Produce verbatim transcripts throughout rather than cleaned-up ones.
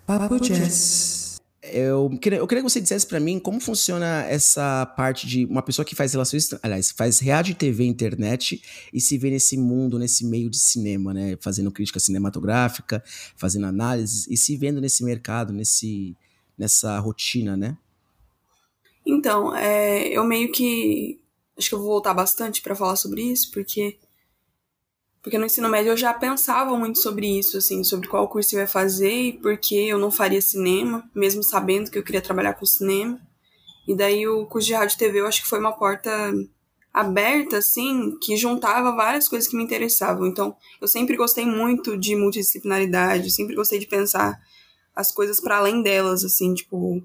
Papo Jazz. Eu queria, eu queria que você dissesse pra mim como funciona essa parte de uma pessoa que faz relações, aliás, faz rádio, T V, internet e se vê nesse mundo, nesse meio de cinema, né? Fazendo crítica cinematográfica, fazendo análises e se vendo nesse mercado, nesse, nessa rotina, né? Então, é, eu meio que... Acho que eu vou voltar bastante pra falar sobre isso, porque... Porque no ensino médio eu já pensava muito sobre isso, assim, sobre qual curso eu ia fazer e por que eu não faria cinema, mesmo sabendo que eu queria trabalhar com cinema. E daí o curso de rádio e T V eu acho que foi uma porta aberta, assim, que juntava várias coisas que me interessavam. Então, eu sempre gostei muito de multidisciplinaridade, eu sempre gostei de pensar as coisas para além delas, assim, tipo...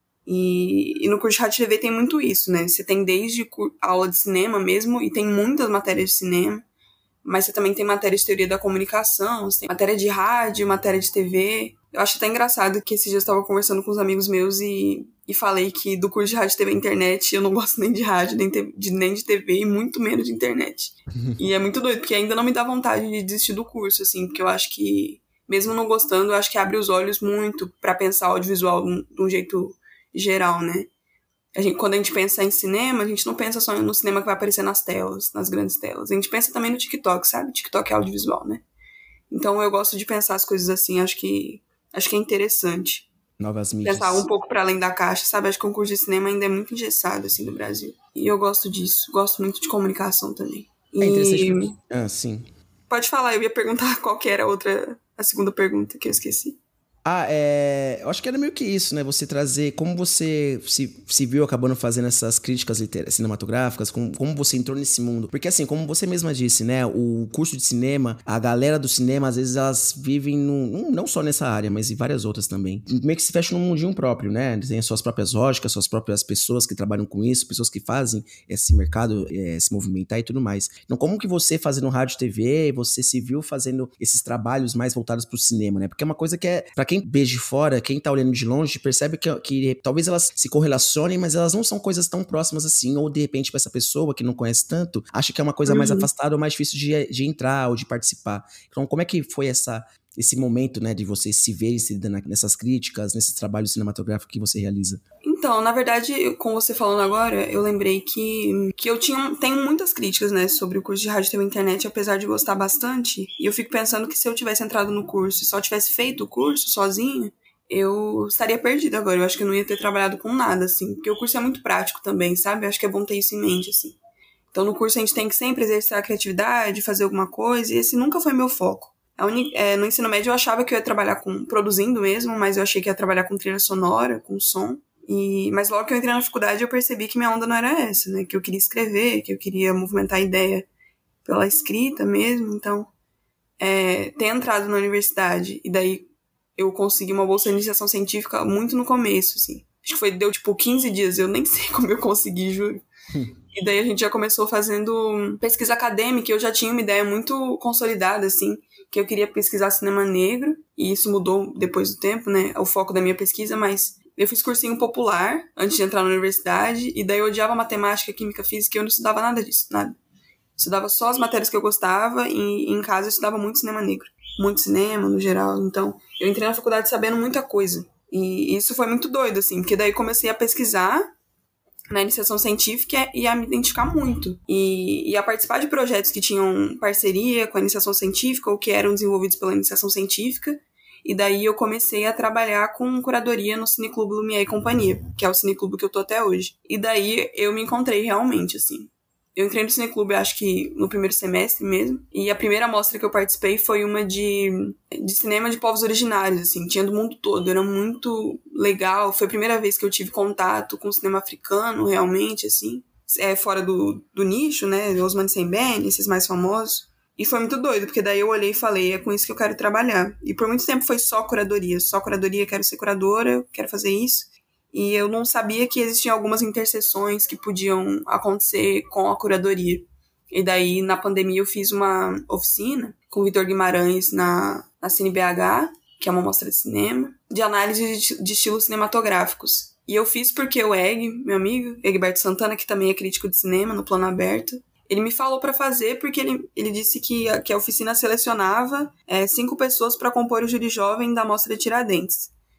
E, e no curso de rádio e T V tem muito isso, né? Você tem desde aula de cinema mesmo, e tem muitas matérias de cinema, mas você também tem matéria de teoria da comunicação, você tem matéria de rádio, matéria de T V. Eu acho até engraçado que esses dias eu estava conversando com uns amigos meus e, e falei que do curso de rádio, T V e internet eu não gosto nem de rádio, nem de, nem de T V e muito menos de internet. E é muito doido, porque ainda não me dá vontade de desistir do curso, assim, porque eu acho que, mesmo não gostando, eu acho que abre os olhos muito para pensar audiovisual de um jeito geral, né? A gente, quando a gente pensa em cinema, a gente não pensa só no cinema que vai aparecer nas telas, nas grandes telas. A gente pensa também no TikTok, sabe? TikTok é audiovisual, né? Então eu gosto de pensar as coisas assim, acho que, acho que é interessante. Novas Pensar um mídias. pouco para além da caixa, sabe? Acho que o curso de cinema ainda é muito engessado, assim, no Brasil. E eu gosto disso. Gosto muito de comunicação também. É interessante E porque... Ah, sim. pode falar, eu ia perguntar qual que era a outra, a segunda pergunta que eu esqueci. Ah, é... eu acho que era meio que isso, né? Você trazer como você se, se viu acabando fazendo essas críticas liter... cinematográficas, como, como você entrou nesse mundo. Porque assim, como você mesma disse, né? O curso de cinema, a galera do cinema, às vezes elas vivem num, não só nessa área, mas em várias outras também. Meio que se fecha num mundinho próprio, né? Tem as suas próprias lógicas, suas próprias pessoas que trabalham com isso, pessoas que fazem esse mercado é, se movimentar e tudo mais. Então, como que você fazendo rádio e T V, você se viu fazendo esses trabalhos mais voltados pro cinema, né? Porque é uma coisa que é, pra quem quem vê de fora, quem tá olhando de longe, percebe que, que talvez elas se correlacionem, mas elas não são coisas tão próximas assim, ou de repente pra essa pessoa que não conhece tanto, acha que é uma coisa Uhum. mais afastada ou mais difícil de, de entrar ou de participar. Então, como é que foi essa, esse momento, né, de vocês se verem se dando nessas críticas, nesses trabalhos cinematográficos que você realiza? Então, na verdade, com você falando agora, eu lembrei que, que eu tinha, tenho muitas críticas, né, sobre o curso de rádio e T V internet, apesar de gostar bastante. E eu fico pensando que se eu tivesse entrado no curso e só tivesse feito o curso sozinha, eu estaria perdida agora. Eu acho que eu não ia ter trabalhado com nada, assim. Porque o curso é muito prático também, sabe? Eu acho que é bom ter isso em mente, assim. Então, no curso a gente tem que sempre exercitar a criatividade, fazer alguma coisa, e esse nunca foi meu foco. A uni- é, no ensino médio eu achava que eu ia trabalhar com produzindo mesmo, mas eu achei que ia trabalhar com trilha sonora, com som. E, mas logo que eu entrei na faculdade eu percebi que minha onda não era essa, né? Que eu queria escrever, que eu queria movimentar a ideia pela escrita mesmo. Então, é, ter entrado na universidade e daí eu consegui uma bolsa de iniciação científica muito no começo, assim. Acho que foi, deu tipo quinze dias, eu nem sei como eu consegui, juro. E daí a gente já começou fazendo pesquisa acadêmica, eu já tinha uma ideia muito consolidada, assim, que eu queria pesquisar cinema negro, e isso mudou depois do tempo, né, o foco da minha pesquisa, mas eu fiz cursinho popular antes de entrar na universidade, e daí eu odiava matemática, química, física, e eu não estudava nada disso, nada. Estudava só as matérias que eu gostava, e em casa eu estudava muito cinema negro, muito cinema, no geral, então eu entrei na faculdade sabendo muita coisa. E isso foi muito doido, assim, porque daí comecei a pesquisar na iniciação científica e a me identificar muito. E, e a participar de projetos que tinham parceria com a iniciação científica ou que eram desenvolvidos pela iniciação científica. E daí eu comecei a trabalhar com curadoria no Cineclube Lumière e Companhia, que é o cineclube que eu tô até hoje. E daí eu me encontrei realmente, assim. Eu entrei no Cineclube, acho que no primeiro semestre mesmo, e a primeira mostra que eu participei foi uma de, de cinema de povos originários, assim, tinha do mundo todo, era muito legal, foi a primeira vez que eu tive contato com o cinema africano, realmente, assim, é, fora do, do nicho, né, Osman Sembene, esses mais famosos, e foi muito doido, porque daí eu olhei e falei, é com isso que eu quero trabalhar, e por muito tempo foi só curadoria, só curadoria, quero ser curadora, quero fazer isso. E eu não sabia que existiam algumas interseções que podiam acontecer com a curadoria. E daí, na pandemia, eu fiz uma oficina com o Vitor Guimarães na, na Cine B H, que é uma mostra de cinema, de análise de, de estilos cinematográficos. E eu fiz porque o Eg, meu amigo, Egberto Santana, que também é crítico de cinema no Plano Aberto, ele me falou para fazer porque ele, ele disse que a, que a oficina selecionava é, cinco pessoas para compor o júri jovem da Mostra de Tiradentes.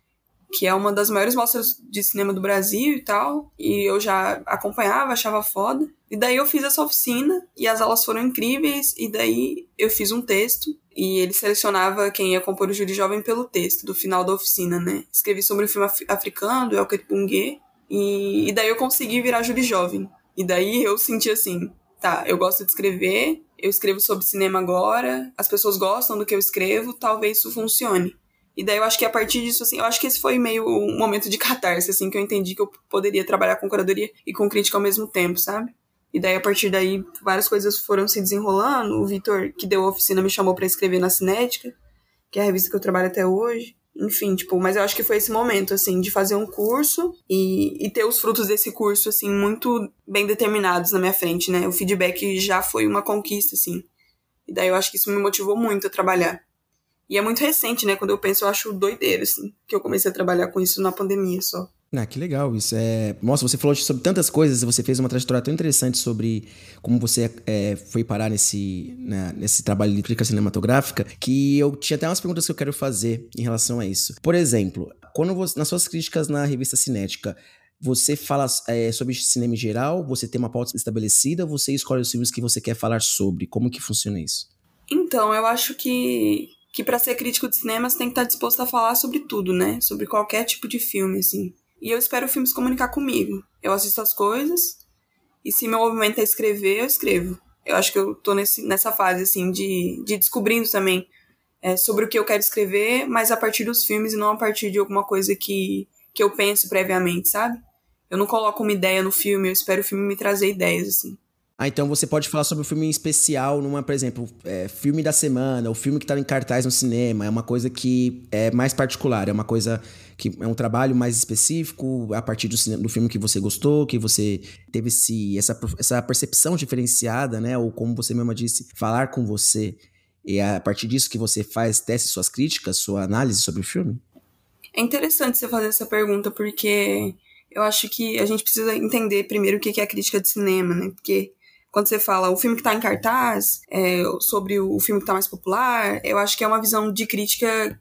que é uma das maiores mostras de cinema do Brasil e tal, e eu já acompanhava, achava foda. E daí eu fiz essa oficina, e as aulas foram incríveis, e daí eu fiz um texto, e ele selecionava quem ia compor o júri jovem pelo texto, do final da oficina, né? Escrevi sobre o filme af- africano, do El Kepungue, e, e daí eu consegui virar júri jovem. E daí eu senti assim, tá, eu gosto de escrever, eu escrevo sobre cinema agora, as pessoas gostam do que eu escrevo, talvez isso funcione. E daí eu acho que a partir disso, assim, eu acho que esse foi meio um momento de catarse, assim, que eu entendi que eu poderia trabalhar com curadoria e com crítica ao mesmo tempo, sabe? E daí, a partir daí, várias coisas foram se desenrolando. O Vitor, que deu a oficina, me chamou pra escrever na Cinética, que é a revista que eu trabalho até hoje. Enfim, tipo, mas eu acho que foi esse momento, assim, de fazer um curso e, e ter os frutos desse curso, assim, muito bem determinados na minha frente, né? O feedback já foi uma conquista, assim. E daí eu acho que isso me motivou muito a trabalhar. E é muito recente, né? Quando eu penso, eu acho doideiro, assim, que eu comecei a trabalhar com isso na pandemia só. Ah, que legal isso. É... Nossa, você falou sobre tantas coisas, você fez uma trajetória tão interessante sobre como você é, foi parar nesse, né, nesse trabalho de crítica cinematográfica, que eu tinha até umas perguntas que eu quero fazer em relação a isso. Por exemplo, quando você, nas suas críticas na revista Cinética, você fala é, sobre cinema em geral, você tem uma pauta estabelecida, você escolhe os filmes que você quer falar sobre? Como que funciona isso? Então, eu acho que, que para ser crítico de cinema, você tem que estar disposto a falar sobre tudo, né? Sobre qualquer tipo de filme, assim. E eu espero o filme se comunicar comigo. Eu assisto as coisas, e se meu movimento é escrever, eu escrevo. Eu acho que eu tô nesse, nessa fase, assim, de, de descobrindo também é, sobre o que eu quero escrever, mas a partir dos filmes e não a partir de alguma coisa que, que eu pense previamente, sabe? Eu não coloco uma ideia no filme, eu espero o filme me trazer ideias, assim. Ah, então você pode falar sobre o filme em especial, numa, por exemplo, é, filme da semana, o filme que tá em cartaz no cinema, é uma coisa que é mais particular, é uma coisa que é um trabalho mais específico, a partir do, cinema, do filme que você gostou, que você teve esse, essa, essa percepção diferenciada, né, ou como você mesma disse, falar com você, e é a partir disso que você faz, tece suas críticas, sua análise sobre o filme? É interessante você fazer essa pergunta, porque eu acho que a gente precisa entender primeiro o que é a crítica de cinema, né, porque quando você fala o filme que tá em cartaz, é, sobre o filme que tá mais popular, eu acho que é uma visão de crítica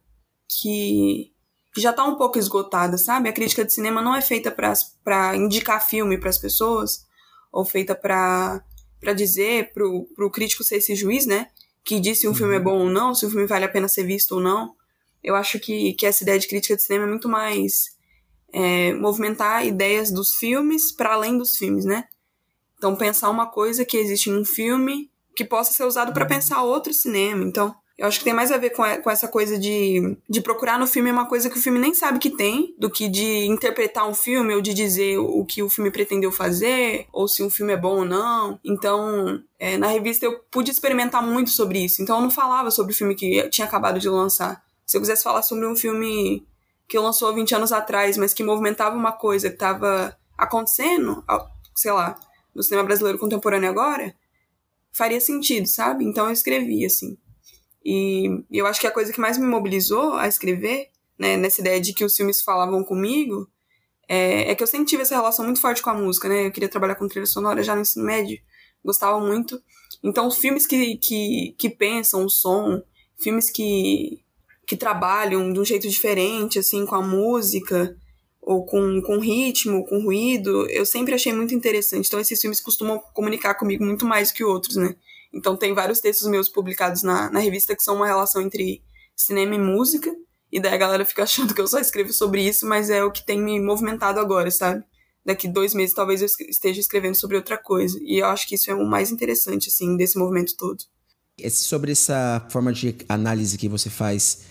que, que já tá um pouco esgotada, sabe? A crítica de cinema não é feita pra indicar filme pras pessoas, ou feita pra, pra dizer pro, pro crítico ser esse juiz, né? Que diz se um filme é bom ou não, se o filme vale a pena ser visto ou não. Eu acho que, que essa ideia de crítica de cinema é muito mais é, movimentar ideias dos filmes para além dos filmes, né? Então, pensar uma coisa que existe em um filme que possa ser usado para pensar outro cinema. Então, eu acho que tem mais a ver com, a, com essa coisa de, de procurar no filme uma coisa que o filme nem sabe que tem, do que de interpretar um filme ou de dizer o que o filme pretendeu fazer, ou se um filme é bom ou não. Então, é, na revista eu pude experimentar muito sobre isso. Então, eu não falava sobre o filme que eu tinha acabado de lançar. Se eu quisesse falar sobre um filme que lançou vinte anos atrás, mas que movimentava uma coisa que estava acontecendo, sei lá, no cinema brasileiro contemporâneo agora, faria sentido, sabe? Então eu escrevi, assim. E eu acho que a coisa que mais me mobilizou a escrever, né, nessa ideia de que os filmes falavam comigo, é, é que eu sempre tive essa relação muito forte com a música, né? Eu queria trabalhar com trilha sonora já no ensino médio, gostava muito. Então, filmes que, que, que pensam o som, filmes que, que trabalham de um jeito diferente, assim, com a música, ou com, com ritmo, com ruído, eu sempre achei muito interessante. Então, esses filmes costumam comunicar comigo muito mais que outros, né? Então, tem vários textos meus publicados na, na revista que são uma relação entre cinema e música, e daí a galera fica achando que eu só escrevo sobre isso, mas é o que tem me movimentado agora, sabe? Daqui dois meses, talvez eu esteja escrevendo sobre outra coisa. E eu acho que isso é o mais interessante, assim, desse movimento todo. Sobre essa forma de análise que você faz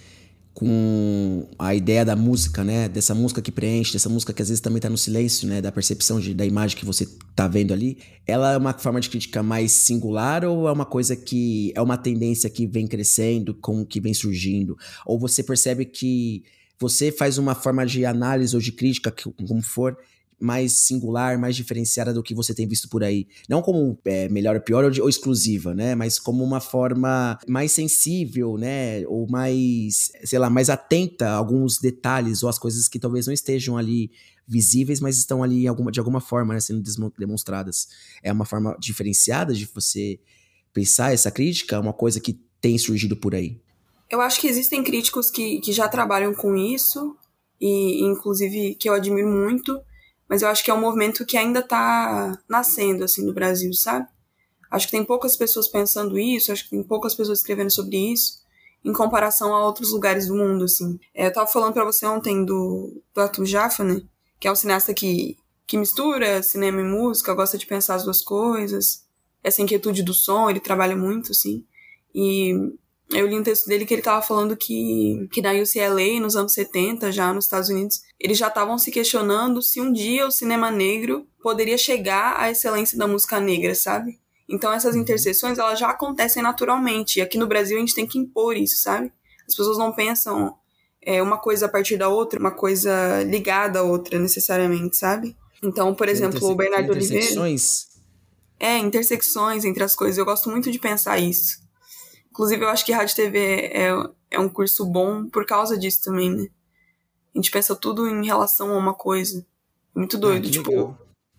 com a ideia da música, né? Dessa música que preenche, dessa música que às vezes também tá no silêncio, né? Da percepção de, da imagem que você tá vendo ali. Ela é uma forma de crítica mais singular ou é uma coisa que é uma tendência que vem crescendo, com que vem surgindo? Ou você percebe que você faz uma forma de análise ou de crítica, como for, mais singular, mais diferenciada do que você tem visto por aí. Não como é, melhor ou pior ou, ou exclusiva, né? Mas como uma forma mais sensível, né? Ou mais, sei lá, mais atenta a alguns detalhes ou as coisas que talvez não estejam ali visíveis, mas estão ali alguma, de alguma forma, né, sendo demonstradas. É uma forma diferenciada de você pensar essa crítica, uma coisa que tem surgido por aí. Eu acho que existem críticos que, que já trabalham com isso e inclusive que eu admiro muito, mas eu acho que é um movimento que ainda tá nascendo, assim, no Brasil, sabe? Acho que tem poucas pessoas pensando isso, acho que tem poucas pessoas escrevendo sobre isso, em comparação a outros lugares do mundo, assim. É, eu tava falando pra você ontem do, do Atul Jaffa, né? Que é um cineasta que, que mistura cinema e música, gosta de pensar as duas coisas, essa inquietude do som, ele trabalha muito, assim. E eu li um texto dele que ele tava falando que, que na U C L A, nos anos setenta, já nos Estados Unidos, eles já estavam se questionando se um dia o cinema negro poderia chegar à excelência da música negra, sabe? Então essas interseções, elas já acontecem naturalmente. E aqui no Brasil a gente tem que impor isso, sabe? As pessoas não pensam é, uma coisa a partir da outra, uma coisa ligada à outra, necessariamente, sabe? Então, por exemplo, Interse- o Bernardo Oliveira... Intersecções? É, intersecções entre as coisas. Eu gosto muito de pensar isso. Inclusive, eu acho que Rádio e T V é, é um curso bom por causa disso também, né? A gente pensa tudo em relação a uma coisa. Muito doido. Ah, que tipo, legal.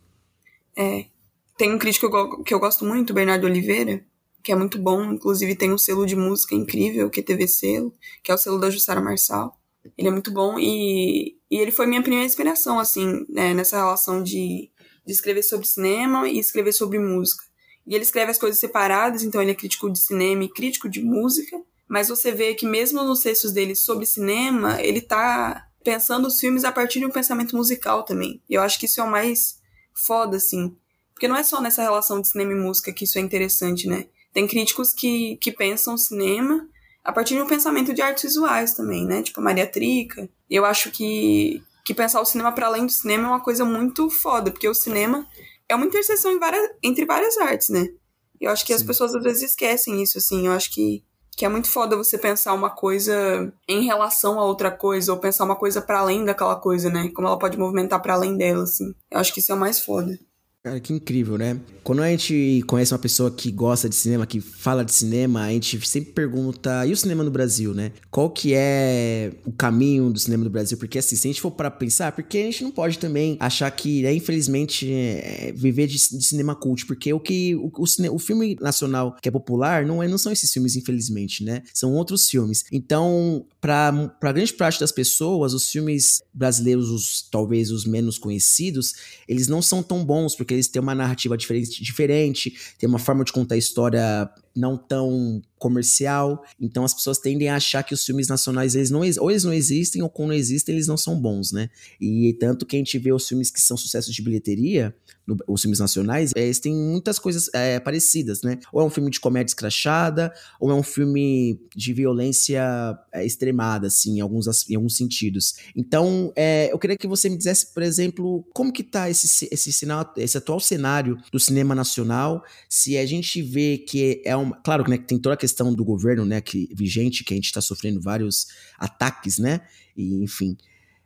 é... Tem um crítico que eu, que eu gosto muito, Bernardo Oliveira, que é muito bom. Inclusive, tem um selo de música incrível, que é T V Selo, que é o selo da Jussara Marçal. Ele é muito bom e, e ele foi minha primeira inspiração, assim, né, nessa relação de, de escrever sobre cinema e escrever sobre música. E ele escreve as coisas separadas, então ele é crítico de cinema e crítico de música, mas você vê que mesmo nos textos dele sobre cinema, ele tá pensando os filmes a partir de um pensamento musical também. E eu acho que isso é o mais foda, assim. Porque não é só nessa relação de cinema e música que isso é interessante, né? Tem críticos que, que pensam cinema a partir de um pensamento de artes visuais também, né? Tipo a Maria Trica. E eu acho que, que pensar o cinema para além do cinema é uma coisa muito foda, porque o cinema é uma interseção em várias, entre várias artes, né? Eu acho que Sim. as pessoas às vezes esquecem isso, assim. Eu acho que, que é muito foda você pensar uma coisa em relação a outra coisa, ou pensar uma coisa para além daquela coisa, né? Como ela pode movimentar para além dela, assim. Eu acho que isso é o mais foda. Cara, que incrível, né? Quando a gente conhece uma pessoa que gosta de cinema, que fala de cinema, a gente sempre pergunta, e o cinema no Brasil, né? Qual que é o caminho do cinema no Brasil? Porque assim, se a gente for para pensar, porque a gente não pode também achar que, né, infelizmente, é, viver de, de cinema cult, porque o que o, o, cine, o filme nacional que é popular não, é, não são esses filmes, infelizmente, né? São outros filmes. Então, para a grande parte das pessoas, os filmes brasileiros, os, talvez os menos conhecidos, eles não são tão bons, porque eles têm uma narrativa diferente, diferente, tem uma forma de contar a história não tão comercial, então as pessoas tendem a achar que os filmes nacionais, eles não, ou eles não existem, ou quando existem, eles não são bons, né? E tanto que a gente vê os filmes que são sucessos de bilheteria, no, os filmes nacionais, eles têm muitas coisas é, parecidas, né? Ou é um filme de comédia escrachada, ou é um filme de violência é, extremada, assim, em alguns, em alguns sentidos. Então, é, eu queria que você me dissesse, por exemplo, como que tá esse, esse, sinal, esse atual cenário do cinema nacional, se a gente vê que é uma... Claro, né, que tem toda a questão do governo, né, que, vigente, que a gente está sofrendo vários ataques, né, e enfim...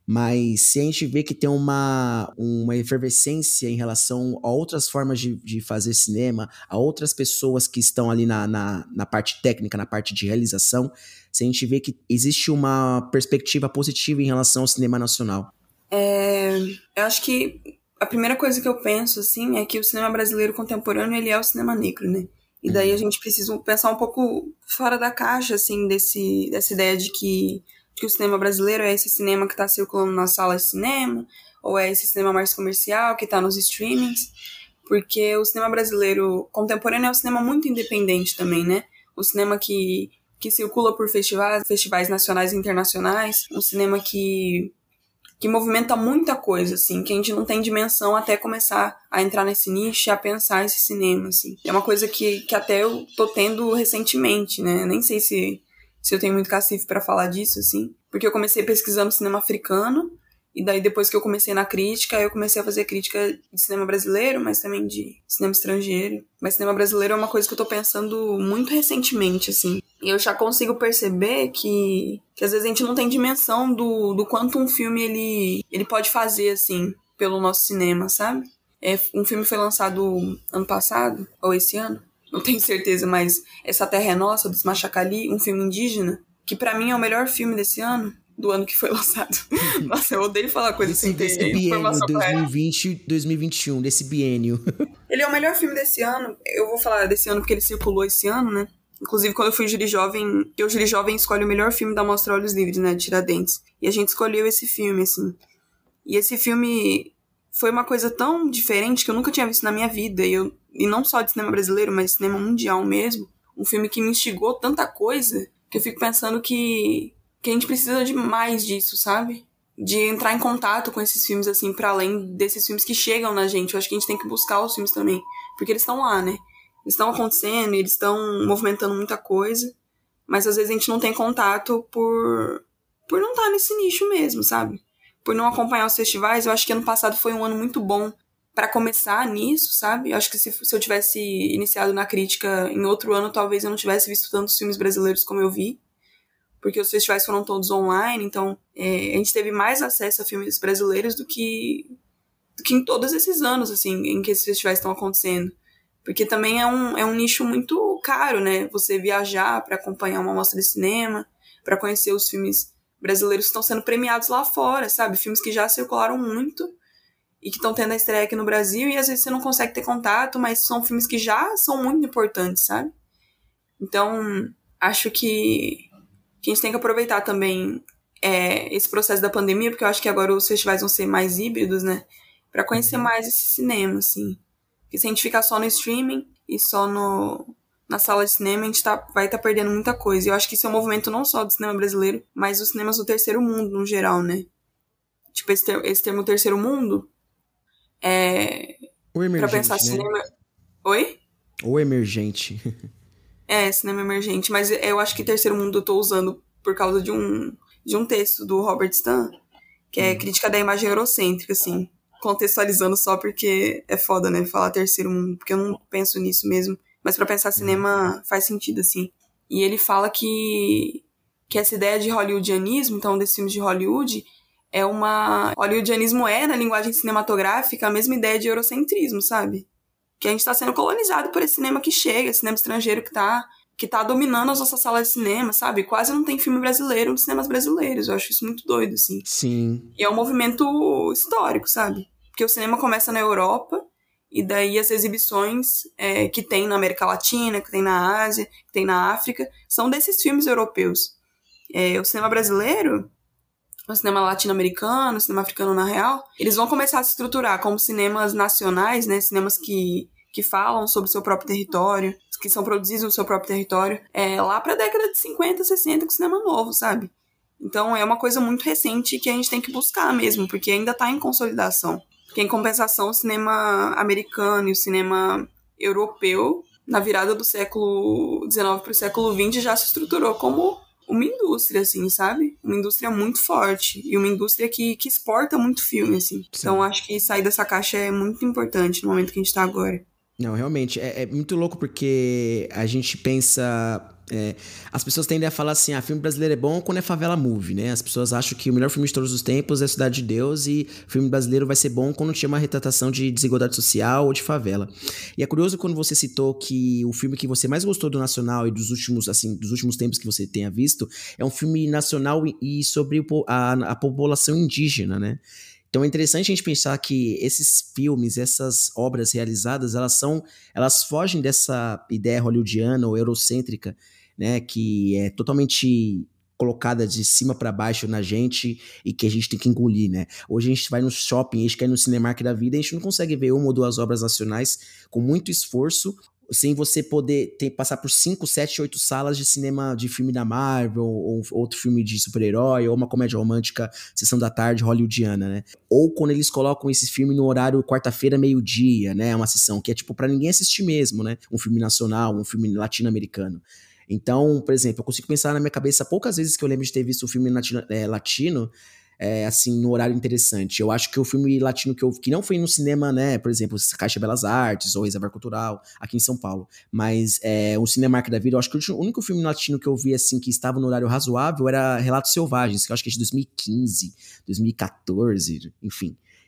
Mas se a gente vê que tem uma, uma efervescência em relação a outras formas de, de fazer cinema, a outras pessoas que estão ali na, na, na parte técnica, na parte de realização, se a gente vê que existe uma perspectiva positiva em relação ao cinema nacional. É, eu acho que a primeira coisa que eu penso, assim, é que o cinema brasileiro contemporâneo, ele é o cinema negro, né? E daí a gente precisa pensar um pouco fora da caixa, assim, desse, dessa ideia de que que o cinema brasileiro é esse cinema que está circulando nas salas de cinema, ou é esse cinema mais comercial que está nos streamings, porque o cinema brasileiro contemporâneo é um cinema muito independente também, né? O cinema que, que circula por festivais, festivais nacionais e internacionais, um cinema que, que movimenta muita coisa, assim, que a gente não tem dimensão até começar a entrar nesse nicho e a pensar esse cinema, assim. É uma coisa que, que até eu tô tendo recentemente, né? Nem sei se... se eu tenho muito cacife pra falar disso, assim. Porque eu comecei pesquisando cinema africano, e daí depois que eu comecei na crítica, eu comecei a fazer crítica de cinema brasileiro, mas também de cinema estrangeiro. Mas cinema brasileiro é uma coisa que eu tô pensando muito recentemente, assim. E eu já consigo perceber que, que às vezes a gente não tem dimensão do, do quanto um filme ele, ele pode fazer, assim, pelo nosso cinema, sabe? É, um filme foi lançado ano passado, ou esse ano, não tenho certeza, mas Essa Terra é Nossa, do Machacali, um filme indígena, que pra mim é o melhor filme desse ano, do ano que foi lançado. Nossa, eu odeio falar coisa desse, sem ter desse biênio, informação dois mil e vinte, dois mil e vinte e um, desse biênio. Ele é o melhor filme desse ano, eu vou falar desse ano porque ele circulou esse ano, né? Inclusive, quando eu fui júri jovem, porque o júri jovem escolhe o melhor filme da Mostra Olhos Livres, né, de Tiradentes. E a gente escolheu esse filme, assim. E esse filme foi uma coisa tão diferente que eu nunca tinha visto na minha vida. E, eu, e não só de cinema brasileiro, mas cinema mundial mesmo. Um filme que me instigou tanta coisa que eu fico pensando que, que a gente precisa de mais disso, sabe? De entrar em contato com esses filmes, assim, pra além desses filmes que chegam na gente. Eu acho que a gente tem que buscar os filmes também. Porque eles estão lá, né? Eles estão acontecendo, eles estão movimentando muita coisa, mas às vezes a gente não tem contato por, por não estar nesse nicho mesmo, sabe? Por não acompanhar os festivais. Eu acho que ano passado foi um ano muito bom para começar nisso, sabe? Eu acho que se, se eu tivesse iniciado na crítica em outro ano, talvez eu não tivesse visto tantos filmes brasileiros como eu vi, porque os festivais foram todos online, então é, a gente teve mais acesso a filmes brasileiros do que, do que em todos esses anos, assim, em que esses festivais estão acontecendo. Porque também é um, é um nicho muito caro, né? Você viajar para acompanhar uma mostra de cinema, para conhecer os filmes brasileiros que estão sendo premiados lá fora, sabe? Filmes que já circularam muito e que estão tendo a estreia aqui no Brasil, e às vezes você não consegue ter contato, mas são filmes que já são muito importantes, sabe? Então, acho que, que a gente tem que aproveitar também é, esse processo da pandemia, porque eu acho que agora os festivais vão ser mais híbridos, né? Para conhecer mais esse cinema, assim. Porque se a gente ficar só no streaming e só no, na sala de cinema, a gente tá, vai estar tá perdendo muita coisa. E eu acho que isso é um movimento não só do cinema brasileiro, mas dos cinemas do terceiro mundo, no geral, né? Tipo, esse, ter, esse termo terceiro mundo é... O emergente, pra pensar né? cinema... Oi? Ou emergente. É, cinema emergente. Mas eu acho que terceiro mundo eu tô usando por causa de um, de um texto do Robert Stan, que é hum. Crítica da Imagem Eurocêntrica, assim. Contextualizando só porque é foda, né? Falar terceiro mundo, porque eu não penso nisso mesmo. Mas pra pensar cinema faz sentido, assim. E ele fala que, que essa ideia de hollywoodianismo, então desses filmes de Hollywood, é uma... Hollywoodianismo é, na linguagem cinematográfica, a mesma ideia de eurocentrismo, sabe? Que a gente tá sendo colonizado por esse cinema que chega, esse cinema estrangeiro que tá, que tá dominando as nossas salas de cinema, sabe? Quase não tem filme brasileiro nos cinemas brasileiros. Eu acho isso muito doido, assim. Sim. E é um movimento histórico, sabe? Porque o cinema começa na Europa, e daí as exibições é, que tem na América Latina, que tem na Ásia, que tem na África, são desses filmes europeus. É, o cinema brasileiro, o cinema latino-americano, o cinema africano na real, eles vão começar a se estruturar como cinemas nacionais, né? Cinemas que, que falam sobre o seu próprio território, que são produzidos no seu próprio território, é, lá pra década de cinquenta, sessenta, com cinema novo, sabe? Então é uma coisa muito recente que a gente tem que buscar mesmo, porque ainda tá em consolidação. Porque, em compensação, o cinema americano e o cinema europeu, na virada do século dezenove para o século vinte, já se estruturou como uma indústria, assim, sabe? Uma indústria muito forte. E uma indústria que, que exporta muito filme, assim. Sim. Então, acho que sair dessa caixa é muito importante no momento que a gente tá agora. Não, realmente, é, é muito louco porque a gente pensa... É, as pessoas tendem a falar assim, ah, filme brasileiro é bom quando é favela movie, né? As pessoas acham que o melhor filme de todos os tempos é Cidade de Deus e filme brasileiro vai ser bom quando tinha uma retratação de desigualdade social ou de favela. E é curioso quando você citou que o filme que você mais gostou do nacional e dos últimos, assim, dos últimos tempos que você tenha visto é um filme nacional e sobre a, a população indígena, né? Então é interessante a gente pensar que esses filmes, essas obras realizadas, elas são, elas fogem dessa ideia hollywoodiana ou eurocêntrica, né, que é totalmente colocada de cima para baixo na gente e que a gente tem que engolir, né? Hoje a gente vai no shopping, a gente quer ir no Cinemark da vida, a gente não consegue ver uma ou duas obras nacionais com muito esforço, sem você poder ter, passar por cinco, sete, oito salas de cinema de filme da Marvel, ou outro filme de super-herói, ou uma comédia romântica, sessão da tarde hollywoodiana, né? Ou quando eles colocam esse filme no horário quarta-feira, meio-dia, né? Uma sessão que é tipo pra ninguém assistir mesmo, né? Um filme nacional, um filme latino-americano. Então, por exemplo, eu consigo pensar na minha cabeça poucas vezes que eu lembro de ter visto um filme latino, é, latino É, assim, no horário interessante. Eu acho que o filme latino que eu que não foi no cinema, né, por exemplo, Caixa Belas Artes ou Reserva Cultural, aqui em São Paulo, mas é, o Cinemark da vida, eu acho que o único filme latino que eu vi, assim, que estava no horário razoável era Relatos Selvagens, que eu acho que é de dois mil e quinze, dois mil e quatorze, enfim.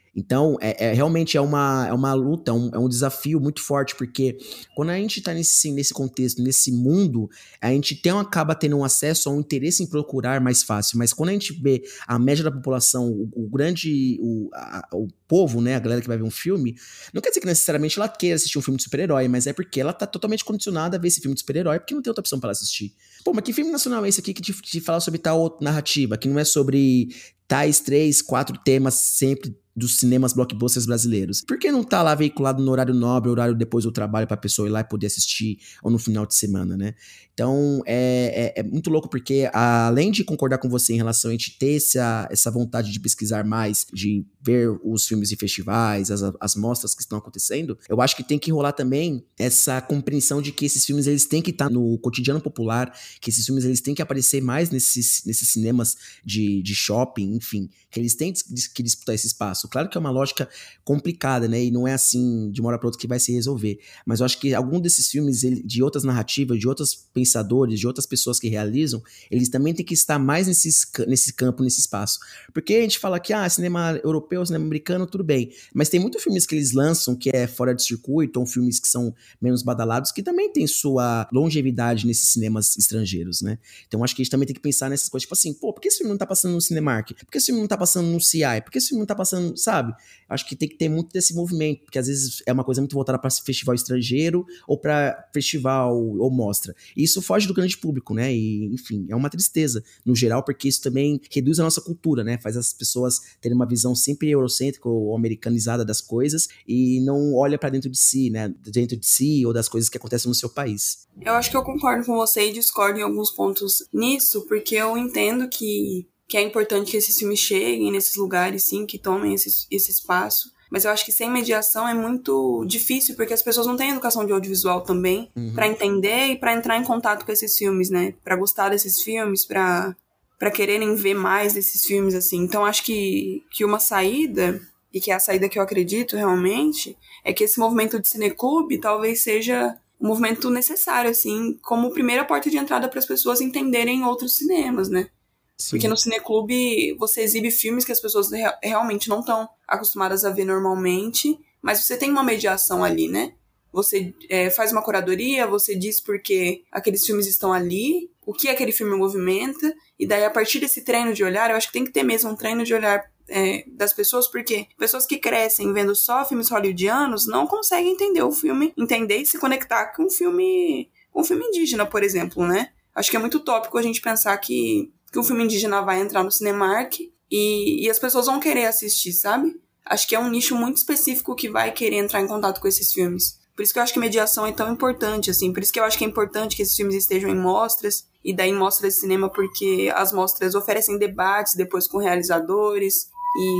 Então, é, é realmente é uma, é uma luta, é um, é um desafio muito forte, porque quando a gente tá nesse, nesse contexto, nesse mundo, a gente tem, acaba tendo um acesso a um interesse em procurar mais fácil, mas quando a gente vê a média da população, o, o grande, o, a, o povo, né, a galera que vai ver um filme, não quer dizer que necessariamente ela queira assistir um filme de super-herói, mas é porque ela tá totalmente condicionada a ver esse filme de super-herói, porque não tem outra opção para ela assistir. Pô, mas que filme nacional é esse aqui que te, te fala sobre tal narrativa, que não é sobre tais três, quatro temas sempre dos cinemas blockbusters brasileiros? Por que não tá lá veiculado no horário nobre, horário depois do trabalho, pra pessoa ir lá e poder assistir, ou no final de semana, né? Então, é, é, é muito louco, porque além de concordar com você em relação a gente ter essa, essa vontade de pesquisar mais, de ver os filmes em festivais, as, as mostras que estão acontecendo, eu acho que tem que rolar também essa compreensão de que esses filmes, eles têm que estar no cotidiano popular, que esses filmes, eles têm que aparecer mais nesses, nesses cinemas de, de shopping, enfim, que eles têm que disputar esse espaço. Claro que é uma lógica complicada, né, e não é assim, de uma hora para outra, que vai se resolver, mas eu acho que algum desses filmes, ele, de outras narrativas, de outros pensadores, de outras pessoas que realizam, eles também têm que estar mais nesses, nesse campo, nesse espaço, porque a gente fala que, ah, cinema europeu, cinema americano, tudo bem, mas tem muitos filmes que eles lançam que é fora de circuito, ou filmes que são menos badalados, que também tem sua longevidade nesses cinemas estrangeiros, né, então acho que a gente também tem que pensar nessas coisas, tipo assim, pô, por que esse filme não tá passando no Cinemark? Por que esse filme não tá passando no C I? Por que esse filme não tá passando, sabe? Acho que tem que ter muito desse movimento, porque às vezes é uma coisa muito voltada para festival estrangeiro ou para festival ou mostra. E isso foge do grande público, né? E, enfim, é uma tristeza no geral, porque isso também reduz a nossa cultura, né? Faz as pessoas terem uma visão sempre eurocêntrica ou americanizada das coisas e não olha para dentro de si, né? Dentro de si ou das coisas que acontecem no seu país. Eu acho que eu concordo com você e discordo em alguns pontos nisso, porque eu entendo que que é importante que esses filmes cheguem nesses lugares, sim, que tomem esse, esse espaço. Mas eu acho que sem mediação é muito difícil, porque as pessoas não têm educação de audiovisual também, uhum, pra entender e pra entrar em contato com esses filmes, né? Pra gostar desses filmes, pra, pra quererem ver mais desses filmes, assim. Então acho que, que uma saída, e que é a saída que eu acredito realmente, é que esse movimento de cineclube talvez seja um movimento necessário, assim, como primeira porta de entrada para as pessoas entenderem outros cinemas, né? Sim. Porque no cineclube você exibe filmes que as pessoas re- realmente não estão acostumadas a ver normalmente, mas você tem uma mediação ali, né? Você é, faz uma curadoria, você diz por que aqueles filmes estão ali, o que aquele filme movimenta, e daí a partir desse treino de olhar, eu acho que tem que ter mesmo um treino de olhar é, das pessoas, porque pessoas que crescem vendo só filmes hollywoodianos não conseguem entender o filme, entender e se conectar com um filme, com um filme indígena, por exemplo, né? Acho que é muito utópico a gente pensar que que o filme indígena vai entrar no Cinemark e, e as pessoas vão querer assistir, sabe? Acho que é um nicho muito específico que vai querer entrar em contato com esses filmes. Por isso que eu acho que mediação é tão importante, assim. Por isso que eu acho que é importante que esses filmes estejam em mostras, e daí em mostras de cinema, porque as mostras oferecem debates depois com realizadores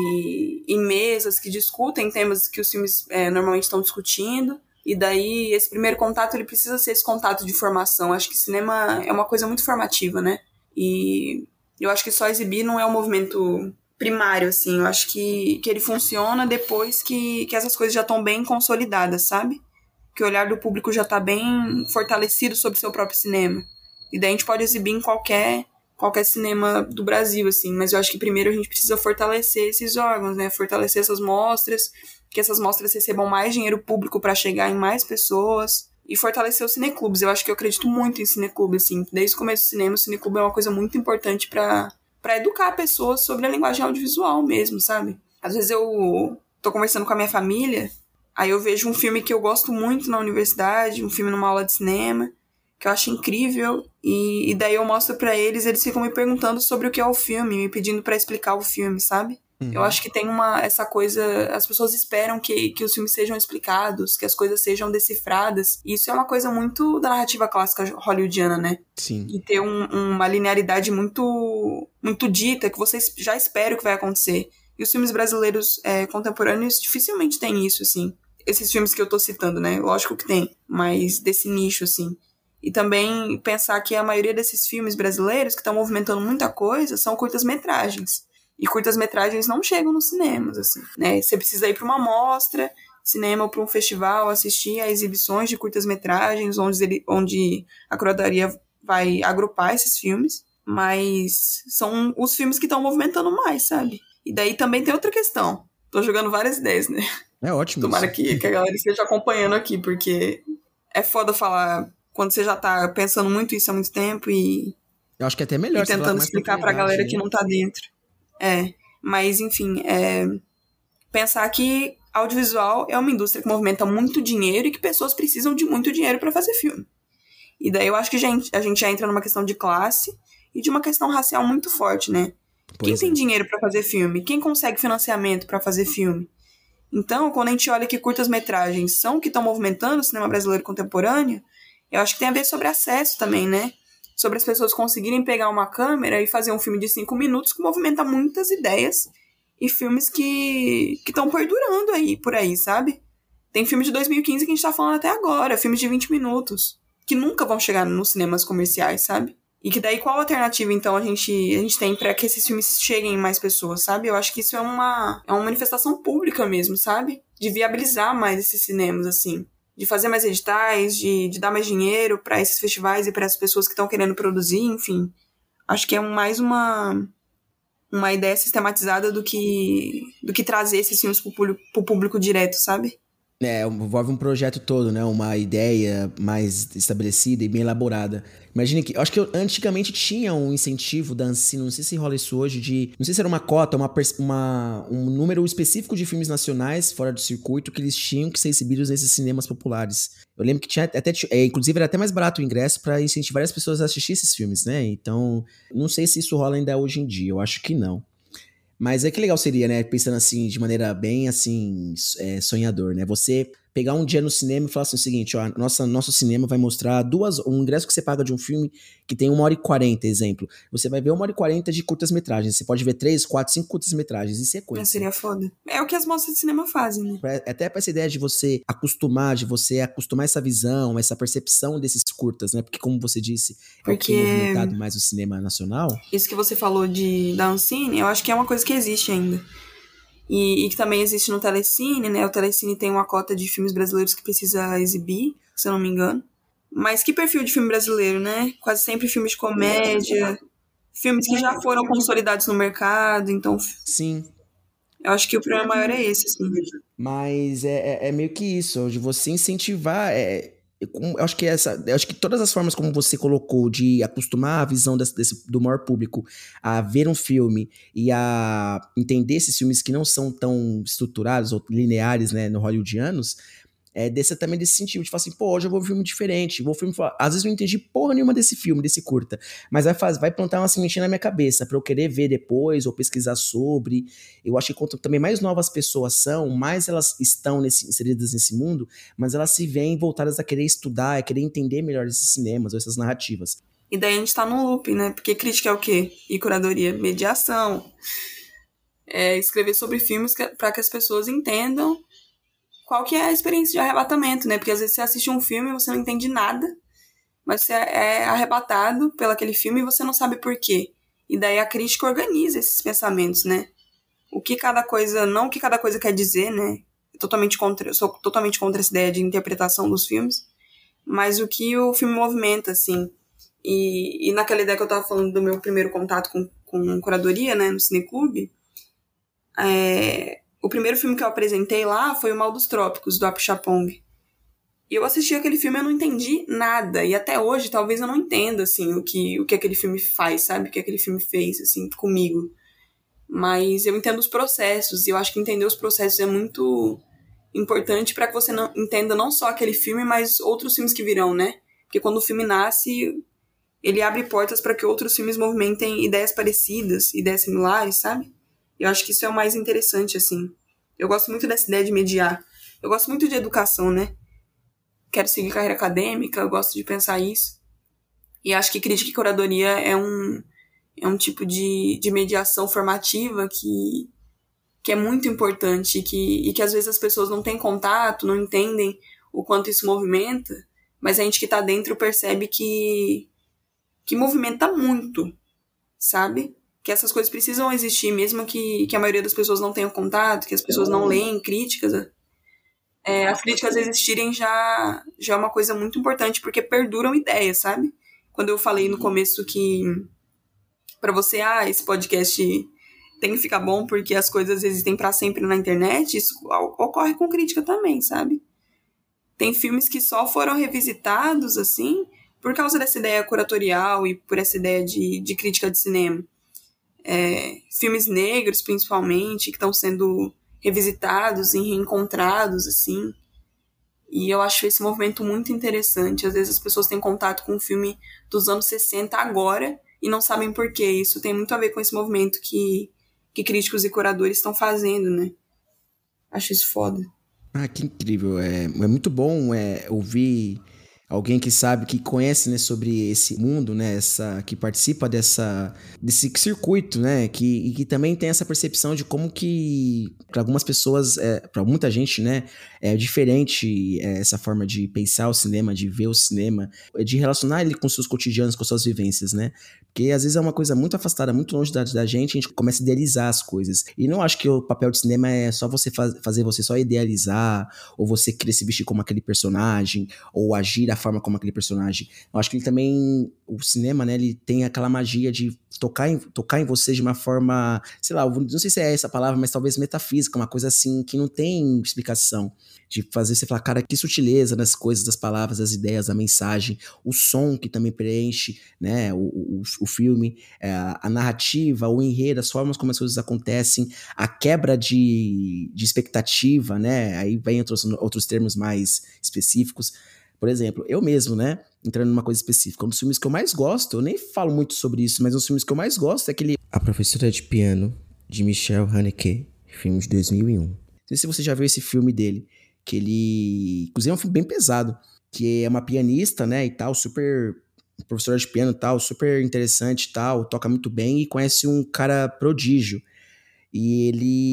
e, e mesas que discutem temas que os filmes é, normalmente estão discutindo. E daí esse primeiro contato, ele precisa ser esse contato de formação. Acho que cinema é uma coisa muito formativa, né? E eu acho que só exibir não é um movimento primário, assim. Eu acho que, que ele funciona depois que, que essas coisas já estão bem consolidadas, sabe? Que o olhar do público já está bem fortalecido sobre o seu próprio cinema. E daí a gente pode exibir em qualquer, qualquer cinema do Brasil, assim. Mas eu acho que primeiro a gente precisa fortalecer esses órgãos, né? Fortalecer essas mostras, que essas mostras recebam mais dinheiro público para chegar em mais pessoas. E fortalecer os cineclubes. Eu acho que eu acredito muito em cineclube, assim. Desde o começo do cinema, o cineclube é uma coisa muito importante pra, pra educar pessoas sobre a linguagem audiovisual mesmo, sabe? Às vezes eu tô conversando com a minha família, aí eu vejo um filme que eu gosto muito na universidade, um filme numa aula de cinema, que eu acho incrível, e, e daí eu mostro pra eles, eles ficam me perguntando sobre o que é o filme, me pedindo pra explicar o filme, sabe? Uhum. Eu acho que tem uma, essa coisa, as pessoas esperam que, que os filmes sejam explicados, que as coisas sejam decifradas, e isso é uma coisa muito da narrativa clássica hollywoodiana, né? Sim. E ter um, uma linearidade muito, muito dita, que você já espera o que vai acontecer. E os filmes brasileiros é, contemporâneos dificilmente têm isso, assim. Esses filmes que eu tô citando, né? Lógico que tem, mas desse nicho, assim. E também pensar que a maioria desses filmes brasileiros que estão movimentando muita coisa são curtas-metragens. E curtas-metragens não chegam nos cinemas, assim, né? Você precisa ir para uma mostra, cinema ou para um festival, assistir a exibições de curtas-metragens, onde, ele, onde a curadoria vai agrupar esses filmes, mas são os filmes que estão movimentando mais, sabe? E daí também tem outra questão. tô jogando várias ideias, né? É ótimo. Tomara que, que a galera esteja acompanhando aqui, porque é foda falar quando você já tá pensando muito isso há muito tempo e... Eu acho que é até melhor e tentando explicar pra galera que não tá dentro. É, mas enfim, é, pensar que audiovisual é uma indústria que movimenta muito dinheiro e que pessoas precisam de muito dinheiro pra fazer filme. E daí eu acho que gente, a gente já entra numa questão de classe e de uma questão racial muito forte, né? Pois Quem é. tem dinheiro pra fazer filme? Quem consegue financiamento pra fazer filme? Então, quando a gente olha que curtas-metragens são o que estão movimentando o cinema brasileiro contemporâneo, eu acho que tem a ver sobre acesso também, né? Sobre as pessoas conseguirem pegar uma câmera e fazer um filme de cinco minutos que movimenta muitas ideias e filmes que estão perdurando aí, por aí, sabe? Tem filme de dois mil e quinze que a gente tá falando até agora, filmes de vinte minutos, que nunca vão chegar nos cinemas comerciais, sabe? E que daí qual alternativa, então, a gente, a gente tem pra que esses filmes cheguem em mais pessoas, sabe? Eu acho que isso é uma, é uma manifestação pública mesmo, sabe? De viabilizar mais esses cinemas, assim. De fazer mais editais, de, de dar mais dinheiro para esses festivais e para as pessoas que estão querendo produzir, enfim. Acho que é mais uma, uma ideia sistematizada do que, do que trazer esses filmes pro público, pro público direto, sabe? É, envolve um projeto todo, né? Uma ideia mais estabelecida e bem elaborada. Imagina que... Eu acho que eu, antigamente tinha um incentivo da Ancine, não sei se rola isso hoje, de... Não sei se era uma cota, uma, uma, um número específico de filmes nacionais fora do circuito que eles tinham que ser exibidos nesses cinemas populares. Eu lembro que tinha até... É, inclusive era até mais barato o ingresso pra incentivar as pessoas a assistir esses filmes, né? Então, não sei se isso rola ainda hoje em dia. Eu acho que não. Mas é que legal seria, né? Pensando assim, de maneira bem, assim, é, sonhador, né? Você pegar um dia no cinema e falar assim o seguinte, ó, nossa, nosso cinema vai mostrar duas... Um ingresso que você paga de um filme que tem uma hora e quarenta, exemplo. Você vai ver uma hora e quarenta de curtas-metragens. Você pode ver três, quatro, cinco curtas-metragens em sequência. É, seria foda. É o que as mostras de cinema fazem, né? Pra, até pra essa ideia de você acostumar, de você acostumar essa visão, essa percepção desses curtas, né? Porque como você disse, é Porque... o que tem movimentado mais o cinema nacional. Isso que você falou de, da Ancine, eu acho que é uma coisa que existe ainda. E, e que também existe no Telecine, né? O Telecine tem uma cota de filmes brasileiros que precisa exibir, se eu não me engano. Mas que perfil de filme brasileiro, né? Quase sempre filmes de comédia, filmes que já foram consolidados no mercado, então... Sim. Eu acho que o problema maior é esse, assim. Mas é, é, é meio que isso, de você incentivar... É, eu acho que essa, eu acho que todas as formas como você colocou de acostumar a visão desse, desse, do maior público a ver um filme e a entender esses filmes que não são tão estruturados ou lineares, né, no hollywoodianos, é desse, também desse sentido, de falar assim, pô, hoje eu vou ver um filme diferente, vou filme, às vezes eu não entendi porra nenhuma desse filme, desse curta, mas vai, faz, vai plantar uma sementinha na minha cabeça pra eu querer ver depois ou pesquisar sobre. Eu acho que quanto também mais novas pessoas são, mais elas estão nesse, inseridas nesse mundo, mas elas se veem voltadas a querer estudar, a querer entender melhor esses cinemas ou essas narrativas. E daí a gente tá num loop, né, porque crítica é o quê? E curadoria? Mediação. É escrever sobre filmes que, pra que as pessoas entendam qual que é a experiência de arrebatamento, né? Porque às vezes você assiste um filme e você não entende nada, mas você é arrebatado pelo aquele filme e você não sabe por quê. E daí a crítica organiza esses pensamentos, né? O que cada coisa, não o que cada coisa quer dizer, né? Eu, totalmente contra, eu sou totalmente contra essa ideia de interpretação dos filmes, mas o que o filme movimenta, assim. E, e naquela ideia que eu tava falando do meu primeiro contato com, com curadoria, né? No Cineclube, é... O primeiro filme que eu apresentei lá foi O Mal dos Trópicos, do Apichatpong. E eu assisti aquele filme e eu não entendi nada. E até hoje, talvez eu não entenda, assim, o que, o que aquele filme faz, sabe? O que aquele filme fez, assim, comigo. Mas eu entendo os processos. E eu acho que entender os processos é muito importante para que você não, entenda não só aquele filme, mas outros filmes que virão, né? Porque quando o filme nasce, ele abre portas para que outros filmes movimentem ideias parecidas, ideias similares, sabe? Eu acho que isso é o mais interessante, assim. Eu gosto muito dessa ideia de mediar. Eu gosto muito de educação, né? Quero seguir carreira acadêmica, eu gosto de pensar isso. E acho que crítica e curadoria é um, é um tipo de, de mediação formativa que, que é muito importante e que, e que às vezes as pessoas não têm contato, não entendem o quanto isso movimenta, mas a gente que tá dentro percebe que, que movimenta muito, sabe? Que essas coisas precisam existir, mesmo que, que a maioria das pessoas não tenham contato, que as pessoas não leem críticas. É, as críticas existirem já, já é uma coisa muito importante, porque perduram ideias, sabe? Quando eu falei no começo que pra você, ah, esse podcast tem que ficar bom porque as coisas existem pra sempre na internet, isso ocorre com crítica também, sabe? Tem filmes que só foram revisitados, assim, por causa dessa ideia curatorial e por essa ideia de, de crítica de cinema. É, filmes negros, principalmente, que estão sendo revisitados e reencontrados, assim. E eu acho esse movimento muito interessante. Às vezes as pessoas têm contato com um filme dos anos sessenta agora e não sabem por quê. Isso tem muito a ver com esse movimento que, que críticos e curadores estão fazendo, né? Acho isso foda. Ah, que incrível. É, é muito bom é, ouvir alguém que sabe, que conhece, né, sobre esse mundo, né, essa, que participa dessa, desse circuito, né, que, e que também tem essa percepção de como que, para algumas pessoas, é, para muita gente, né, é diferente é, essa forma de pensar o cinema, de ver o cinema, de relacionar ele com seus cotidianos, com suas vivências, né, porque às vezes é uma coisa muito afastada, muito longe da, da gente, a gente começa a idealizar as coisas. E não acho que o papel de cinema é só você faz, fazer você só idealizar, ou você querer se vestir como aquele personagem, ou agir da forma como aquele personagem. Eu acho que ele também, o cinema, né, ele tem aquela magia de tocar em, tocar em você de uma forma, sei lá, não sei se é essa palavra, mas talvez metafísica, uma coisa assim que não tem explicação. De fazer você falar, cara, que sutileza nas coisas, das palavras, das ideias, da mensagem, o som que também preenche, né, o, o, o filme, é, a narrativa, o enredo, as formas como as coisas acontecem, a quebra de, de expectativa, né, aí vem outros, outros termos mais específicos. Por exemplo, eu mesmo, né, entrando numa coisa específica, um dos filmes que eu mais gosto, eu nem falo muito sobre isso, mas um dos filmes que eu mais gosto é aquele A Professora de Piano, de Michel Haneke, filme de dois mil e um. Não sei se você já viu esse filme dele, que ele, inclusive é um filme bem pesado, que é uma pianista, né, e tal, super professora de piano e tal, super interessante e tal, toca muito bem e conhece um cara prodígio. E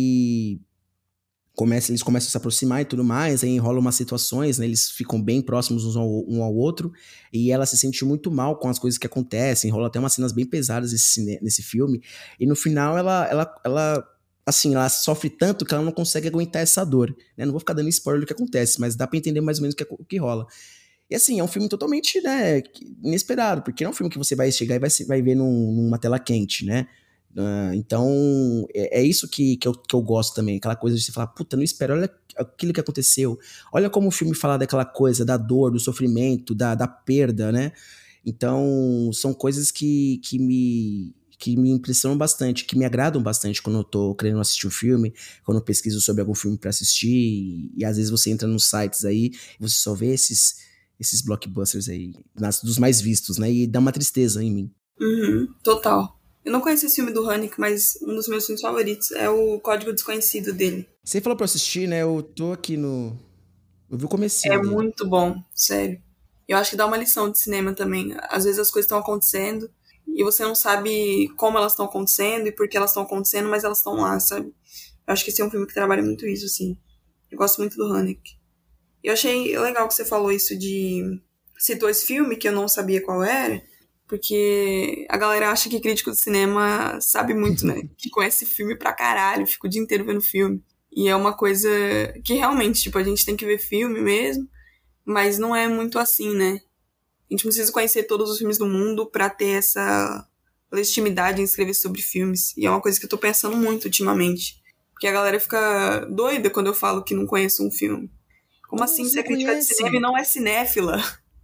ele começa, eles começam a se aproximar e tudo mais, aí enrolam umas situações, né, eles ficam bem próximos uns ao, um ao outro, e ela se sente muito mal com as coisas que acontecem, rola até umas cenas bem pesadas nesse, nesse filme, e no final ela, ela, ela, assim, ela sofre tanto que ela não consegue aguentar essa dor, né, não vou ficar dando spoiler do que acontece, mas dá pra entender mais ou menos o que, o que rola. E assim, é um filme totalmente, né, inesperado, porque não é um filme que você vai chegar e vai, vai ver num, numa tela quente, né? Uh, então, é, é isso que, que, eu, que eu gosto também, aquela coisa de você falar, puta, não espero, olha aquilo que aconteceu, olha como o filme fala daquela coisa, da dor, do sofrimento, da, da perda, né? Então, são coisas que, que me... que me impressionam bastante, que me agradam bastante quando eu tô querendo assistir um filme, quando eu pesquiso sobre algum filme pra assistir, e, e às vezes você entra nos sites aí, e você só vê esses, esses blockbusters aí, nas, dos mais vistos, né, e dá uma tristeza em mim. Uhum, total. Eu não conheço esse filme do Haneke, mas um dos meus filmes favoritos é o Código Desconhecido dele. Você falou pra eu assistir, né, eu tô aqui no... eu vi o comecinho É dele. muito bom, sério. Eu acho que dá uma lição de cinema também. Às vezes as coisas estão acontecendo e você não sabe como elas estão acontecendo e por que elas estão acontecendo, mas elas estão lá, sabe? Eu acho que esse é um filme que trabalha muito isso, assim. Eu gosto muito do Haneke. Eu achei legal que você falou isso de... citou esse filme, que eu não sabia qual era, porque a galera acha que crítico de cinema sabe muito, né? Que conhece filme pra caralho, fica o dia inteiro vendo filme. E é uma coisa que realmente, tipo, a gente tem que ver filme mesmo, mas não é muito assim, né? A gente precisa conhecer todos os filmes do mundo pra ter essa legitimidade em escrever sobre filmes. E é uma coisa que eu tô pensando muito ultimamente. Porque a galera fica doida quando eu falo que não conheço um filme. Como assim Você ser crítica de conhece? cinema e não é cinéfila?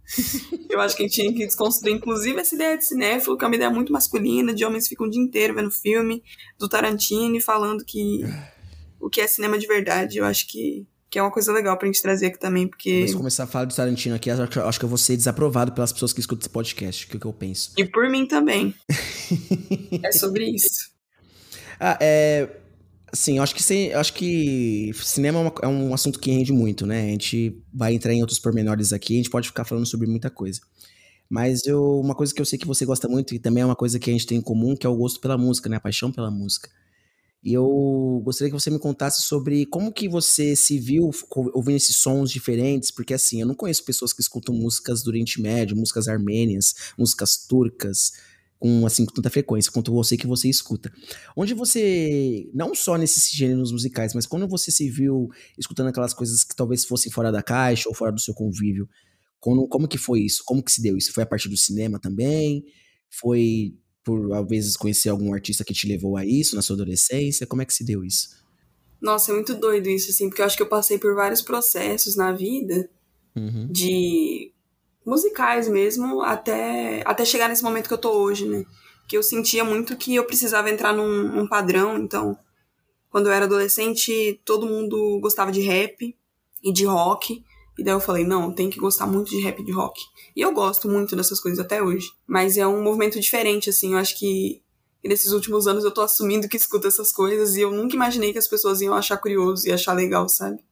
Eu acho que a gente tinha que desconstruir, inclusive, essa ideia de cinéfilo, que é uma ideia muito masculina, de homens que ficam o dia inteiro vendo filme do Tarantino e falando que o que é cinema de verdade. Eu acho que, que é uma coisa legal pra gente trazer aqui também, porque... Se começar a falar do Tarantino aqui, acho que, acho que eu vou ser desaprovado pelas pessoas que escutam esse podcast, que é o que eu penso. E por mim também. É sobre isso. Ah, é... Assim, eu acho que, sim, eu acho que cinema é, uma, é um assunto que rende muito, né? A gente vai entrar em outros pormenores aqui, a gente pode ficar falando sobre muita coisa. Mas eu, uma coisa que eu sei que você gosta muito, e também é uma coisa que a gente tem em comum, que é o gosto pela música, né? A paixão pela música. E eu gostaria que você me contasse sobre como que você se viu ouvindo esses sons diferentes, porque assim, eu não conheço pessoas que escutam músicas do Oriente Médio, músicas armênias, músicas turcas, com, assim, com tanta frequência, quanto você que você escuta. Onde você, não só nesses gêneros musicais, mas quando você se viu escutando aquelas coisas que talvez fossem fora da caixa ou fora do seu convívio, como, como que foi isso? Como que se deu isso? Foi a partir do cinema também? Foi por, às vezes, conhecer algum artista que te levou a isso na sua adolescência? Como é que se deu isso? Nossa, é muito doido isso, assim, porque eu acho que eu passei por vários processos na vida Uhum. de musicais mesmo, até, até chegar nesse momento que eu tô hoje, né? Que eu sentia muito que eu precisava entrar num, num padrão, então, quando eu era adolescente, todo mundo gostava de rap e de rock, e daí eu falei, não, tem que gostar muito de rap e de rock. E eu gosto muito dessas coisas até hoje, mas é um movimento diferente, assim, eu acho que nesses últimos anos eu tô assumindo que escuto essas coisas e eu nunca imaginei que as pessoas iam achar curioso e achar legal, sabe?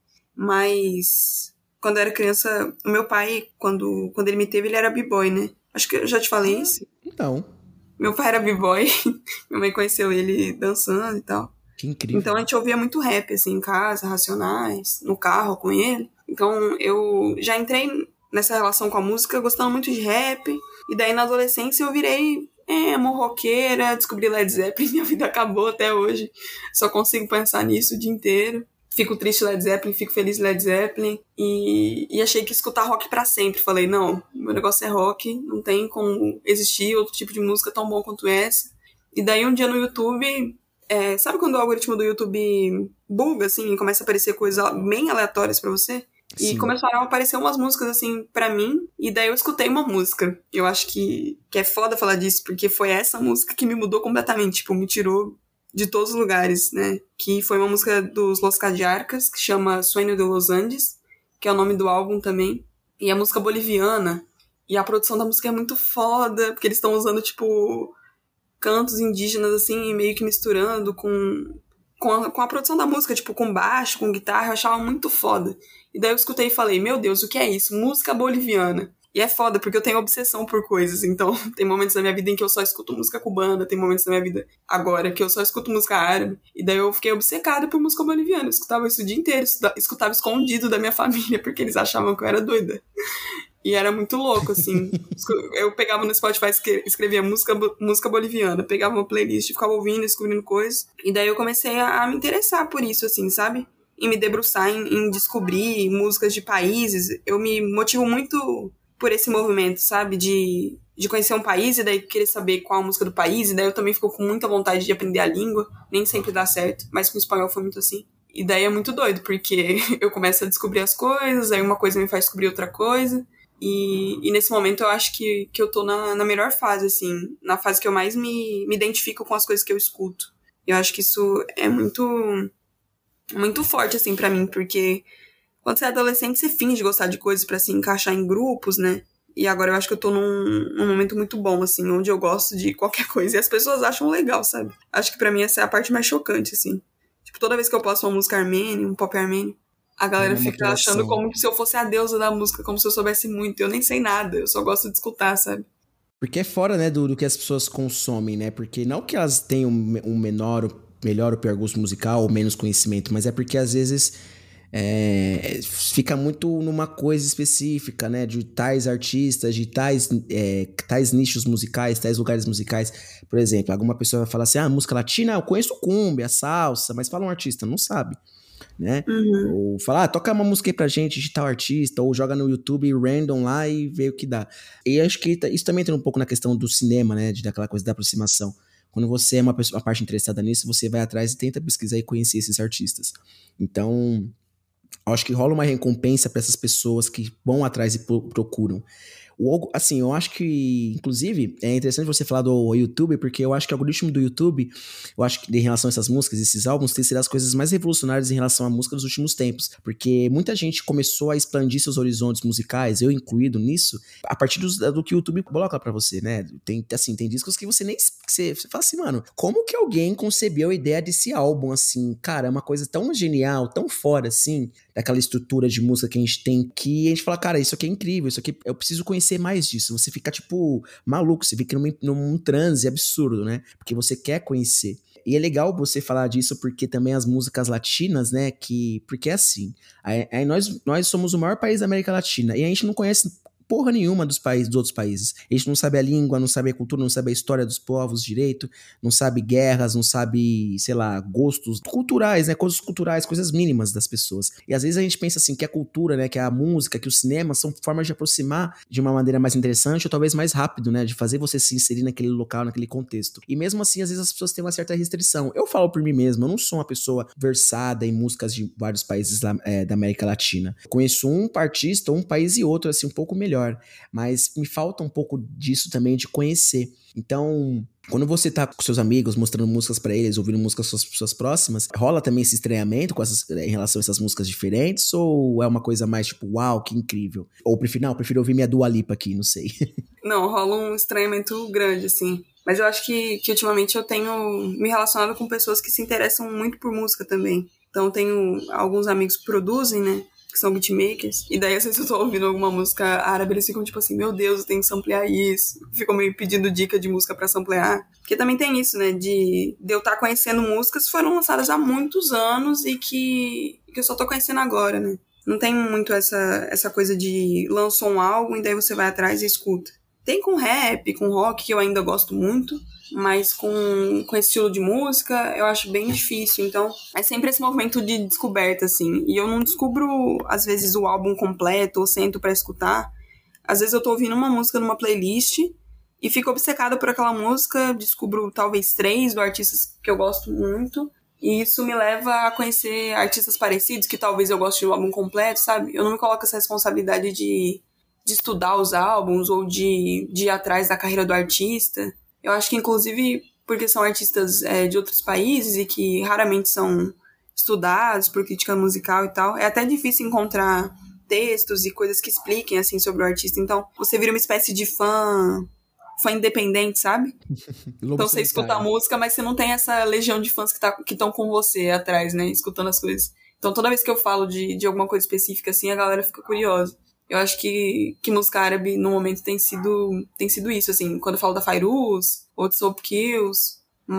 Mas quando eu era criança, o meu pai, quando, quando ele me teve, ele era b-boy, né? Acho que eu já te falei isso. Então, Meu pai era b-boy, minha mãe conheceu ele dançando e tal. que incrível. Então a gente ouvia muito rap, assim, em casa, Racionais, no carro com ele. Então eu já entrei nessa relação com a música gostando muito de rap. E daí na adolescência eu virei emo, roqueira, descobri Led Zeppelin, minha vida acabou até hoje. Só consigo pensar nisso o dia inteiro. Fico triste Led Zeppelin, fico feliz Led Zeppelin. E, e achei que escutar rock pra sempre. Falei, não, meu negócio é rock, não tem como existir outro tipo de música tão bom quanto essa. E daí um dia no YouTube, é, sabe quando o algoritmo do YouTube buga, assim, e começa a aparecer coisas bem aleatórias pra você? E Sim. começaram a aparecer umas músicas, assim, pra mim, e daí eu escutei uma música. Eu acho que, que é foda falar disso, porque foi essa música que me mudou completamente, tipo, me tirou de todos os lugares, né? Que foi uma música dos Los Cadiarcas, que chama Sueño de los Andes, que é o nome do álbum também. E a música boliviana. E a produção da música é muito foda, porque eles estão usando, tipo, cantos indígenas, assim, meio que misturando com, com, a, com a produção da música, tipo, com baixo, com guitarra. Eu achava muito foda. E daí eu escutei e falei, meu Deus, o que é isso? Música boliviana. E é foda, porque eu tenho obsessão por coisas. Então, tem momentos da minha vida em que eu só escuto música cubana, tem momentos da minha vida agora que eu só escuto música árabe. E daí eu fiquei obcecada por música boliviana. Eu escutava isso o dia inteiro, escutava escondido da minha família, porque eles achavam que eu era doida. E era muito louco, assim. Eu pegava no Spotify, escrevia música, música boliviana, pegava uma playlist, ficava ouvindo, descobrindo coisas. E daí eu comecei a, a me interessar por isso, assim, sabe? Em me debruçar, em, em descobrir músicas de países. Eu me motivo muito por esse movimento, sabe? De, de conhecer um país e daí querer saber qual a música do país. E daí eu também fico com muita vontade de aprender a língua. Nem sempre dá certo, mas com o espanhol foi muito assim. E daí é muito doido, porque eu começo a descobrir as coisas, aí uma coisa me faz descobrir outra coisa. E, e nesse momento eu acho que, que eu tô na, na melhor fase, assim. Na fase que eu mais me, me identifico com as coisas que eu escuto. Eu acho que isso é muito, muito forte, assim, pra mim, porque quando você é adolescente, você finge gostar de coisas pra se encaixar em grupos, né? E agora eu acho que eu tô num, num momento muito bom, assim, onde eu gosto de qualquer coisa. E as pessoas acham legal, sabe? Acho que pra mim essa é a parte mais chocante, assim. Tipo, toda vez que eu posto uma música armênia, um pop armênio, a galera fica achando como se eu fosse a deusa da música, como se eu soubesse muito. Eu nem sei nada, eu só gosto de escutar, sabe? Porque é fora, né, do, do que as pessoas consomem, né? Porque não que elas tenham um menor, melhor ou pior gosto musical ou menos conhecimento, mas é porque às vezes é, fica muito numa coisa específica, né? De tais artistas, de tais, é, tais nichos musicais, tais lugares musicais. Por exemplo, alguma pessoa vai falar assim, ah, música latina, eu conheço cumbia, salsa, mas fala um artista, não sabe. Né? Uhum. Ou falar, ah, toca uma música aí pra gente de tal artista, ou joga no YouTube random lá e vê o que dá. E acho que isso também entra um pouco na questão do cinema, né? De daquela coisa da aproximação. Quando você é uma, pessoa, uma parte interessada nisso, você vai atrás e tenta pesquisar e conhecer esses artistas. Então, acho que rola uma recompensa para essas pessoas que vão atrás e procuram. O, assim, eu acho que, inclusive, é interessante você falar do YouTube, porque eu acho que o algoritmo do YouTube, eu acho que em relação a essas músicas, esses álbuns, tem sido as coisas mais revolucionárias em relação à música dos últimos tempos, porque muita gente começou a expandir seus horizontes musicais, eu incluído nisso, a partir do, do que o YouTube coloca pra você, né? Tem, assim, tem discos que você nem... Que você, você fala assim, mano, como que alguém concebeu a ideia desse álbum, assim? Cara, é uma coisa tão genial, tão fora, assim, daquela estrutura de música que a gente tem, que a gente fala, cara, isso aqui é incrível, isso aqui, eu preciso conhecer mais disso. Você fica, tipo, maluco, você fica num, num transe absurdo, né? Porque você quer conhecer. E é legal você falar disso porque também as músicas latinas, né, que... Porque é assim, aí, aí nós, nós somos o maior país da América Latina e a gente não conhece porra nenhuma dos países, dos outros países. A gente não sabe a língua, não sabe a cultura, não sabe a história dos povos direito, não sabe guerras, não sabe, sei lá, gostos culturais, né? Coisas culturais, coisas mínimas das pessoas. E às vezes a gente pensa assim, que a cultura, né? Que a música, que o cinema são formas de aproximar de uma maneira mais interessante ou talvez mais rápido, né? De fazer você se inserir naquele local, naquele contexto. E mesmo assim, às vezes as pessoas têm uma certa restrição. Eu falo por mim mesmo, eu não sou uma pessoa versada em músicas de vários países da, é, da América Latina. Eu conheço um artista, um país e outro, assim, um pouco melhor. Mas me falta um pouco disso também, de conhecer. Então, quando você tá com seus amigos, mostrando músicas pra eles, ouvindo músicas com as pessoas próximas, rola também esse estranhamento com essas, em relação a essas músicas diferentes? Ou é uma coisa mais tipo, uau, que incrível? Ou prefiro, não, prefiro ouvir minha Dua Lipa aqui, não sei. Não, rola um estranhamento grande, assim. Mas eu acho que, que ultimamente eu tenho me relacionado com pessoas que se interessam muito por música também. Então eu tenho alguns amigos que produzem, né? Que são beatmakers. E daí, às vezes eu tô ouvindo alguma música árabe, eles ficam tipo assim, meu Deus, eu tenho que samplear isso. Ficam me pedindo dica de música pra samplear. Porque também tem isso, né? De, de eu estar conhecendo músicas que foram lançadas há muitos anos e que, que eu só tô conhecendo agora, né? Não tem muito essa, essa coisa de lançou um álbum e daí você vai atrás e escuta. Tem com rap, com rock, que eu ainda gosto muito, mas com, com esse estilo de música eu acho bem difícil. Então é sempre esse movimento de descoberta, assim. E eu não descubro, às vezes, o álbum completo ou sento pra escutar. Às vezes eu tô ouvindo uma música numa playlist e fico obcecada por aquela música, descubro talvez três do artistas que eu gosto muito. E isso me leva a conhecer artistas parecidos, que talvez eu goste do álbum completo, sabe? Eu não me coloco essa responsabilidade de, de estudar os álbuns ou de, de ir atrás da carreira do artista. Eu acho que, inclusive, porque são artistas é, de outros países e que raramente são estudados por crítica musical e tal, é até difícil encontrar textos e coisas que expliquem, assim, sobre o artista. Então, você vira uma espécie de fã... fã independente, sabe? Então você escuta a música, mas você não tem essa legião de fãs que tá, que estão com você atrás, né? Escutando as coisas. Então toda vez que eu falo de, de alguma coisa específica, assim, a galera fica curiosa. Eu acho que, que música árabe, no momento, tem sido, tem sido isso, assim. Quando eu falo da Fairuz, ou de Soap Kills,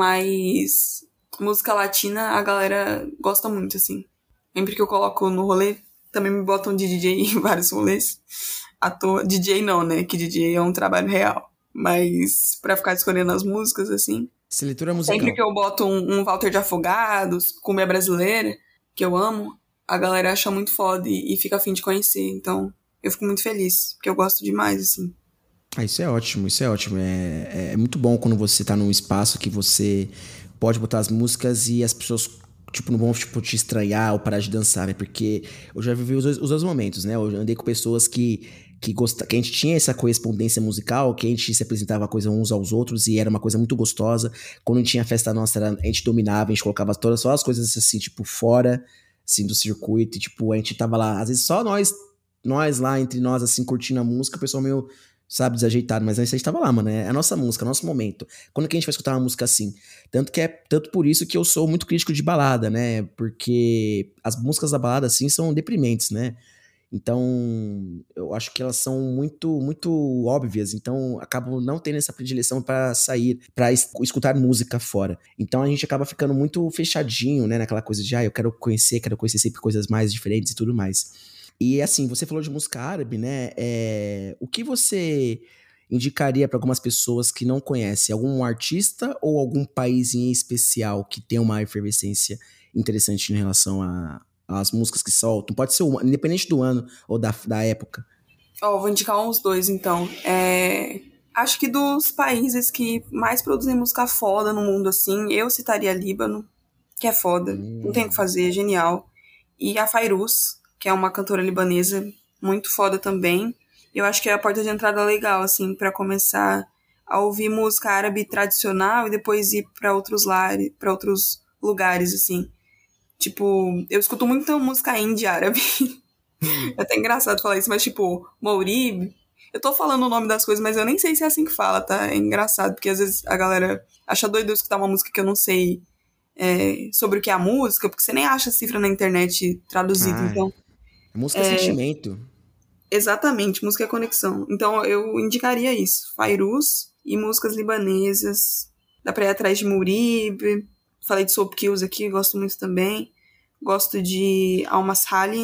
mas música latina, a galera gosta muito, assim. Sempre que eu coloco no rolê, também me botam de D J em vários rolês. À toa. D J não, né? Que D J é um trabalho real. Mas pra ficar escolhendo as músicas, assim... Seletura musical. Sempre que eu boto um, um Walter de Afogados, Cumbia Brasileira, que eu amo, a galera acha muito foda e, e fica a fim de conhecer. Então, eu fico muito feliz, porque eu gosto demais, assim. Ah, isso é ótimo, isso é ótimo. É, é muito bom quando você tá num espaço que você pode botar as músicas e as pessoas... tipo, não vão tipo, te estranhar ou parar de dançar, né? Porque eu já vivi os dois, os dois momentos, né? Eu andei com pessoas que, que, gost... que a gente tinha essa correspondência musical, que a gente se apresentava coisa uns aos outros e era uma coisa muito gostosa. Quando tinha festa nossa, era... a gente dominava, a gente colocava todas só as coisas assim, tipo, fora assim, do circuito. E, tipo, a gente tava lá, às vezes só nós, nós lá, entre nós, assim, curtindo a música, o pessoal meio... sabe, desajeitado, mas a gente tava lá, mano, é a nossa música, é o nosso momento. Quando que a gente vai escutar uma música assim? Tanto que é, tanto por isso que eu sou muito crítico de balada, né, porque as músicas da balada, assim, são deprimentes, né, então eu acho que elas são muito, muito óbvias, então acabo não tendo essa predileção pra sair, pra es- escutar música fora. Então a gente acaba ficando muito fechadinho, né, naquela coisa de, ah, eu quero conhecer, quero conhecer sempre coisas mais diferentes e tudo mais. E assim, você falou de música árabe, né? É, o que você indicaria para algumas pessoas que não conhecem? Algum artista ou algum país em especial que tem uma efervescência interessante em relação a- às músicas que soltam? Pode ser uma, independente do ano ou da, da época. Ó, vou indicar uns dois, então. É... Acho que dos países que mais produzem música foda no mundo, assim, eu citaria Líbano, que é foda, não tem o que Hum. fazer, é genial. E a Fairuz, que é uma cantora libanesa muito foda também. Eu acho que é a porta de entrada legal, assim, pra começar a ouvir música árabe tradicional e depois ir pra outros lares, para outros lugares, assim. Tipo, eu escuto muita música indie árabe. Hum. É até engraçado falar isso, mas tipo, Mourib. Eu tô falando o nome das coisas, mas eu nem sei se é assim que fala, tá? É engraçado, porque às vezes a galera acha doido eu escutar uma música que eu não sei é, sobre o que é a música, porque você nem acha cifra na internet traduzida, Ah, então. a música é sentimento. Exatamente, música é conexão. Então eu indicaria isso. Fairuz e músicas libanesas. Dá pra ir atrás de Mourib. Falei de Soap Kills aqui, gosto muito também. Gosto de Almas Halin.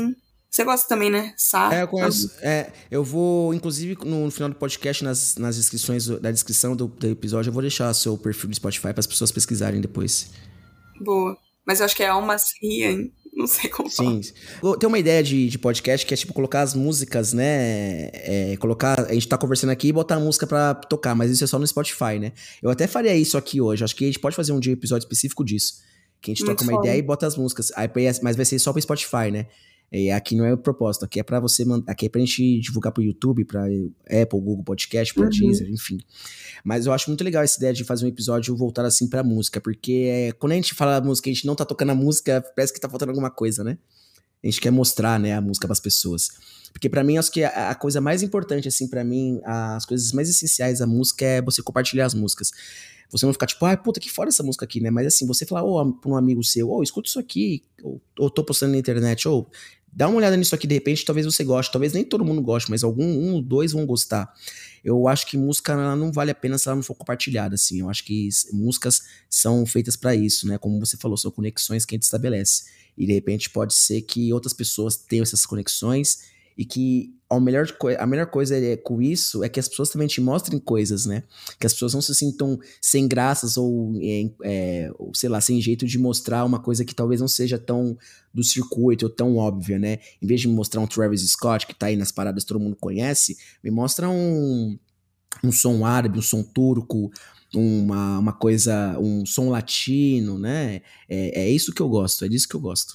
Você gosta também, né? É, Sá. eu conheço. É, eu vou, inclusive, no final do podcast, nas, nas descrições, da descrição do, do episódio, eu vou deixar seu perfil no Spotify para as pessoas pesquisarem depois. Boa. Mas eu acho que é Almas Rian. Não sei como falar. Sim. Tem uma ideia de, de podcast que é tipo colocar as músicas, né? É, colocar. A gente tá conversando aqui e botar a música pra tocar, mas isso é só no Spotify, né? Eu até faria isso aqui hoje. Acho que a gente pode fazer um dia episódio específico disso. Que a gente Muito troca uma foda. ideia e bota as músicas. Aí, mas vai ser só pro Spotify, né? E aqui não é o propósito. Aqui é pra você. Aqui é pra gente divulgar pro YouTube, pra Apple, Google Podcast, pra Uhum. Deezer, enfim. Mas eu acho muito legal essa ideia de fazer um episódio voltar assim pra música, porque é, quando a gente fala da música e a gente não tá tocando a música, parece que tá faltando alguma coisa, né? A gente quer mostrar, né, a música pras pessoas. Porque pra mim, acho que a, a coisa mais importante, assim, pra mim, as coisas mais essenciais da música é você compartilhar as músicas. Você não ficar tipo, ah, puta, que fora essa música aqui, né? Mas assim, você falar, ô, oh, pra um amigo seu, ô, oh, escuta isso aqui, ou, ou tô postando na internet, ou oh, dá uma olhada nisso aqui, de repente, talvez você goste, talvez nem todo mundo goste, mas algum, um ou dois vão gostar. Eu acho que música ela não vale a pena se ela não for compartilhada, assim. Eu acho que músicas são feitas pra isso, né? Como você falou, são conexões que a gente estabelece. E de repente pode ser que outras pessoas tenham essas conexões e que a melhor, a melhor coisa é, com isso é que as pessoas também te mostrem coisas, né? Que as pessoas não se sintam sem graças ou, é, é, ou, sei lá, sem jeito de mostrar uma coisa que talvez não seja tão do circuito ou tão óbvia, né? Em vez de me mostrar um Travis Scott, que tá aí nas paradas todo mundo conhece, me mostra um, um som árabe, um som turco, uma, uma coisa, um som latino, né? É, é isso que eu gosto, é disso que eu gosto.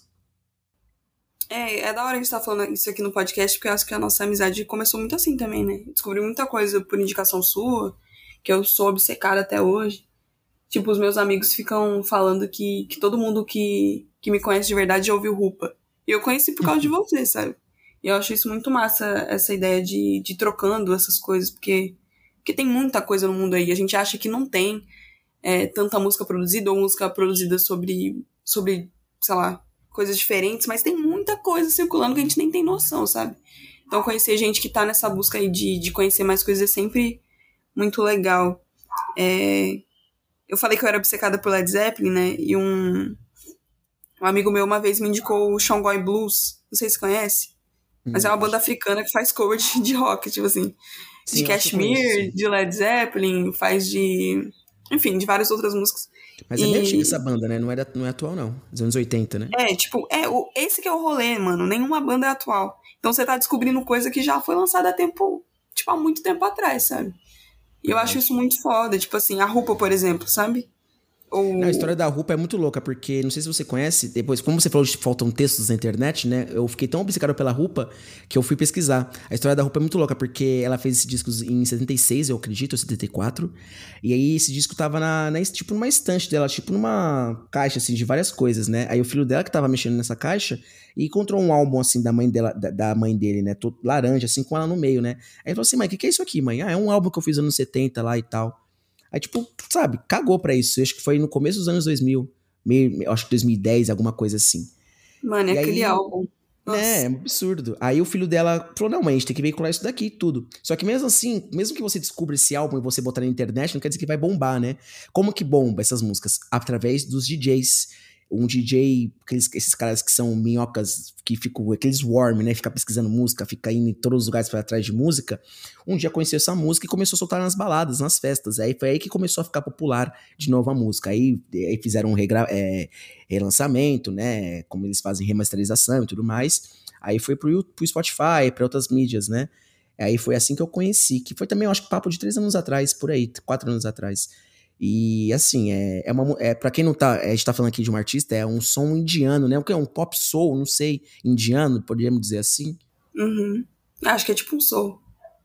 É, é da hora a gente tá falando isso aqui no podcast, porque eu acho que a nossa amizade começou muito assim também, né? Descobri muita coisa por indicação sua, que eu sou obcecada até hoje. Tipo, os meus amigos ficam falando que, que todo mundo que, que me conhece de verdade já ouviu Rupa. E eu conheci por causa de você, sabe? E eu acho isso muito massa, essa ideia de, de trocando essas coisas, porque, porque tem muita coisa no mundo aí. A gente acha que não tem é, tanta música produzida ou música produzida sobre, sobre, sei lá, coisas diferentes, mas tem muita coisa circulando que a gente nem tem noção, sabe? Então conhecer gente que tá nessa busca aí de, de conhecer mais coisas é sempre muito legal. É... Eu falei que eu era obcecada por Led Zeppelin, né? E um, um amigo meu uma vez me indicou o Shongoy Blues. Não sei se conhece. Mas hum, é uma banda africana que faz cover de, de rock, tipo assim. Sim, de Kashmir, de Led Zeppelin, faz de... Enfim, de várias outras músicas. Mas é e... bem antiga essa banda, né? Não é, não é atual, não. Dos anos oitenta, né? É, tipo, é, o, esse que é o rolê, mano. Nenhuma banda é atual. Então você tá descobrindo coisa que já foi lançada há tempo... Tipo, há muito tempo atrás, sabe? E eu acho isso muito foda. Tipo assim, a Rupa, por exemplo, sabe? Ou... Não, a história da Rupa é muito louca, porque não sei se você conhece, depois, como você falou de faltam textos na internet, né? Eu fiquei tão obcecado pela Rupa que eu fui pesquisar. A história da Rupa é muito louca, porque ela fez esse disco em setenta e seis, eu acredito, ou setenta e quatro. E aí esse disco tava na, na, tipo numa estante dela, tipo numa caixa, assim, de várias coisas, né? Aí o filho dela que tava mexendo nessa caixa e encontrou um álbum, assim, da mãe dela, da, da mãe dele, né? Todo laranja, assim, com ela no meio, né? Aí ele falou assim, mãe, o que, que é isso aqui, mãe? Ah, é um álbum que eu fiz nos anos setenta lá e tal. Aí, tipo, sabe, cagou pra isso. Eu acho que foi no começo dos anos dois mil. Meio, acho que dois mil e dez, alguma coisa assim. Mano, é aquele aí, álbum. Nossa. Né, é um absurdo. Aí o filho dela falou, não, mãe, a gente tem que veicular isso daqui tudo. Só que mesmo assim, mesmo que você descubra esse álbum e você botar na internet, não quer dizer que vai bombar, né? Como que bomba essas músicas? Através dos D Js. Um D J, aqueles, esses caras que são minhocas, que ficam, aqueles worm, né? Fica pesquisando música, fica indo em todos os lugares para trás de música. Um dia conheceu essa música e começou a soltar nas baladas, nas festas. Aí foi aí que começou a ficar popular de novo a música. Aí, aí fizeram um regra, é, relançamento, né? Como eles fazem remasterização e tudo mais. Aí foi pro, pro Spotify, para outras mídias, né? Aí foi assim que eu conheci, que foi também, eu acho que papo de três anos atrás, por aí, quatro anos atrás. E assim, é, é uma. É, pra quem não tá. A gente tá falando aqui de um artista, é um som indiano, né? O que é um pop soul, não sei, indiano, poderíamos dizer assim. Uhum. Acho que é tipo um soul.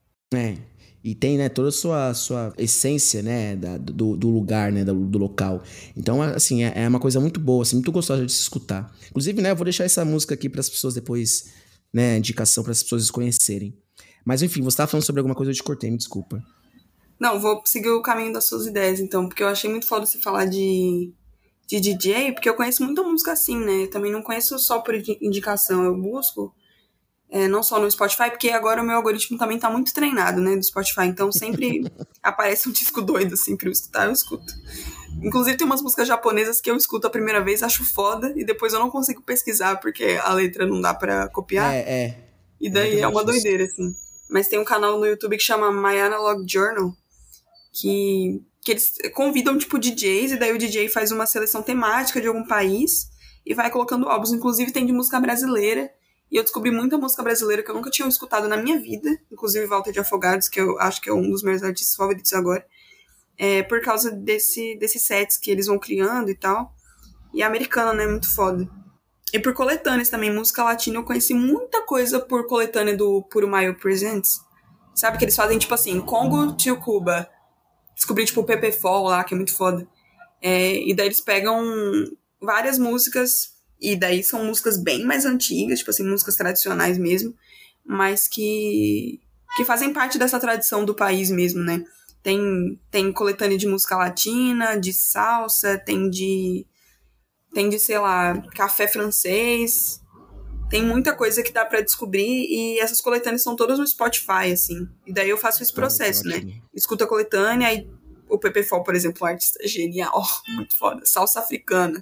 É. E tem, né, toda a sua, sua essência, né, da, do, do lugar, né, do, do local. Então, assim, é, é uma coisa muito boa, assim, muito gostosa de se escutar. Inclusive, né, eu vou deixar essa música aqui para as pessoas depois, né, indicação para as pessoas conhecerem. Mas, enfim, você tava falando sobre alguma coisa, eu te cortei, me desculpa. Não, vou seguir o caminho das suas ideias, então, porque eu achei muito foda você falar de, de D J, porque eu conheço muita música assim, né? Eu também não conheço só por indicação, eu busco É, não só no Spotify, porque agora o meu algoritmo também tá muito treinado, né, do Spotify. Então sempre aparece um disco doido, assim, pra eu escutar, eu escuto. Inclusive tem umas músicas japonesas que eu escuto a primeira vez, acho foda, e depois eu não consigo pesquisar, porque a letra não dá pra copiar. É, é. E daí é, é uma doideira, assim. Mas tem um canal no YouTube que chama My Analog Journal, que, que eles convidam, tipo, D Js, e daí o D J faz uma seleção temática de algum país e vai colocando álbuns. Inclusive tem de música brasileira, e eu descobri muita música brasileira que eu nunca tinha escutado na minha vida, inclusive Walter de Afogados, que eu acho que é um dos meus artistas favoritos agora, é, por causa desse, desses sets que eles vão criando e tal. E a americana, né, muito foda. E por coletâneas também, música latina, eu conheci muita coisa por coletânea do Puro Mayo Presents. Sabe que eles fazem, tipo assim, Congo to Cuba. Descobri, tipo, o Pepe Fall lá, que é muito foda. É, e daí eles pegam várias músicas, e daí são músicas bem mais antigas, tipo assim, músicas tradicionais mesmo, mas que, que fazem parte dessa tradição do país mesmo, né? Tem, tem coletânea de música latina, de salsa, tem de, tem de, sei lá, café francês. Tem muita coisa que dá pra descobrir, e essas coletâneas são todas no Spotify, assim. E daí eu faço esse processo, né? Escuto a coletânea, aí o Pepe Fall, por exemplo, um artista genial, muito foda, salsa africana.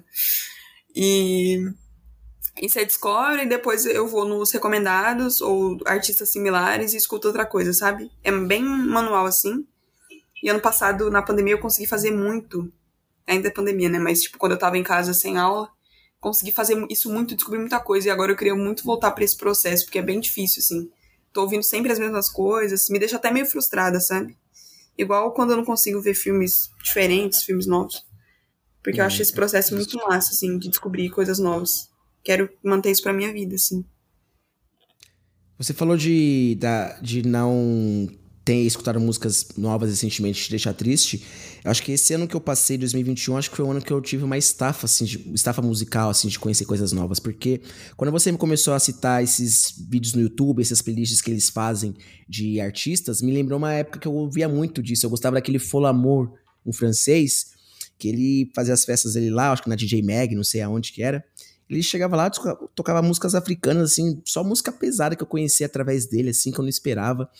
E, e você descobre, e depois eu vou nos recomendados, ou artistas similares, e escuto outra coisa, sabe? É bem manual, assim. E ano passado, na pandemia, eu consegui fazer muito. Ainda é pandemia, né? Mas, tipo, quando eu tava em casa sem aula, consegui fazer isso muito, descobrir muita coisa, e agora eu queria muito voltar pra esse processo, porque é bem difícil, assim. Tô ouvindo sempre as mesmas coisas, me deixa até meio frustrada, sabe? Igual quando eu não consigo ver filmes diferentes, filmes novos. Porque eu acho esse processo muito massa, assim, de descobrir coisas novas. Quero manter isso pra minha vida, assim. Você falou de, da, de não ter escutado músicas novas recentemente te deixar triste. Eu acho que esse ano que eu passei, dois mil e vinte e um, acho que foi o ano que eu tive uma estafa, assim, de, estafa musical, assim, de conhecer coisas novas. Porque quando você me começou a citar esses vídeos no YouTube, essas playlists que eles fazem de artistas, me lembrou uma época que eu ouvia muito disso. Eu gostava daquele Folamour, um francês, que ele fazia as festas dele lá, acho que na D J Mag, não sei aonde que era. Ele chegava lá, tocava músicas africanas, assim, só música pesada que eu conhecia através dele, assim, que eu não esperava.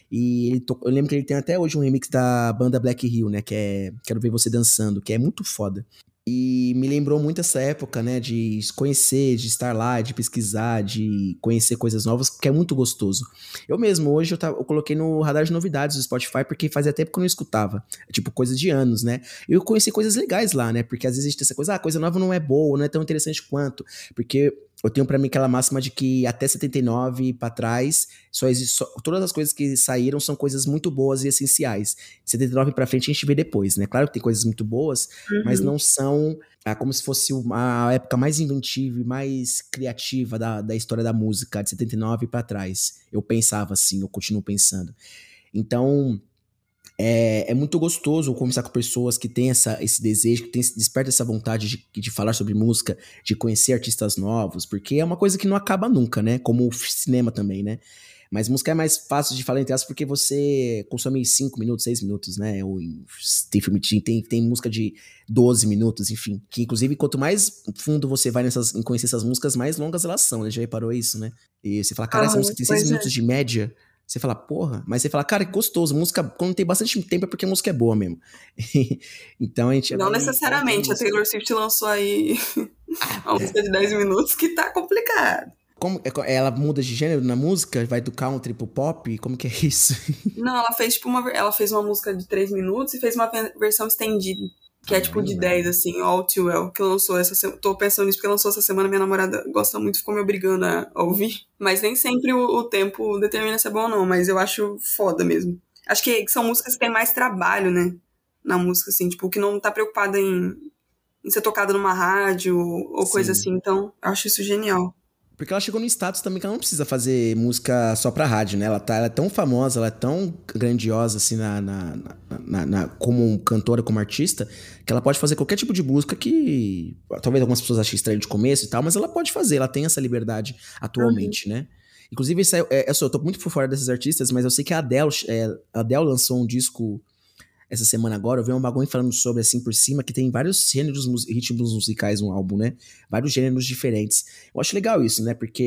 E ele to... eu lembro que ele tem até hoje um remix da banda Black Hill, né, que é Quero Ver Você Dançando, que é muito foda. E me lembrou muito essa época, né, de conhecer, de estar lá, de pesquisar, de conhecer coisas novas, que é muito gostoso. Eu mesmo, hoje, eu, tava, eu coloquei no radar de novidades do Spotify, porque fazia tempo que eu não escutava. Tipo, coisa de anos, né? Eu conheci coisas legais lá, né? Porque às vezes existe essa coisa, ah, coisa nova não é boa, não é tão interessante quanto. Porque eu tenho pra mim aquela máxima de que até setenta e nove pra trás, só existe, só, todas as coisas que saíram são coisas muito boas e essenciais. setenta e nove pra frente a gente vê depois, né? Claro que tem coisas muito boas, uhum. mas não são ah, como se fosse uma época mais inventiva e mais criativa da, da história da música, de setenta e nove pra trás. Eu pensava assim, eu continuo pensando. Então... É, é muito gostoso conversar com pessoas que têm essa, esse desejo, que tem, desperta essa vontade de, de falar sobre música, de conhecer artistas novos, porque é uma coisa que não acaba nunca, né? Como o cinema também, né? Mas música é mais fácil de falar entre aspas porque você consome cinco minutos, seis minutos, né? Ou tem filme, tem, tem música de doze minutos, enfim. Que inclusive, quanto mais fundo você vai nessas, em conhecer essas músicas, mais longas elas são, né? Já reparou isso, né? E você fala, cara, ah, essa música tem seis é. minutos de média. Você fala, porra, mas você fala, cara, que gostoso, música, quando tem bastante tempo é porque a música é boa mesmo. Então a gente... Não vai, necessariamente, a Taylor Swift lançou aí uma música de dez minutos que tá complicado. Como, ela muda de gênero na música? Vai do country pro pop? Como que é isso? Não, ela fez tipo uma, ela fez uma música de três minutos e fez uma versão estendida. Que é tipo de dez, assim, All Too Well, que lançou essa semana. Tô pensando nisso porque lançou essa semana, minha namorada gosta muito, ficou me obrigando a ouvir. Mas nem sempre o, o tempo determina se é bom ou não, mas eu acho foda mesmo. Acho que são músicas que tem mais trabalho, né? Na música, assim, tipo, que não tá preocupada em, em ser tocada numa rádio ou Sim. coisa assim. Então, eu acho isso genial. Porque ela chegou no status também que ela não precisa fazer música só pra rádio, né? Ela, tá, ela é tão famosa, ela é tão grandiosa, assim, na, na, na, na, como cantora, como artista, que ela pode fazer qualquer tipo de música que talvez algumas pessoas achem estranho de começo e tal, mas ela pode fazer, ela tem essa liberdade atualmente, uhum. né? Inclusive, isso é, é, eu tô muito por fora desses artistas, mas eu sei que a Adele, é, a Adele lançou um disco essa semana agora, eu vi um bagulho falando sobre, assim, por cima, que tem vários gêneros, ritmos musicais no álbum, né? Vários gêneros diferentes. Eu acho legal isso, né? Porque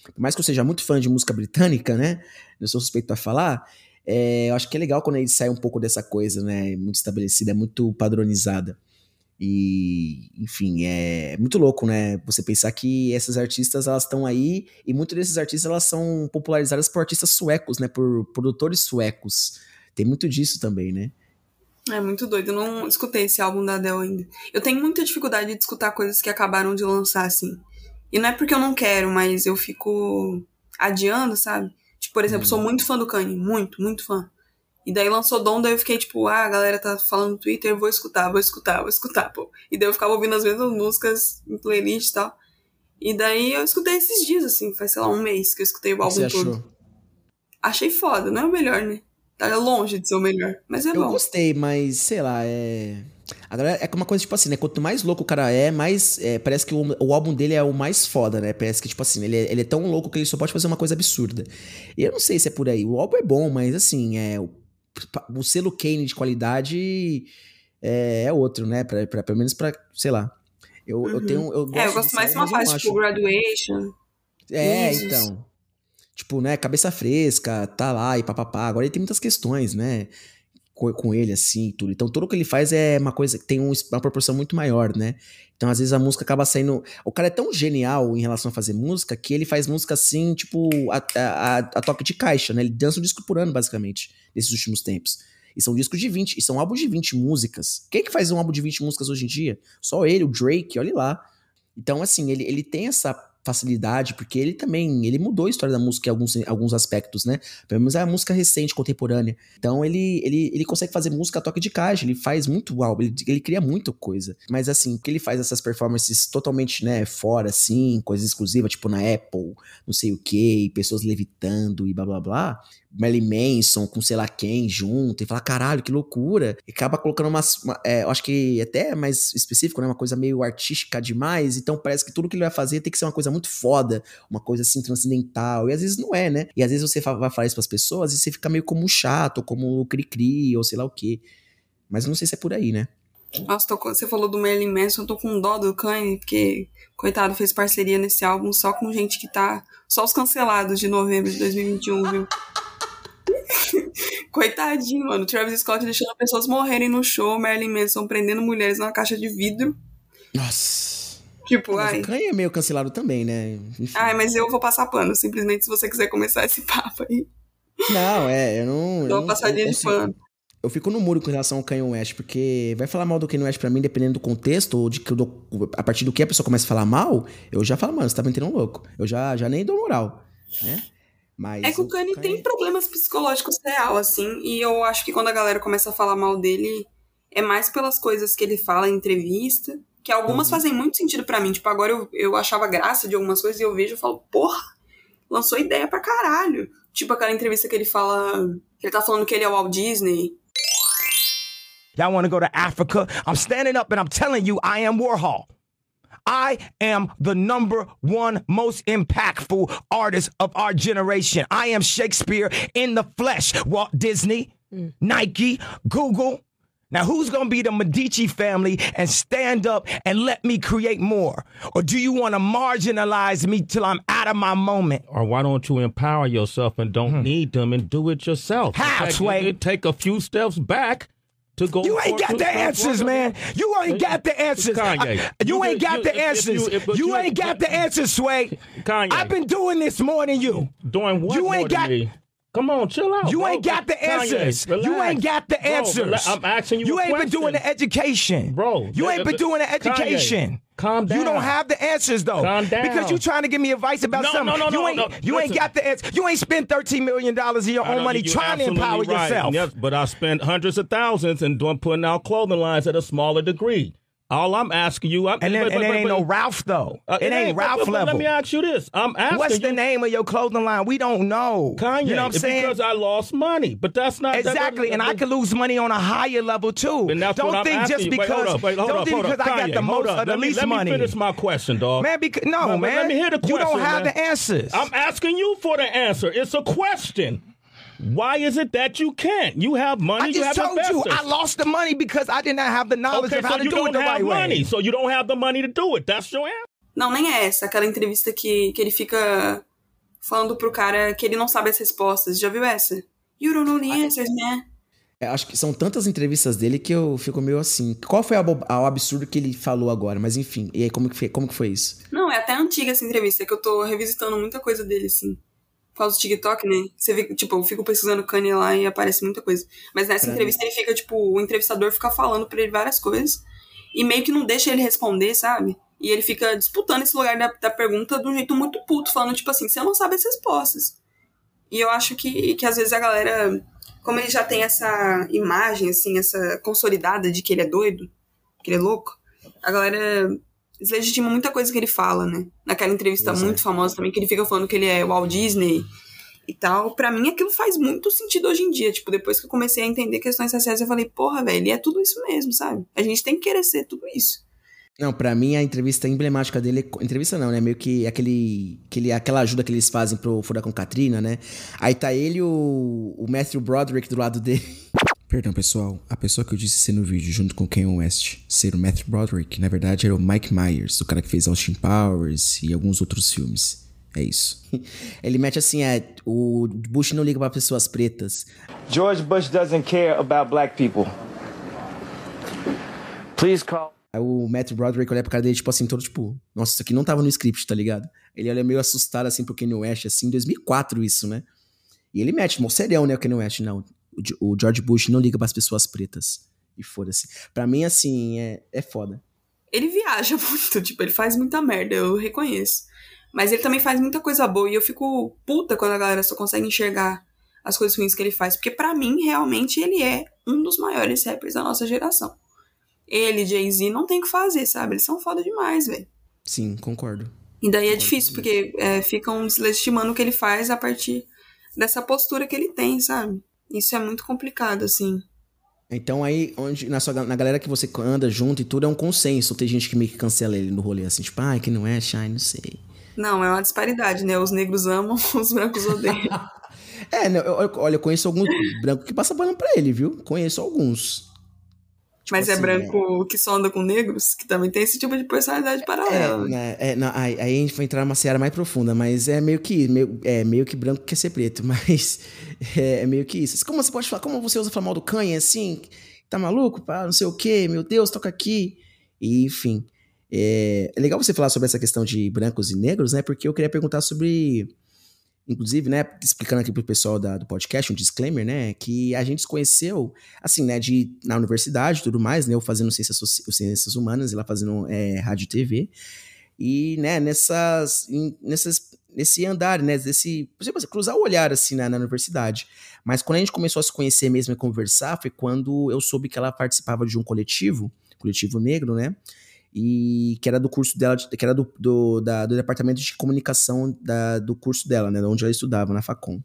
por mais que eu seja muito fã de música britânica, né? Eu sou suspeito pra falar. É, eu acho que é legal quando ele sai um pouco dessa coisa, né? Muito estabelecida, é muito padronizada. E, enfim, é muito louco, né? Você pensar que essas artistas, elas estão aí, e muitos desses artistas, elas são popularizadas por artistas suecos, né? Por produtores suecos. Tem muito disso também, né? É muito doido, eu não escutei esse álbum da Adele ainda. Eu tenho muita dificuldade de escutar coisas que acabaram de lançar, assim. E não é porque eu não quero, mas eu fico adiando, sabe? Tipo, por exemplo, hum. sou muito fã do Kanye, muito, muito fã. E daí lançou Donda, eu fiquei tipo, ah, a galera tá falando no Twitter, eu vou escutar, vou escutar, vou escutar, pô. E daí eu ficava ouvindo as mesmas músicas em playlist e tal. E daí eu escutei esses dias, assim, faz, sei lá, um mês que eu escutei o álbum Você todo. Achou? Achei foda, não é o melhor, né? Tá longe de ser o melhor, mas é eu bom. Eu gostei, mas, sei lá, é... A galera é uma coisa, tipo assim, né? Quanto mais louco o cara é, mais... É, parece que o, o álbum dele é o mais foda, né? Parece que, tipo assim, ele é, ele é tão louco que ele só pode fazer uma coisa absurda. E eu não sei se é por aí. O álbum é bom, mas, assim, é... O, o selo Kanye de qualidade é, é outro, né? Pra, pra, pelo menos pra... Sei lá. Eu, uhum. eu tenho... Eu gosto é, eu gosto mais de uma fase, tipo, Graduation. É, Jesus. então... Tipo, né, cabeça fresca, tá lá e papapá. Agora ele tem muitas questões, né, com, com ele, assim, tudo. Então tudo que ele faz é uma coisa que tem um, uma proporção muito maior, né. Então às vezes a música acaba saindo... O cara é tão genial em relação a fazer música que ele faz música assim, tipo, a, a, a toque de caixa, né. Ele dança um disco por ano, basicamente, nesses últimos tempos. E são discos de vinte, e são álbuns de vinte músicas. Quem é que faz um álbum de vinte músicas hoje em dia? Só ele, o Drake, olha lá. Então, assim, ele, ele tem essa facilidade, porque ele também, ele mudou a história da música em alguns, alguns aspectos, né? Pelo menos é a música recente, contemporânea. Então ele, ele, ele consegue fazer música a toque de caixa, ele faz muito álbum, ele, ele cria muita coisa. Mas assim, porque ele faz essas performances totalmente, né, fora, assim, coisas exclusivas, tipo na Apple, não sei o que, pessoas levitando e blá blá blá. Marilyn Manson com sei lá quem junto, e fala, caralho, que loucura. E acaba colocando umas, uma, é, eu acho que até é mais específico, né, uma coisa meio artística demais, então parece que tudo que ele vai fazer tem que ser uma coisa muito foda, uma coisa assim transcendental, e às vezes não é, né, e às vezes você vai falar isso pras pessoas e você fica meio como chato, ou como cri-cri, ou sei lá o quê, mas não sei se é por aí, né. Nossa, tô, você falou do Marilyn Manson, eu tô com dó do Kanye, porque, coitado, fez parceria nesse álbum só com gente que tá, só os cancelados de novembro de dois mil e vinte e um, viu. Coitadinho, mano. Travis Scott deixando pessoas morrerem no show, Marilyn Manson prendendo mulheres numa caixa de vidro. Nossa. Tipo, mas ai. O Kanye é meio cancelado também, né? Enfim. Ai, mas eu vou passar pano, simplesmente, se você quiser começar esse papo aí. Não, é, eu não... Dá uma passadinha de pano. Eu fico no muro com relação ao Kanye West, porque vai falar mal do Kanye West pra mim, dependendo do contexto, ou de que eu dou, a partir do que a pessoa começa a falar mal, eu já falo, mano, você tá me entendendo louco. Eu já, já nem dou moral, né? Mas é que o Kanye tem problemas psicológicos real, assim, e eu acho que quando a galera começa a falar mal dele, é mais pelas coisas que ele fala em entrevista, que algumas uhum. fazem muito sentido pra mim. Tipo, agora eu, eu achava graça de algumas coisas e eu vejo e falo, porra, lançou ideia pra caralho. Tipo aquela entrevista que ele fala, que ele tá falando que ele é o Walt Disney. Y'all wanna go to Africa? I'm standing up and I'm telling you I am Warhol. I am the number one most impactful artist of our generation. I am Shakespeare in the flesh. Walt Disney, mm. Nike, Google. Now, who's going to be the Medici family and stand up and let me create more? Or do you want to marginalize me till I'm out of my moment? Or why don't you empower yourself and don't hmm. need them and do it yourself? How, Sway? Take a few steps back. To go you ain't got the answers, man. You ain't got the answers. Kanye. I, you, you ain't got you, the answers. If you, if, you, you ain't got the answers, Sway. Kanye. I've been doing this more than you. Doing what you more ain't than got, me? Come on, chill out. You bro. ain't got the answers. Kanye, you ain't got the answers. Bro, I'm asking you You a ain't question. been doing the education. Bro. You ain't been doing the education. Kanye. Calm down. You don't have the answers, though. Calm down. Because you trying to give me advice about no, something. No, no, you no, ain't, no. You Listen. ain't got the answer. You ain't spent thirteen million dollars of your own money trying to empower right. yourself. Yes, but I spent hundreds of thousands and doing putting out clothing lines at a smaller degree. All I'm asking you, I'm, and then, but, and but, it but, ain't but, no Ralph though. Uh, it, it ain't, ain't Ralph but, but, level. Let me ask you this: I'm asking. What's the you, name of your clothing line? We don't know. Kanye. You know what I'm saying? Because I lost money, but that's not exactly. That, and I could lose money on a higher level too. And that's don't what think I'm just you. because. Wait, hold up, wait, hold don't up, think hold because up. I got Kanye, the most up. of the let least me, money. Let me finish my question, dog. Man, because no, man, man. Let me hear the question. You don't have man. the answers. I'm asking you for the answer. It's a question. Why is it that you can't? You have money. I just you have told investors. you I lost the money because I did not have the knowledge okay, of how so to you do don't it the have right money, way. So you don't have the money to do it. That's your answer. Não, nem é essa. Aquela entrevista que, que ele fica falando pro cara que ele não sabe as respostas. Já viu essa? You don't know the answers, man. É, acho que são tantas entrevistas dele que eu fico meio assim. Qual foi a bo- a- o absurdo que ele falou agora? Mas enfim, e aí como que foi, como que foi isso? Não, é até antiga essa entrevista, que eu tô revisitando muita coisa dele, assim. Por causa do TikTok, né? Você vê, tipo, eu fico pesquisando Kanye lá e aparece muita coisa. Mas nessa Pra entrevista ele fica, tipo, o entrevistador fica falando pra ele várias coisas e meio que não deixa ele responder, sabe? E ele fica disputando esse lugar da, da pergunta de um jeito muito puto, falando, tipo assim, você não sabe as respostas. E eu acho que, que às vezes a galera, como ele já tem essa imagem, assim, essa consolidada de que ele é doido, que ele é louco, a galera deslegitima muita coisa que ele fala, né? Naquela entrevista Pois é. muito famosa também, que ele fica falando que ele é Walt Disney e tal. Pra mim, aquilo faz muito sentido hoje em dia. Tipo, depois que eu comecei a entender questões raciais, eu falei, porra, velho, é tudo isso mesmo, sabe? A gente tem que querer ser tudo isso. Não, pra mim a entrevista emblemática dele, é- entrevista não, né? Meio que aquele, aquele, aquela ajuda que eles fazem pro Furacão Katrina, né? Aí tá ele e o, o Matthew Broderick do lado dele. Perdão, pessoal. A pessoa que eu disse ser no vídeo junto com Kanye West ser o Matthew Broderick, na verdade era o Mike Myers, o cara que fez Austin Powers e alguns outros filmes. É isso. Ele mete assim, é, o Bush não liga pra pessoas pretas. George Bush doesn't care about black people. Please call. Aí o Matthew Broderick olha pra cara dele, tipo assim, todo tipo, nossa, isso aqui não tava no script, tá ligado? Ele olha meio assustado assim pro Kanye West, assim, em dois mil e quatro isso, né? E ele mete, mó serião, né, o Kanye West, não. O, G- o George Bush não liga pras pessoas pretas. E foda-se. Pra mim, assim, é, é foda. Ele viaja muito, tipo, ele faz muita merda, eu reconheço. Mas ele também faz muita coisa boa e eu fico puta quando a galera só consegue enxergar as coisas ruins que ele faz. Porque pra mim, realmente, ele é um dos maiores rappers da nossa geração. Ele, Jay-Z, não tem o que fazer, sabe? Eles são foda demais, velho. Sim, concordo. E daí é difícil, porque é, ficam deslegitimando o que ele faz a partir dessa postura que ele tem, sabe? Isso é muito complicado, assim. Então aí, onde, na, sua, na galera que você anda junto e tudo, é um consenso. Tem gente que meio que cancela ele no rolê, assim, tipo, ai, que não é, Shine, não sei. Não, é uma disparidade, né? Os negros amam, os brancos odeiam. É, não, eu- eu- olha, eu conheço alguns brancos que passam pano pra ele, viu? Conheço alguns. Tipo Mas é assim, branco que só anda com negros, que também tem esse tipo de personalidade É, paralela. né? né, é, não, aí, aí a gente vai entrar numa seara mais profunda, mas é meio que meio, é meio que branco quer ser preto, mas é, é meio que isso. Como você pode falar, como você usa falar mal do Kanye assim? Tá maluco? Pá, não sei o quê, meu Deus, toca aqui. E, enfim. É, é legal você falar sobre essa questão de brancos e negros, né? Porque eu queria perguntar sobre. Inclusive, né, explicando aqui pro pessoal da- do podcast, um disclaimer, né, que a gente se conheceu, assim, né, de, na universidade e tudo mais, né, eu fazendo ciências, soci- ciências humanas e lá fazendo é, rádio e T V, e, né, nessas, em- nessas, nesse andar, né, desse, tipo assim, cruzar o olhar, assim, na, na universidade. Mas quando a gente começou a se conhecer mesmo e conversar, foi quando eu soube que ela participava de um coletivo, coletivo negro, né, e que era do curso dela, de- que era do, do, da- do departamento de comunicação da- do curso dela, né, onde ela estudava, na Facom.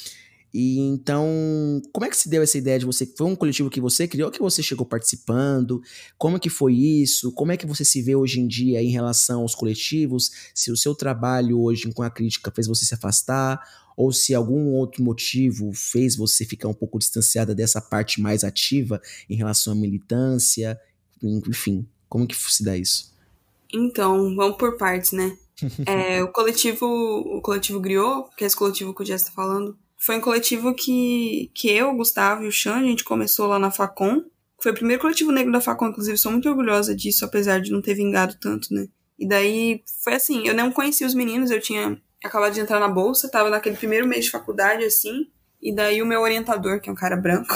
E então, como é que se deu essa ideia de você? Foi um coletivo que você criou ou que você chegou participando? Como que foi isso? Como é que você se vê hoje em dia em relação aos coletivos? Se o seu trabalho hoje com a crítica fez você se afastar? Ou se algum outro motivo fez você ficar um pouco distanciada dessa parte mais ativa em relação à militância? Enfim, como que se dá isso? Então, vamos por partes, né? É, o coletivo, o coletivo Griot, que é esse coletivo que o Jess tá falando, foi um coletivo que, que eu, o Gustavo e o Xan, a gente começou lá na Facom. Foi o primeiro coletivo negro da Facom, inclusive, sou muito orgulhosa disso, apesar de não ter vingado tanto, né? E daí, foi assim, eu não conhecia os meninos, eu tinha acabado de entrar na bolsa, tava naquele primeiro mês de faculdade, assim, e daí o meu orientador, que é um cara branco,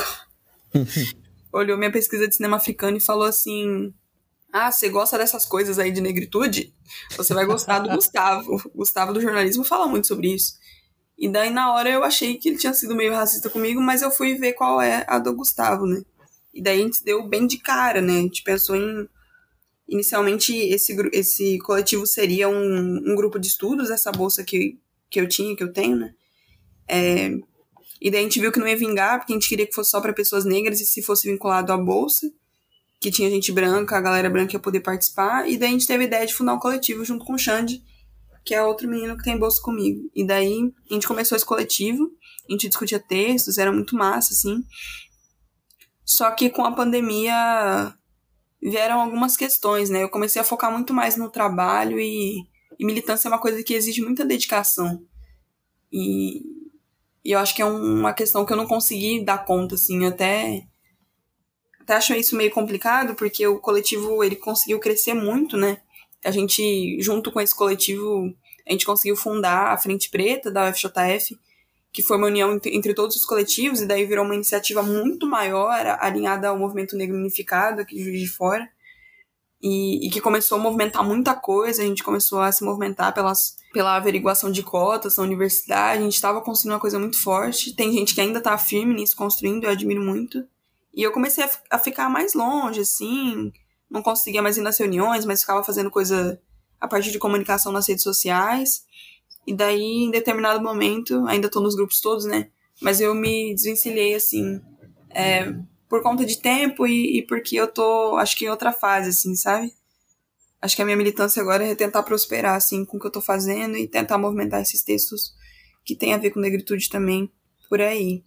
olhou minha pesquisa de cinema africano e falou assim: ah, você gosta dessas coisas aí de negritude? Você vai gostar do Gustavo. O Gustavo do jornalismo fala muito sobre isso. E daí, na hora, eu achei que ele tinha sido meio racista comigo, mas eu fui ver qual é a do Gustavo, né? E daí a gente se deu bem de cara, né? A gente pensou em... Inicialmente, esse, esse coletivo seria um, um grupo de estudos, essa bolsa que, que eu tinha, que eu tenho, né? É, e daí a gente viu que não ia vingar, porque a gente queria que fosse só para pessoas negras, e se fosse vinculado à bolsa, que tinha gente branca, a galera branca ia poder participar, e daí a gente teve a ideia de fundar um coletivo junto com o Xande, que é outro menino que tem bolsa comigo. E daí a gente começou esse coletivo, a gente discutia textos, era muito massa, assim. Só que com a pandemia vieram algumas questões, né? Eu comecei a focar muito mais no trabalho e, e militância é uma coisa que exige muita dedicação. E, e eu acho que é um, uma questão que eu não consegui dar conta, assim, até, até acho isso meio complicado, porque o coletivo, ele conseguiu crescer muito, né? A gente, junto com esse coletivo, a gente conseguiu fundar a Frente Preta da U F J F, que foi uma união entre, entre todos os coletivos, e daí virou uma iniciativa muito maior, alinhada ao movimento negro unificado aqui de Juiz de Fora, e, e que começou a movimentar muita coisa. A gente começou a se movimentar pelas, pela averiguação de cotas na universidade, a gente estava construindo uma coisa muito forte. Tem gente que ainda está firme nisso, construindo, eu admiro muito. E eu comecei a, a ficar mais longe, assim, não conseguia mais ir nas reuniões, mas ficava fazendo coisa a partir de comunicação nas redes sociais. E daí, em determinado momento, ainda tô nos grupos todos, né? Mas eu me desvencilhei, assim, é, por conta de tempo e, e porque eu tô, acho que em outra fase, assim, sabe? Acho que a minha militância agora é tentar prosperar, assim, com o que eu tô fazendo e tentar movimentar esses textos que tem a ver com negritude também, por aí.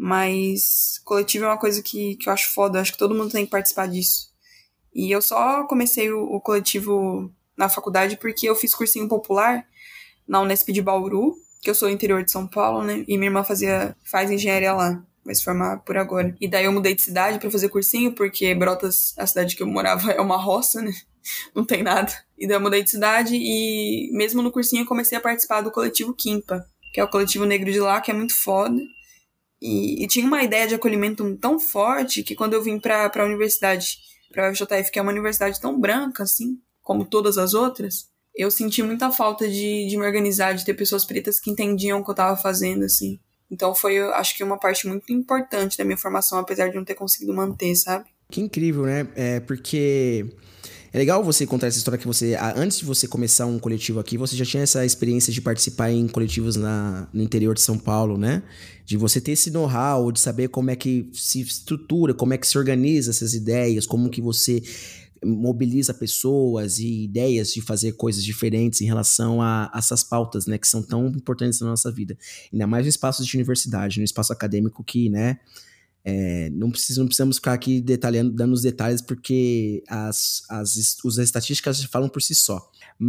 Mas coletivo é uma coisa que, que eu acho foda, eu acho que todo mundo tem que participar disso. E eu só comecei o, o coletivo na faculdade porque eu fiz cursinho popular na Unesp de Bauru, que eu sou do interior de São Paulo, né? E minha irmã fazia, faz engenharia lá, vai se formar por agora. E daí eu mudei de cidade pra fazer cursinho, porque Brotas, a cidade que eu morava, é uma roça, né? Não tem nada. E daí eu mudei de cidade e mesmo no cursinho eu comecei a participar do coletivo Quimpa, que é o coletivo negro de lá, que é muito foda. E, e tinha uma ideia de acolhimento tão forte que quando eu vim pra, pra universidade, pra U F J F, que é uma universidade tão branca, assim, como todas as outras, eu senti muita falta de, de me organizar, de ter pessoas pretas que entendiam o que eu tava fazendo, assim. Então foi, eu acho que uma parte muito importante da minha formação, apesar de não ter conseguido manter, sabe? Que incrível, né? É porque é legal você contar essa história que você, antes de você começar um coletivo aqui, você já tinha essa experiência de participar em coletivos na, no interior de São Paulo, né? De você ter esse know-how, de saber como é que se estrutura, como é que se organiza essas ideias, como que você mobiliza pessoas e ideias de fazer coisas diferentes em relação a, a essas pautas, né, que são tão importantes na nossa vida. Ainda mais no espaço de universidade, no espaço acadêmico que, né, é, não, precisa, não precisamos ficar aqui detalhando, dando os detalhes, porque as, as, as estatísticas falam por si só.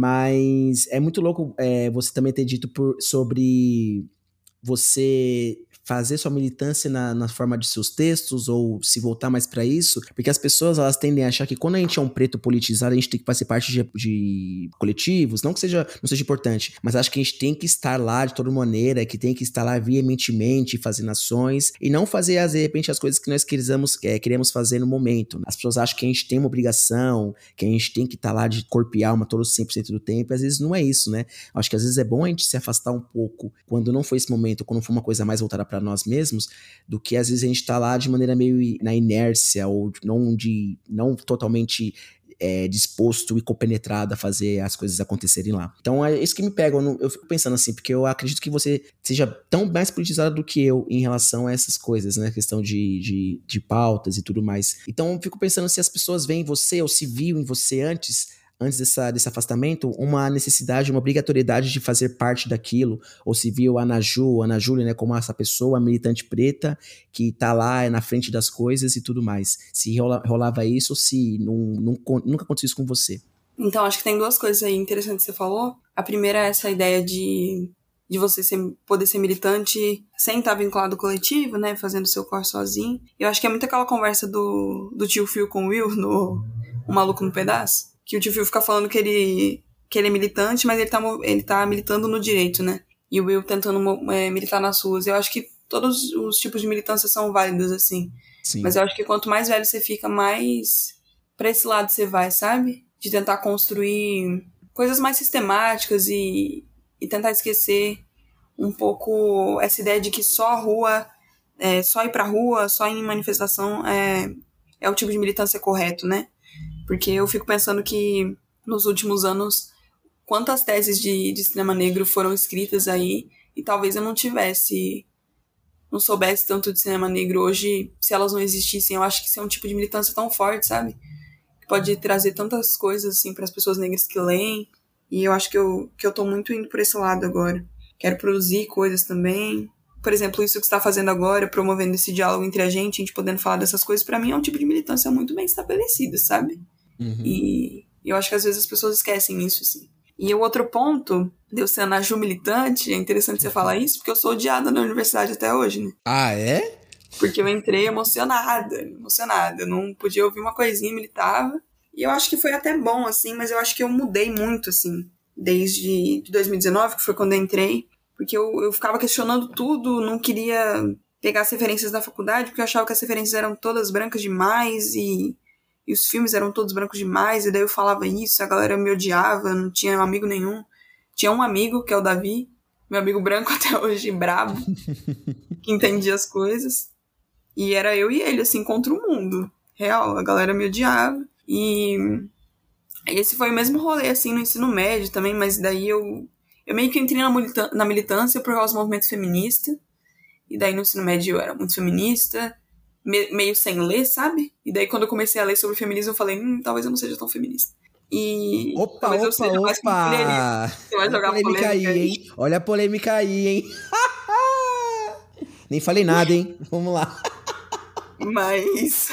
Mas é muito louco é, você também ter dito por, sobre você fazer sua militância na, na forma de seus textos, ou se voltar mais pra isso, porque as pessoas, elas tendem a achar que quando a gente é um preto politizado, a gente tem que fazer parte de, de coletivos, não que seja, não seja importante, mas acho que a gente tem que estar lá de toda maneira, que tem que estar lá veementemente fazendo ações, e não fazer, de repente, as coisas que nós queremos, é, queremos fazer no momento. As pessoas acham que a gente tem uma obrigação, que a gente tem que estar lá de corpo e alma todo cem por cento do tempo, e às vezes não é isso, né? Acho que às vezes é bom a gente se afastar um pouco, quando não foi esse momento, quando foi uma coisa mais voltada para nós mesmos, do que às vezes a gente tá lá de maneira meio na inércia, ou não, de, não totalmente é, disposto e compenetrado a fazer as coisas acontecerem lá. Então é isso que me pega, eu, não, eu fico pensando assim, porque eu acredito que você seja tão mais politizado do que eu em relação a essas coisas, né, questão de, de, de pautas e tudo mais. Então eu fico pensando se as pessoas veem você, ou se viam em você antes antes dessa, desse afastamento, uma necessidade, uma obrigatoriedade de fazer parte daquilo, ou se viu a Ana Ju, a Ana Júlia, né, como essa pessoa, militante preta, que tá lá na frente das coisas e tudo mais. Se rola, rolava isso, ou se não, não, nunca aconteceu isso com você. Então, acho que tem duas coisas aí interessantes que você falou. A primeira é essa ideia de, de você ser, poder ser militante sem estar vinculado ao coletivo, né, fazendo o seu corre sozinho. Eu acho que é muito aquela conversa do, do tio Phil com o Will, no O Maluco no Pedaço, que o tio Phil fica falando que ele, que ele é militante, mas ele tá, ele tá militando no direito, né? E o Will tentando é, militar nas ruas. Eu acho que todos os tipos de militância são válidos, assim. Sim. Mas eu acho que quanto mais velho você fica, mais pra esse lado você vai, sabe? De tentar construir coisas mais sistemáticas e, e tentar esquecer um pouco essa ideia de que só a rua, é, só ir pra rua, só ir em manifestação é, é o tipo de militância correto, né? Porque eu fico pensando que nos últimos anos, quantas teses de, de cinema negro foram escritas aí, e talvez eu não tivesse, não soubesse tanto de cinema negro hoje, se elas não existissem. Eu acho que isso é um tipo de militância tão forte, sabe? Que pode trazer tantas coisas, assim, para as pessoas negras que leem, e eu acho que eu, que eu tô muito indo por esse lado agora. Quero produzir coisas também. Por exemplo, isso que você tá fazendo agora, promovendo esse diálogo entre a gente, a gente podendo falar dessas coisas, para mim é um tipo de militância muito bem estabelecida, sabe? Uhum. E eu acho que às vezes as pessoas esquecem isso, assim. E o outro ponto de eu ser Ana Ju militante, é interessante você falar isso, porque eu sou odiada na universidade até hoje, né? Ah, é? Porque eu entrei emocionada, emocionada. Eu não podia ouvir uma coisinha, militava. E eu acho que foi até bom, assim, mas eu acho que eu mudei muito, assim, desde dois mil e dezenove, que foi quando eu entrei. Porque eu, eu ficava questionando tudo, não queria pegar as referências da faculdade, porque eu achava que as referências eram todas brancas demais e, e os filmes eram todos brancos demais. E daí eu falava isso, a galera me odiava, não tinha amigo nenhum. Tinha um amigo, que é o Davi, meu amigo branco até hoje, brabo, que entendia as coisas. E era eu e ele, assim, contra o mundo. Real, a galera me odiava. E esse foi o mesmo rolê, assim, no ensino médio também, mas daí eu, eu meio que entrei na, milita- na militância por causa do movimento feminista. E daí no ensino médio eu era muito feminista, me- meio sem ler, sabe? E daí quando eu comecei a ler sobre feminismo, eu falei, hum, talvez eu não seja tão feminista. E Opa, talvez eu opa, seja mais que opa! Você vai Olha a jogar polêmica aí, polêmica aí. hein? Olha a polêmica aí, hein? Nem falei nada, hein? Vamos lá. Mas...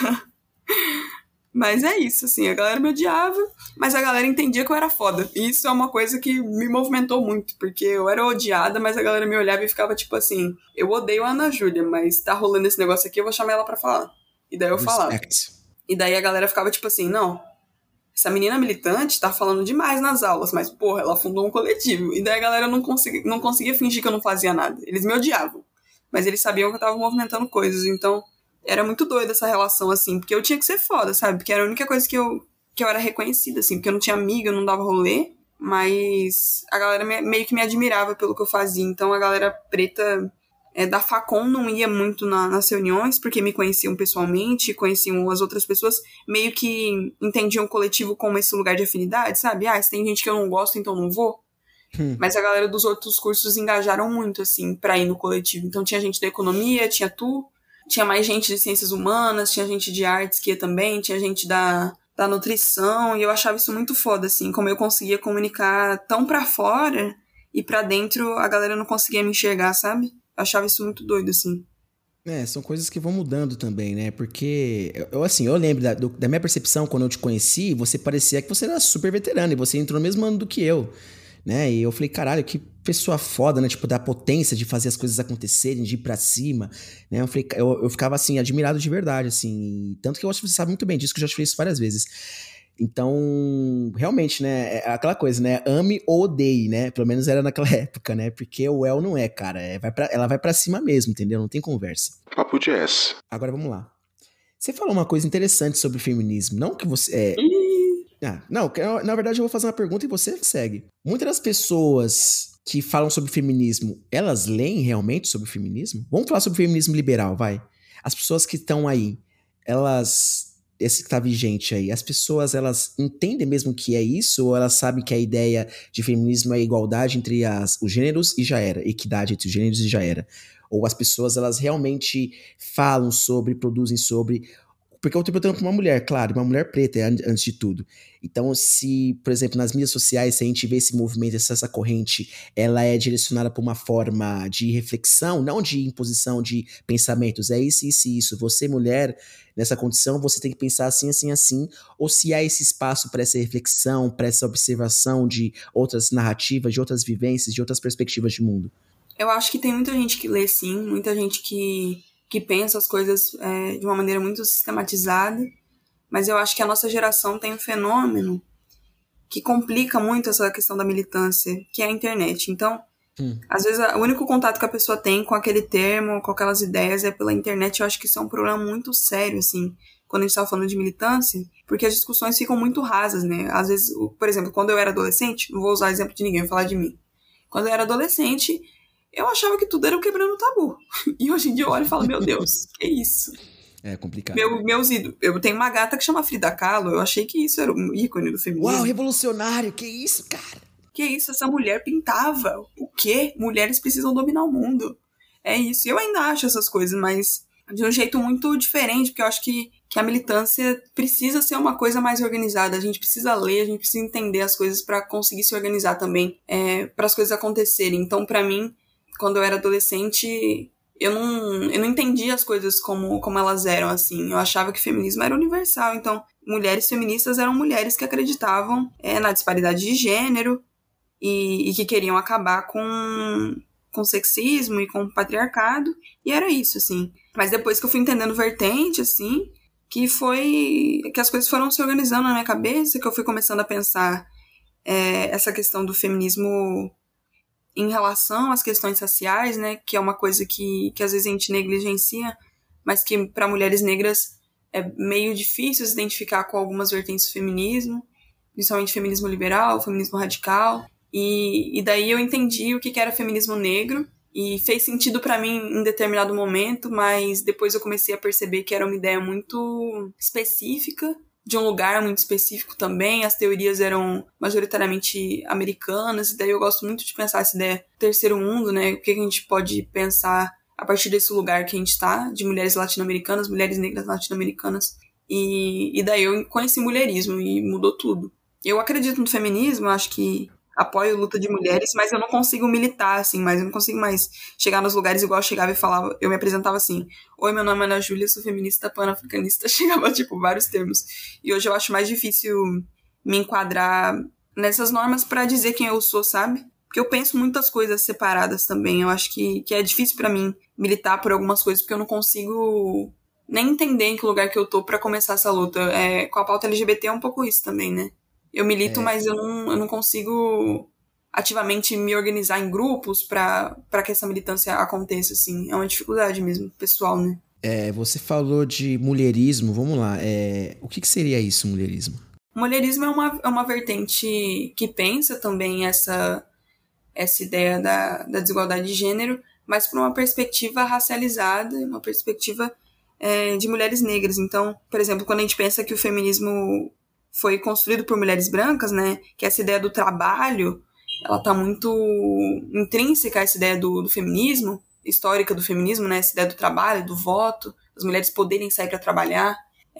Mas é isso, assim, a galera me odiava, mas a galera entendia que eu era foda. E isso é uma coisa que me movimentou muito, porque eu era odiada, mas a galera me olhava e ficava tipo assim, eu odeio a Ana Júlia, mas tá rolando esse negócio aqui, eu vou chamar ela pra falar. E daí eu falava. Respect. E daí a galera ficava tipo assim, não, essa menina militante tá falando demais nas aulas, mas porra, ela fundou um coletivo. E daí a galera não conseguia, não conseguia fingir que eu não fazia nada. Eles me odiavam, mas eles sabiam que eu tava movimentando coisas, então... Era muito doida essa relação, assim, porque eu tinha que ser foda, sabe? Porque era a única coisa que eu, que eu era reconhecida, assim, porque eu não tinha amiga, eu não dava rolê, mas a galera me, meio que me admirava pelo que eu fazia. Então a galera preta é, da Facom não ia muito na, nas reuniões, porque me conheciam pessoalmente, conheciam as outras pessoas, meio que entendiam o coletivo como esse lugar de afinidade, sabe? Ah, se tem gente que eu não gosto, então não vou. Hum. Mas a galera dos outros cursos engajaram muito, assim, pra ir no coletivo. Então tinha gente da economia, tinha tu... Tinha mais gente de ciências humanas, tinha gente de artes que ia também, tinha gente da, da nutrição, e eu achava isso muito foda, assim, como eu conseguia comunicar tão pra fora e pra dentro a galera não conseguia me enxergar, sabe? Eu achava isso muito doido, assim. É, são coisas que vão mudando também, né? Porque, eu, assim, eu lembro da, do, da minha percepção quando eu te conheci, você parecia que você era super veterano e você entrou no mesmo ano do que eu, né? E eu falei, caralho, que pessoa foda, né? Tipo, da potência de fazer as coisas acontecerem, de ir pra cima, né? Eu, falei, eu, eu ficava, assim, admirado de verdade, assim. Tanto que eu acho que você sabe muito bem disso, que eu já te falei isso várias vezes. Então, realmente, né? É aquela coisa, né? Ame ou odeie, né? Pelo menos era naquela época, né? Porque o El não é, cara. É, vai pra, ela vai pra cima mesmo, entendeu? Não tem conversa. Papo jazz. Agora, vamos lá. Você falou uma coisa interessante sobre feminismo. Não que você... É... Ah, não, na verdade eu vou fazer uma pergunta e você segue. Muitas das pessoas que falam sobre feminismo, elas leem realmente sobre feminismo? Vamos falar sobre feminismo liberal, vai. As pessoas que estão aí, elas... Esse que tá vigente aí, as pessoas, elas entendem mesmo que é isso? Ou elas sabem que a ideia de feminismo é igualdade entre as, os gêneros e já era? Equidade entre os gêneros e já era? Ou as pessoas, elas realmente falam sobre, produzem sobre... Porque eu tô perguntando pra uma mulher, claro, uma mulher preta, antes de tudo. Então, se, por exemplo, nas mídias sociais, se a gente vê esse movimento, essa corrente, ela é direcionada por uma forma de reflexão, não de imposição de pensamentos. É isso, isso e isso. Você, mulher, nessa condição, você tem que pensar assim, assim, assim. Ou se há esse espaço para essa reflexão, para essa observação de outras narrativas, de outras vivências, de outras perspectivas de mundo. Eu acho que tem muita gente que lê, sim. Muita gente que... que pensa as coisas é, de uma maneira muito sistematizada, mas eu acho que a nossa geração tem um fenômeno que complica muito essa questão da militância, que é a internet. Então, hum. às vezes, o único contato que a pessoa tem com aquele termo, com aquelas ideias, é pela internet. Eu acho que isso é um problema muito sério, assim, quando a gente tá falando de militância, porque as discussões ficam muito rasas, né? Às vezes, por exemplo, quando eu era adolescente, não vou usar exemplo de ninguém, vou falar de mim. Quando eu era adolescente, eu achava que tudo era quebrando tabu. E hoje em dia eu olho e falo, meu Deus, que isso? É complicado. Meu, meus ídolos. Eu tenho uma gata que chama Frida Kahlo, eu achei que isso era um ícone do feminismo. Uau, revolucionário, que isso, cara? Que isso, essa mulher pintava. O quê? Mulheres precisam dominar o mundo. É isso. Eu ainda acho essas coisas, mas de um jeito muito diferente, porque eu acho que, que a militância precisa ser uma coisa mais organizada. A gente precisa ler, a gente precisa entender as coisas para conseguir se organizar também, é, para as coisas acontecerem. Então, para mim, quando eu era adolescente, eu não, eu não entendia as coisas como, como elas eram, assim. Eu achava que feminismo era universal. Então, mulheres feministas eram mulheres que acreditavam é, na disparidade de gênero e, e que queriam acabar com, com o sexismo e com o patriarcado, e era isso, assim. Mas depois que eu fui entendendo vertente, assim, que foi... que as coisas foram se organizando na minha cabeça, que eu fui começando a pensar é, essa questão do feminismo em relação às questões raciais, né, que é uma coisa que, que às vezes a gente negligencia, mas que para mulheres negras é meio difícil se identificar com algumas vertentes do feminismo, principalmente feminismo liberal, feminismo radical, e, e daí eu entendi o que era feminismo negro, e fez sentido para mim em determinado momento, mas depois eu comecei a perceber que era uma ideia muito específica, de um lugar muito específico também, as teorias eram majoritariamente americanas, e daí eu gosto muito de pensar essa ideia do terceiro mundo, né, o que a gente pode pensar a partir desse lugar que a gente está, de mulheres latino-americanas, mulheres negras latino-americanas, e, e daí eu conheci mulherismo e mudou tudo. Eu acredito no feminismo, acho que apoio a luta de mulheres, mas eu não consigo militar, assim, mas eu não consigo mais chegar nos lugares igual eu chegava e falava, eu me apresentava assim, oi, meu nome é Ana Júlia, sou feminista pan-africanista, chegava, tipo, vários termos. E hoje eu acho mais difícil me enquadrar nessas normas pra dizer quem eu sou, sabe? Porque eu penso muitas coisas separadas também, eu acho que, que é difícil pra mim militar por algumas coisas, porque eu não consigo nem entender em que lugar que eu tô pra começar essa luta. É, com a pauta L G B T é um pouco isso também, né? Eu milito, é. mas eu não, eu não consigo ativamente me organizar em grupos pra, pra que essa militância aconteça, assim. É uma dificuldade mesmo, pessoal, né? É, você falou de mulherismo, vamos lá. É, o que, que seria isso, mulherismo? O mulherismo é uma, é uma vertente que pensa também essa, essa ideia da, da desigualdade de gênero, mas por uma perspectiva racializada, uma perspectiva é, de mulheres negras. Então, por exemplo, quando a gente pensa que o feminismo foi construído por mulheres brancas, né, que essa ideia do trabalho, ela tá muito intrínseca a essa ideia do, do feminismo, histórica do feminismo, né, essa ideia do trabalho, do voto, as mulheres poderem sair para trabalhar.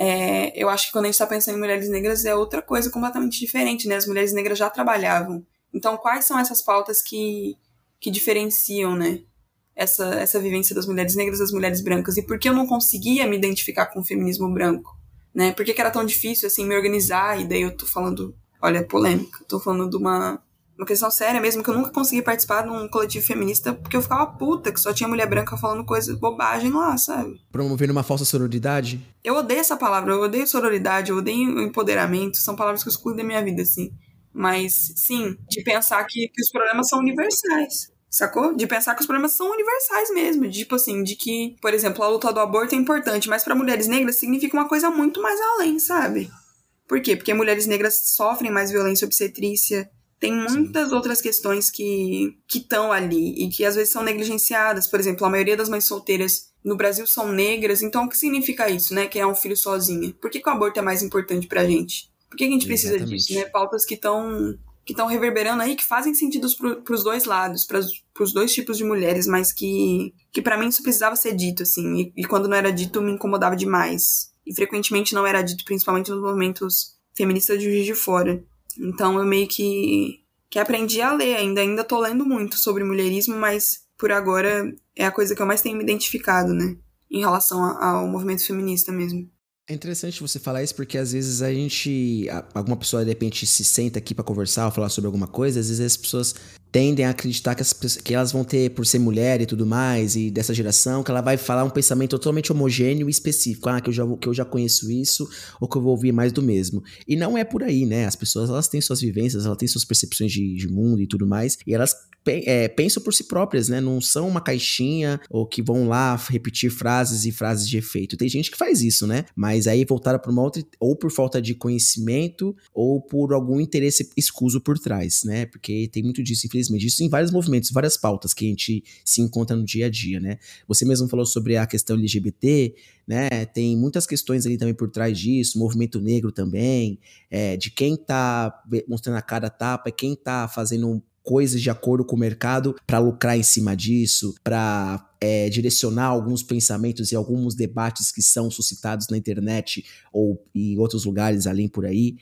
É, eu acho que quando a gente tá pensando em mulheres negras é outra coisa completamente diferente, né, as mulheres negras já trabalhavam. Então, quais são essas pautas que, que diferenciam, né, essa, essa vivência das mulheres negras das mulheres brancas? E por que eu não conseguia me identificar com o feminismo branco? Né? Por que, que era tão difícil, assim, me organizar? E daí eu tô falando, olha, polêmica, tô falando de uma, uma questão séria mesmo, que eu nunca consegui participar de um coletivo feminista, porque eu ficava puta, que só tinha mulher branca falando coisa, bobagem lá, sabe? Promovendo uma falsa sororidade? Eu odeio essa palavra, eu odeio sororidade, eu odeio empoderamento, são palavras que eu excluo da minha vida, assim. Mas, sim, de pensar que, que os problemas são universais. Sacou? De pensar que os problemas são universais mesmo. De, tipo assim, de que, por exemplo, a luta do aborto é importante, mas para mulheres negras significa uma coisa muito mais além, sabe? Por quê? Porque mulheres negras sofrem mais violência obstetrícia. Tem muitas Sim. outras questões que estão ali e que às vezes são negligenciadas. Por exemplo, a maioria das mães solteiras no Brasil são negras. Então, o que significa isso, né? Que é um filho sozinha. Por que, que o aborto é mais importante pra gente? Por que, que a gente precisa Exatamente. disso, né? Pautas que estão... que estão reverberando aí, que fazem sentido para os dois lados, para os dois tipos de mulheres, mas que, que para mim isso precisava ser dito, assim, e, e quando não era dito me incomodava demais. E frequentemente não era dito, principalmente nos movimentos feministas de Juiz de Fora. Então eu meio que, que aprendi a ler ainda, ainda tô lendo muito sobre mulherismo, mas por agora é a coisa que eu mais tenho me identificado, né, em relação a, ao movimento feminista mesmo. É interessante você falar isso porque às vezes a gente, alguma pessoa de repente se senta aqui pra conversar ou falar sobre alguma coisa, às vezes as pessoas tendem a acreditar que, as, que elas vão ter, por ser mulher e tudo mais, e dessa geração, que ela vai falar um pensamento totalmente homogêneo e específico, ah, que eu já, que eu já conheço isso, ou que eu vou ouvir mais do mesmo. E não é por aí, né? As pessoas, elas têm suas vivências, elas têm suas percepções de, de mundo e tudo mais, e elas é, pensam por si próprias, né? Não são uma caixinha, ou que vão lá repetir frases e frases de efeito. Tem gente que faz isso, né? Mas aí voltaram para uma outra, ou por falta de conhecimento, ou por algum interesse escuso por trás, né? Porque tem muito disso, infelizmente. Isso em vários movimentos, várias pautas que a gente se encontra no dia a dia, né? Você mesmo falou sobre a questão L G B T, né? Tem muitas questões ali também por trás disso, movimento negro também, é, de quem tá mostrando a cara a tapa, quem tá fazendo coisas de acordo com o mercado para lucrar em cima disso, para é, direcionar alguns pensamentos e alguns debates que são suscitados na internet ou em outros lugares além por aí.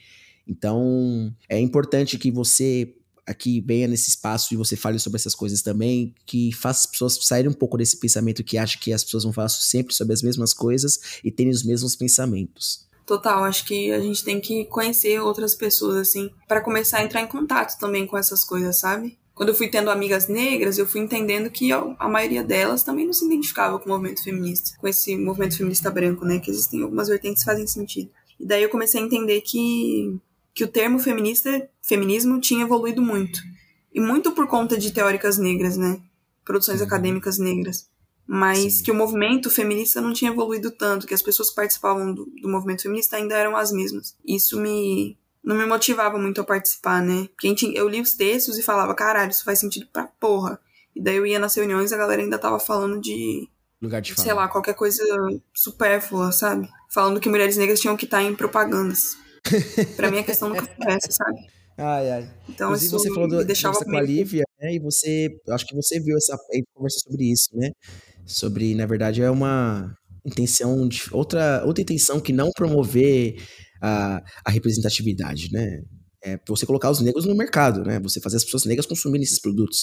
Então, é importante que você aqui venha nesse espaço e você fale sobre essas coisas também, que faça as pessoas saírem um pouco desse pensamento que acha que as pessoas vão falar sempre sobre as mesmas coisas e terem os mesmos pensamentos. Total, acho que a gente tem que conhecer outras pessoas, assim, para começar a entrar em contato também com essas coisas, sabe? Quando eu fui tendo amigas negras, eu fui entendendo que a maioria delas também não se identificava com o movimento feminista, com esse movimento feminista branco, né? Que existem algumas vertentes que fazem sentido. E daí eu comecei a entender que, que o termo feminista, feminismo tinha evoluído muito. E muito por conta de teóricas negras, né? Produções uhum. acadêmicas negras. Mas Sim. que o movimento feminista não tinha evoluído tanto, que as pessoas que participavam do, do movimento feminista ainda eram as mesmas. Isso me... não me motivava muito a participar, né? Porque a gente, eu li os textos e falava, caralho, isso faz sentido pra porra. E daí eu ia nas reuniões e a galera ainda tava falando de... lugar de fala. Sei lá, qualquer coisa supérflua, sabe? Falando que mulheres negras tinham que estar em propagandas. Pra mim a questão nunca foi essa, sabe? Ai, ai. Então, Inclusive isso você falou do, me deixava com a Lívia, né? E você... acho que você viu essa... a gente conversou sobre isso, né? Sobre, na verdade, é uma intenção... de, outra, outra intenção que não promover... A, a representatividade, né? É você colocar os negros no mercado, né? Você fazer as pessoas negras consumirem esses produtos.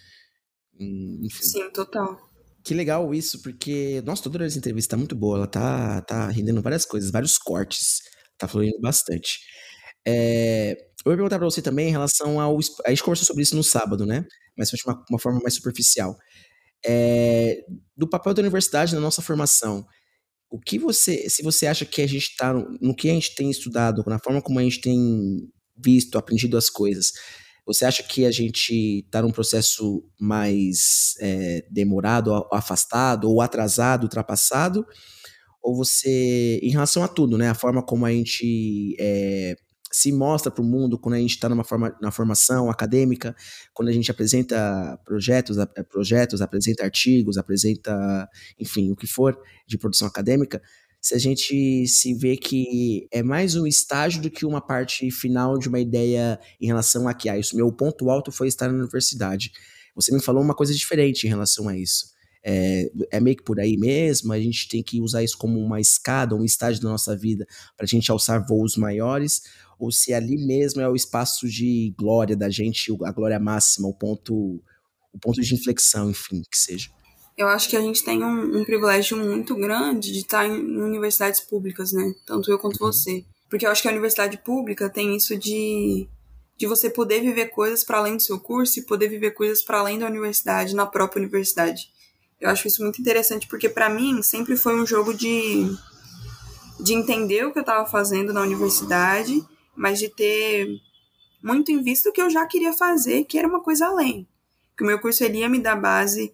Enfim. Sim, total. Que legal isso, porque... Nossa, toda essa entrevista tá muito boa. Ela tá, tá rendendo várias coisas, vários cortes. Tá fluindo bastante. É, eu ia perguntar pra você também em relação ao... A gente conversou sobre isso no sábado, né? Mas foi de uma, uma forma mais superficial. É, do papel da universidade na nossa formação. O que você, se você acha que a gente está, no, no que a gente tem estudado, na forma como a gente tem visto, aprendido as coisas, você acha que a gente está num processo mais é, demorado, afastado, ou atrasado, ultrapassado? Ou você, em relação a tudo, né, a forma como a gente é, se mostra para o mundo quando a gente está numa forma, na formação acadêmica, quando a gente apresenta projetos, projetos, apresenta artigos, apresenta, enfim, o que for de produção acadêmica, se a gente se vê que é mais um estágio do que uma parte final de uma ideia em relação a que, ah, isso, meu ponto alto foi estar na universidade. Você me falou uma coisa diferente em relação a isso. É, é meio que por aí mesmo, a gente tem que usar isso como uma escada, um estágio da nossa vida para a gente alçar voos maiores, ou se ali mesmo é o espaço de glória da gente, a glória máxima, o ponto, o ponto de inflexão, enfim, que seja. Eu acho que a gente tem um, um privilégio muito grande de estar em universidades públicas, né? Tanto eu quanto uhum. você. Porque eu acho que a universidade pública tem isso de, de você poder viver coisas para além do seu curso e poder viver coisas para além da universidade, na própria universidade. Eu acho isso muito interessante, porque para mim sempre foi um jogo de, de entender o que eu estava fazendo na universidade, mas de ter muito em vista o que eu já queria fazer, que era uma coisa além. Que o meu curso ele ia me dar base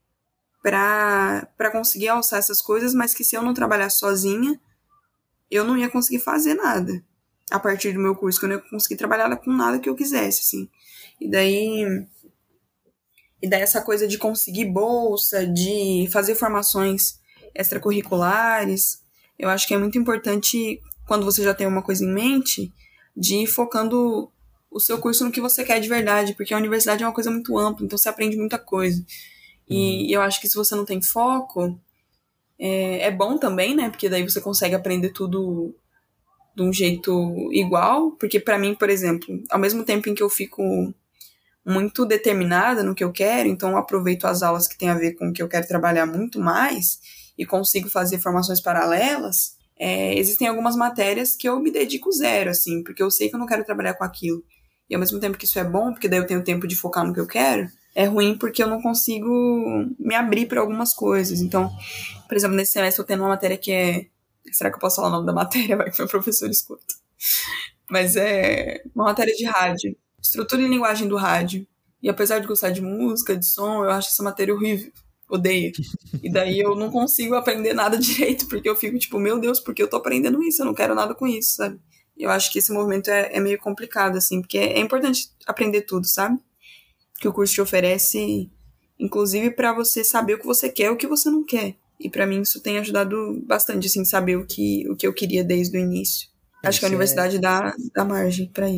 para para conseguir alçar essas coisas, mas que se eu não trabalhar sozinha, eu não ia conseguir fazer nada a partir do meu curso, que eu não ia conseguir trabalhar com nada que eu quisesse, assim. E daí... E daí essa coisa de conseguir bolsa, de fazer formações extracurriculares, eu acho que é muito importante, quando você já tem uma coisa em mente, de ir focando o seu curso no que você quer de verdade, porque a universidade é uma coisa muito ampla, então você aprende muita coisa. E eu acho que se você não tem foco, é, é bom também, né? Porque daí você consegue aprender tudo de um jeito igual, porque pra mim, por exemplo, ao mesmo tempo em que eu fico muito determinada no que eu quero, então eu aproveito as aulas que tem a ver com o que eu quero trabalhar muito mais e consigo fazer formações paralelas, é, existem algumas matérias que eu me dedico zero, assim, porque eu sei que eu não quero trabalhar com aquilo. E ao mesmo tempo que isso é bom, porque daí eu tenho tempo de focar no que eu quero, é ruim porque eu não consigo me abrir para algumas coisas. Então, por exemplo, nesse semestre eu tô tendo uma matéria que é... Será que eu posso falar o nome da matéria? Vai que meu professor escuta. Mas é uma matéria de rádio. Estrutura e linguagem do rádio. E apesar de gostar de música, de som, eu acho essa matéria horrível. Odeio. E daí eu não consigo aprender nada direito, porque eu fico tipo, meu Deus, por que eu tô aprendendo isso? Eu não quero nada com isso, sabe? E eu acho que esse movimento é, é meio complicado, assim, porque é, é importante aprender tudo, sabe? Que o curso te oferece, inclusive pra você saber o que você quer e o que você não quer. E pra mim isso tem ajudado bastante, assim, saber o que, o que eu queria desde o início. Acho que a universidade é... dá, dá margem pra isso.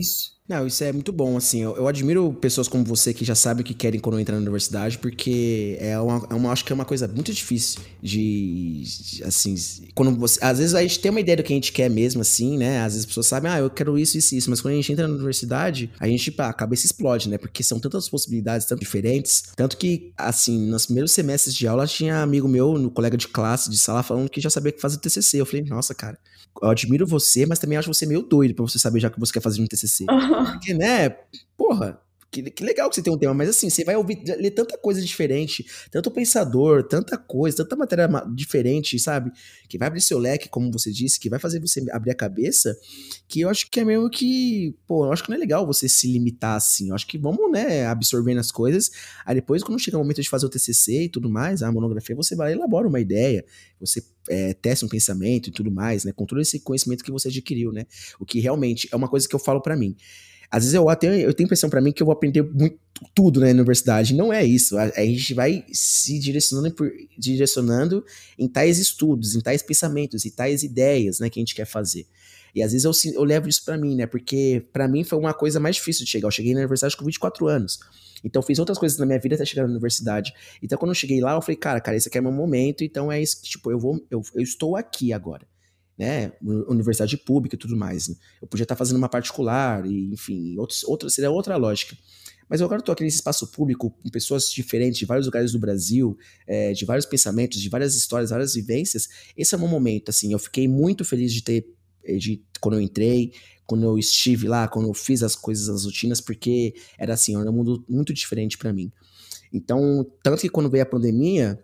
Não, isso é muito bom, assim, eu, eu admiro pessoas como você que já sabem o que querem quando entram na universidade, porque é uma, é uma, acho que é uma coisa muito difícil de, de, assim, quando você, às vezes a gente tem uma ideia do que a gente quer mesmo, assim, né, às vezes as pessoas sabem, ah, eu quero isso, isso, isso, mas quando a gente entra na universidade, a gente, pá, a cabeça explode, né, porque são tantas possibilidades, tão diferentes, tanto que, assim, nos primeiros semestres de aula, tinha amigo meu, no colega de classe, de sala, falando que já sabia que fazia T C C, eu falei, nossa, cara, eu admiro você, mas também acho você meio doido pra você saber já que você quer fazer um T C C. Porque, né, porra, que, que legal que você tem um tema, mas assim, você vai ouvir, ler tanta coisa diferente, tanto pensador, tanta coisa, tanta matéria diferente, sabe? Que vai abrir seu leque, como você disse, que vai fazer você abrir a cabeça, que eu acho que é mesmo que, pô, eu acho que não é legal você se limitar assim, eu acho que vamos, né, absorvendo as coisas, aí depois quando chega o momento de fazer o T C C e tudo mais, a monografia, você vai lá e elabora uma ideia, você é, testa um pensamento e tudo mais, né, com todo esse conhecimento que você adquiriu, né, o que realmente é uma coisa que eu falo pra mim. Às vezes eu, até, eu tenho a impressão pra mim que eu vou aprender muito, tudo na universidade. Não é isso. A, a gente vai se direcionando, por, direcionando em tais estudos, em tais pensamentos, em tais ideias, né, que a gente quer fazer. E às vezes eu, eu levo isso pra mim, né? Porque pra mim foi uma coisa mais difícil de chegar. Eu cheguei na universidade com vinte e quatro anos. Então eu fiz outras coisas na minha vida até chegar na universidade. Então quando eu cheguei lá, eu falei, cara, cara, esse aqui é meu momento. Então é isso, tipo, eu, vou, eu, eu estou aqui agora. Né, universidade pública e tudo mais, né? Eu podia estar fazendo uma particular e, enfim, outros, outra, seria outra lógica. Mas eu agora estou aqui nesse espaço público com pessoas diferentes de vários lugares do Brasil, é, de vários pensamentos, de várias histórias, várias vivências. Esse é o meu momento, assim, eu fiquei muito feliz de ter, de, quando eu entrei, quando eu estive lá, quando eu fiz as coisas, as rotinas, porque era assim, era um mundo muito diferente para mim. Então, tanto que quando veio a pandemia,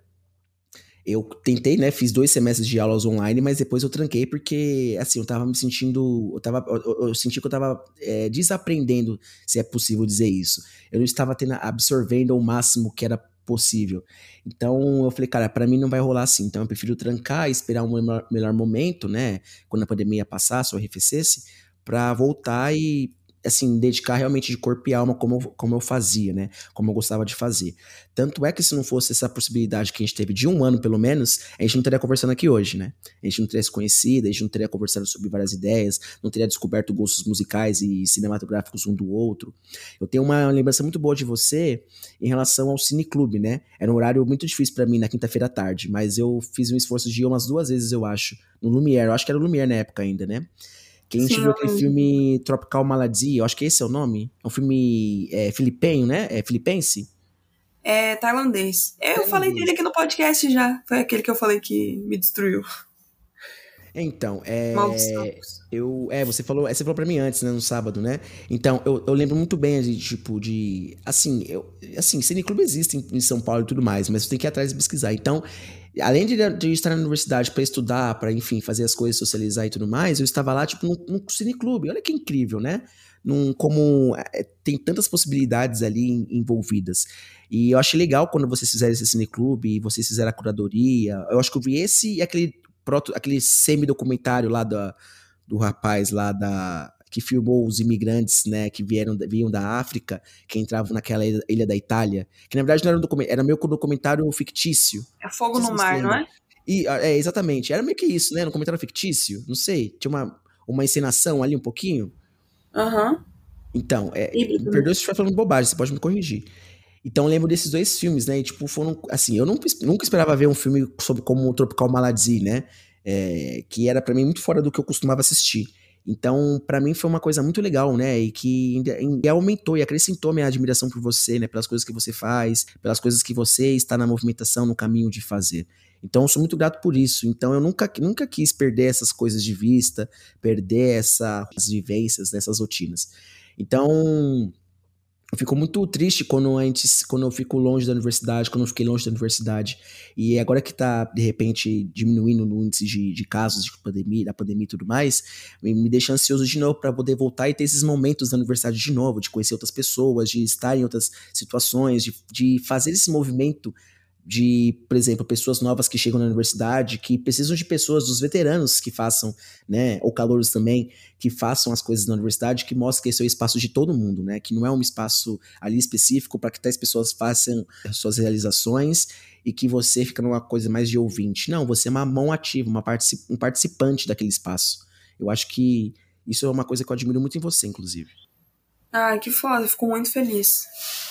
eu tentei, né, fiz dois semestres de aulas online, mas depois eu tranquei porque, assim, eu tava me sentindo, eu, tava, eu, eu senti que eu tava é, desaprendendo, se é possível dizer isso. Eu não estava tendo, absorvendo o máximo que era possível. Então eu falei, cara, pra mim não vai rolar assim, então eu prefiro trancar e esperar um melhor, melhor momento, né, quando a pandemia passasse ou arrefecesse, pra voltar e, assim, dedicar realmente de corpo e alma como, como eu fazia, né? Como eu gostava de fazer. Tanto é que se não fosse essa possibilidade que a gente teve de um ano, pelo menos, a gente não teria conversando aqui hoje, né? A gente não teria se conhecido, a gente não teria conversado sobre várias ideias, não teria descoberto gostos musicais e cinematográficos um do outro. Eu tenho uma lembrança muito boa de você em relação ao Cineclube, né? Era um horário muito difícil pra mim na quinta-feira à tarde, mas eu fiz um esforço de ir umas duas vezes, eu acho, no Lumière. Eu acho que era o Lumière na época ainda, né? Que a gente Sim, viu aquele filme Tropical Malady, eu acho que esse é o nome. É um filme é, filipenho, né? É filipense? É tailandês. Eu tailandês. Falei dele aqui no podcast já. Foi aquele que eu falei que me destruiu. Então, é... Eu, é, você falou, você falou pra mim antes, né, no sábado, né? Então, eu, eu lembro muito bem, de, tipo, de... Assim, eu, assim, cineclube existe em, em São Paulo e tudo mais, mas você tem que ir atrás e pesquisar. Então, além de, de estar na universidade pra estudar, pra, enfim, fazer as coisas, socializar e tudo mais, eu estava lá, tipo, num, num cineclube. Olha que incrível, né? Num, como é, tem tantas possibilidades ali envolvidas. E eu achei legal quando vocês fizeram esse cineclube, vocês fizeram a curadoria. Eu acho que eu vi esse e aquele, proto, aquele semi-documentário lá da... do rapaz lá da que filmou os imigrantes, né, que vieram vinham da África, que entravam naquela ilha, ilha da Itália, que na verdade não era um documentário, era meio que um documentário fictício. É Fogo no Mar, não é? E, é, exatamente, era meio que isso, né, um documentário fictício, não sei, tinha uma, uma encenação ali um pouquinho. Aham. Uhum. Então, é, me perdoe se eu estiver falando bobagem, você pode me corrigir. Então eu lembro desses dois filmes, né, e tipo, foram, assim, eu nunca, nunca esperava ver um filme sobre como o Tropical Malady, né, É, que era pra mim muito fora do que eu costumava assistir. Então, pra mim foi uma coisa muito legal, né, e que ainda, ainda aumentou e acrescentou minha admiração por você, né, pelas coisas que você faz, pelas coisas que você está na movimentação, no caminho de fazer. Então, eu sou muito grato por isso. Então, eu nunca, nunca quis perder essas coisas de vista, perder essas vivências, essas rotinas. Então... Eu fico muito triste quando, a gente, quando eu fico longe da universidade, quando eu fiquei longe da universidade. E agora que tá, de repente, diminuindo o índice de, de casos de pandemia, da pandemia e tudo mais, me, me deixa ansioso de novo para poder voltar e ter esses momentos da universidade de novo, de conhecer outras pessoas, de estar em outras situações, de, de fazer esse movimento de, por exemplo, pessoas novas que chegam na universidade, que precisam de pessoas, dos veteranos que façam, né, ou calouros também, que façam as coisas na universidade, que mostrem que esse é o espaço de todo mundo, né, que não é um espaço ali específico para que tais pessoas façam suas realizações e que você fica numa coisa mais de ouvinte. Não, você é uma mão ativa, uma particip- um participante daquele espaço. Eu acho que isso é uma coisa que eu admiro muito em você, inclusive. Ah, que foda, eu fico muito feliz.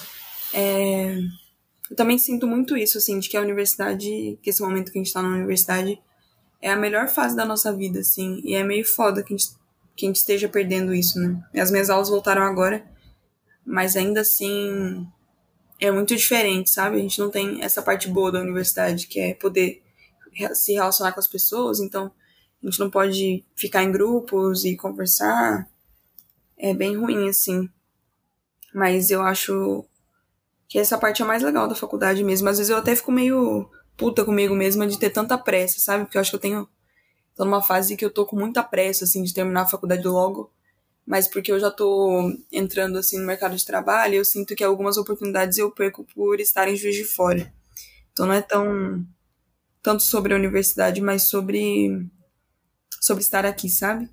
É... Eu também sinto muito isso, assim, de que a universidade, que esse momento que a gente tá na universidade é a melhor fase da nossa vida, assim, e é meio foda que a gente, que a gente esteja perdendo isso, né? As minhas aulas voltaram agora, mas ainda assim é muito diferente, sabe? A gente não tem essa parte boa da universidade, que é poder se relacionar com as pessoas, então a gente não pode ficar em grupos e conversar. É bem ruim, assim. Mas eu acho que essa parte é a mais legal da faculdade mesmo. Às vezes eu até fico meio puta comigo mesma de ter tanta pressa, sabe? Porque eu acho que eu tenho... Tô numa fase que eu tô com muita pressa, assim, de terminar a faculdade logo. Mas porque eu já tô entrando, assim, no mercado de trabalho, eu sinto que algumas oportunidades eu perco por estar em Juiz de Fora. Então não é tão... tanto sobre a universidade, mas sobre... sobre estar aqui, sabe?